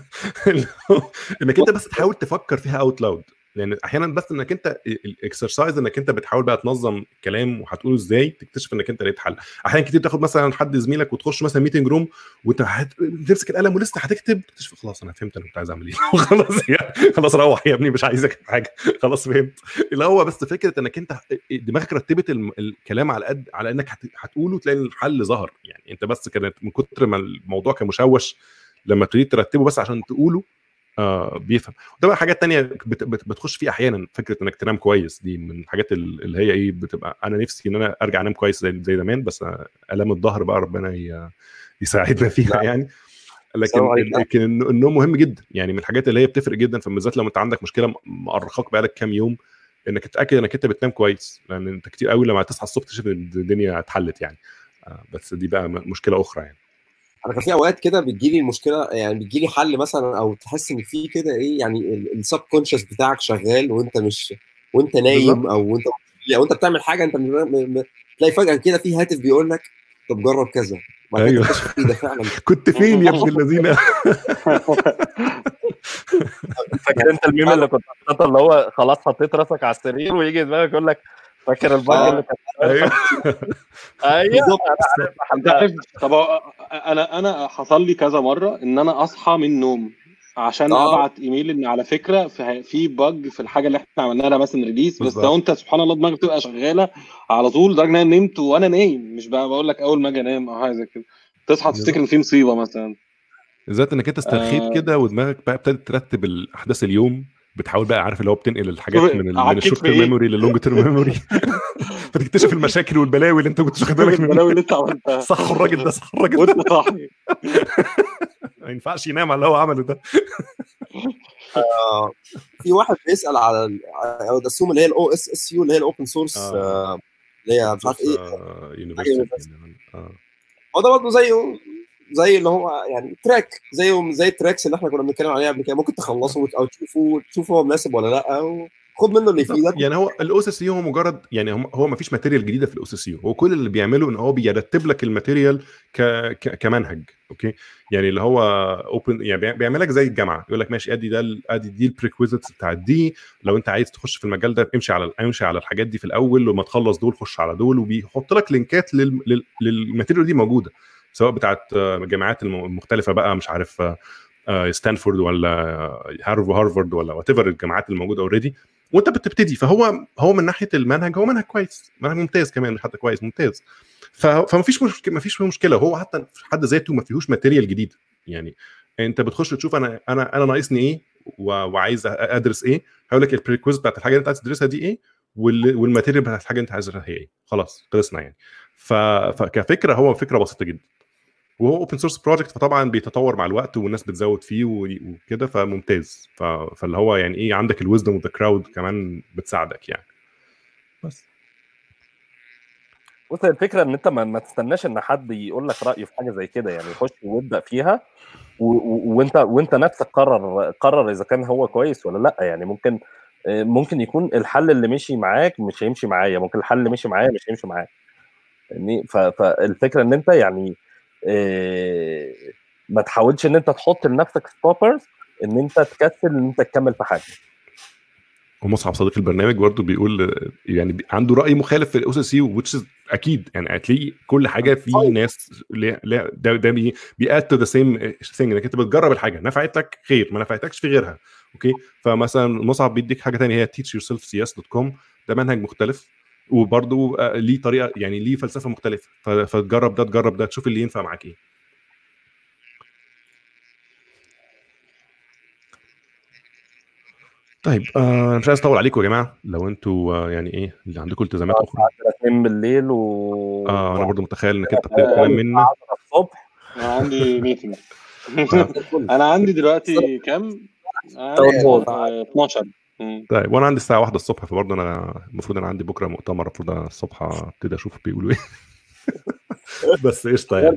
انك انت بس تحاول تفكر فيها اوت لاود، لان احيانا بس انك انت الاكسرسايز انك انت بتحاول بقى تنظم الكلام وهتقوله ازاي تكتشف انك انت لقيت حل. احيانا كتير تاخد مثلا حد زميلك وتخش مثلا ميتنج روم وانت تمسك القلم ولسه هتكتب تكتشف خلاص انا فهمت انا كنت عايز اعمل ايه خلاص يعني خلاص روح يا ابني مش عايزك حاجه خلاص فهمت. اللي هو بس فكره انك انت دماغك رتبت الكلام على قد على انك هتقوله تلاقي الحل ظهر، يعني انت بس كانت من كتر ما الموضوع كان مشوش لما تريد ترتبه بس عشان تقوله آه بيفهم. وده بقى حاجات تانية بت بت بتخش فيه احيانا، فكره انك تنام كويس دي من الحاجات اللي هي ايه بتبقى انا نفسي ان انا ارجع انام كويس زي زي زمان، بس الام الظهر بقى ربنا يساعدنا فيها يعني. لكن لكن النوم مهم جدا، يعني من الحاجات اللي هي بتفرق جدا، فبالذات لو انت عندك مشكله مؤرخاك بقالك كام يوم انك تتاكد انك انت بتنام كويس، لان انت كتير قوي لما تصحى الصبح تشوف الدنيا اتحلت يعني. آه بس دي بقى مشكله اخرى يعني. انا كان في اوقات كده بتجيلي المشكله، يعني بتجيلي حل مثلا، او تحس ان في كده ايه يعني السب كونشس بتاعك شغال وانت مش وانت نايم او انت او انت بتعمل حاجه، انت م... م... تلاقي فجاه كده في هاتف بيقول لك طب جرب كذا، وبعد كده تكتشف ايه ده فعلا كنت فين يا ابن الذين. فاكر انت الميم اللي كنت حاطه اللي هو خلاص حطيت راسك على السرير ويجي دماغك يقول لك فاكر البج اللي كان ايوه ايوه انت عارف. طب انا انا حصل لي كذا مره ان انا اصحى من النوم عشان آه. ابعت ايميل ان على فكره في في بج في الحاجه اللي احنا عملناها مثلا ريليس، بس لو انت سبحان الله دماغك بتبقى شغاله على طول لدرجه ان انا نمت وانا نايم، مش بقى بقول لك اول ما اجي انام او حاجه زي كده تصحى تفتكر ان في مصيبه مثلا، بالذات انك انت استرخيت آه. كده ودماغك بقى ابتدت ترتب الاحداث اليوم، بتحاول بقى عارف اللي هو بتنقل الحاجات من ال من الشورت تيرم ميموري لللونج تيرم ميموري فتكتشف المشاكل والبلاوي اللي انت كنت واخد بالك منها، البلاوي اللي انت عملتها. صح الراجل ده صح الراجل ده وانت صاحي ما ينفعش ينام على اللي هو عمله ده. آه في واحد بيسال على او ده السوم اللي هي الاو اس اس يو اللي هي الاوبن سورس اللي هي مش عارف ايه يونيفرسيتي. اه هو ده برضه زيه زي اللي هو يعني تراك زيه زي التراكس اللي احنا كنا بنتكلم عليها قبل كده، ممكن تخلصه او تشوفه تشوفه هو مناسب ولا لا و... خد منه اللي يفيدك. يعني هو الاو سي سي هو مجرد يعني هو ما فيش ماتيريال جديده في الاو سي سي، هو كل اللي بيعمله ان هو بيرتب لك الماتيريال ك... ك... كمنهج. اوكي يعني اللي هو اوبن يعني بيعمل لك زي الجامعه، يقول لك ماشي ادي ده ادي دي البريكويزيتس بتاع دي، لو انت عايز تخش في المجال ده امشي على امشي على الحاجات دي في الاول، وما تخلص دول خش على دول، وبيحط لك لينكات لل... لل... للماتيريال دي موجوده سواء بتاعت الجامعات المختلفه بقى، مش عارف ستانفورد ولا هارفارد ولا وات ايفر الجامعات الموجوده اوريدي، وانت بتبتدي. فهو هو من ناحيه المنهج هو منهج كويس، منهج ممتاز كمان، مش حتى كويس ممتاز. فما فيش مشكله، ما فيش مشكله، هو حتى في حد ذاته ما فيهوش ماتيريال جديد. يعني انت بتخش تشوف انا انا انا ناقصني ايه وعايز ادرس ايه، هقول لك البريكويز بتاعت الحاجه اللي انت عايز تدرسها دي ايه، والماتيريال بتاعت الحاجه اللي انت عايزها هي ايه. خلاص خلصنا يعني. فكفكره هو فكره بسيطه جدا، وهو اوبن سورس بروجكت، فطبعا بيتطور مع الوقت والناس بتزود فيه وكده، فممتاز. فاللي هو يعني ايه عندك الويزدم اوف ذا كراود كمان بتساعدك يعني. بس بص الفكره ان انت ما, ما تستناش ان حد يقول لك رايه في حاجه زي كده، يعني خش وابدا فيها و... و... وانت وانت نفسك قرر قرر اذا كان هو كويس ولا لا. يعني ممكن ممكن يكون الحل اللي مشي معاك مش هيمشي معايا، ممكن الحل اللي مشي معايا مش هيمشي معاك يعني. ف... فالفكره ان انت يعني إيه... ما تحاولش ان انت تحط لنفسك ستوبرز ان انت تكسل ان انت تكمل في حاجه. ومصعب صديق البرنامج برضه بيقول يعني عنده راي مخالف في الاو سي سي، which is اكيد يعني هتلاقي كل حاجه في ناس لا ده ده بي بيات تو ذا سيم ثينج، انك انت بتجرب الحاجه نفعتك خير، ما نفعتكش في غيرها. اوكي فمثلا مصعب بيديك حاجه ثانيه هي teach yourself سي اس دوت كوم، ده منهج مختلف وبرضه ليه طريقه يعني ليه فلسفه مختلفه، فتجرب ده تجرب ده تشوف اللي ينفع معاك ايه. طيب آه مش عايز اطول عليكم يا جماعه، لو انتوا آه يعني ايه اللي عندكم التزامات اخرى اتنين بالليل و اه انا برضو متخيل انك انت بتنام منا الصبح. انا عندي ميتنج. انا عندي دلوقتي كام؟ اتناشر. طيب وانا عندي الساعه واحدة الصبح، فبرضه انا المفروض انا عندي بكره مؤتمر، المفروض الصبح ابتدي اشوف بيقولوا ايه. بس قشطه يعني.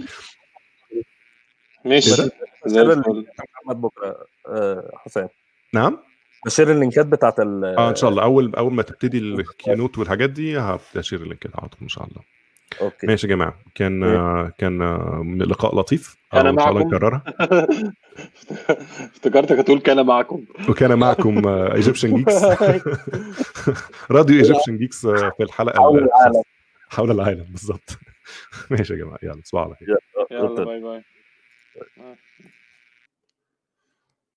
ماشي زي الفل. محمد بكره آه حسام. نعم بشير اللينكات بتاعت ال اه ان شاء الله اول اول ما تبتدي الكينوت والحاجات دي هبشير اللينكات على طول ان شاء الله. اوكي ماشي يا جماعه، كان آه كان آه لقاء لطيف، انا ان شاء الله معكم. نكررها. افتكرتك هتقول كان معكم. وكان معكم ايجيبشن جيكس، راديو ايجيبشن جيكس في الحلقه حول العالم. حول العالم بالظبط. ماشي يا جماعه، يلا تصبحوا على خير. يلا باي باي.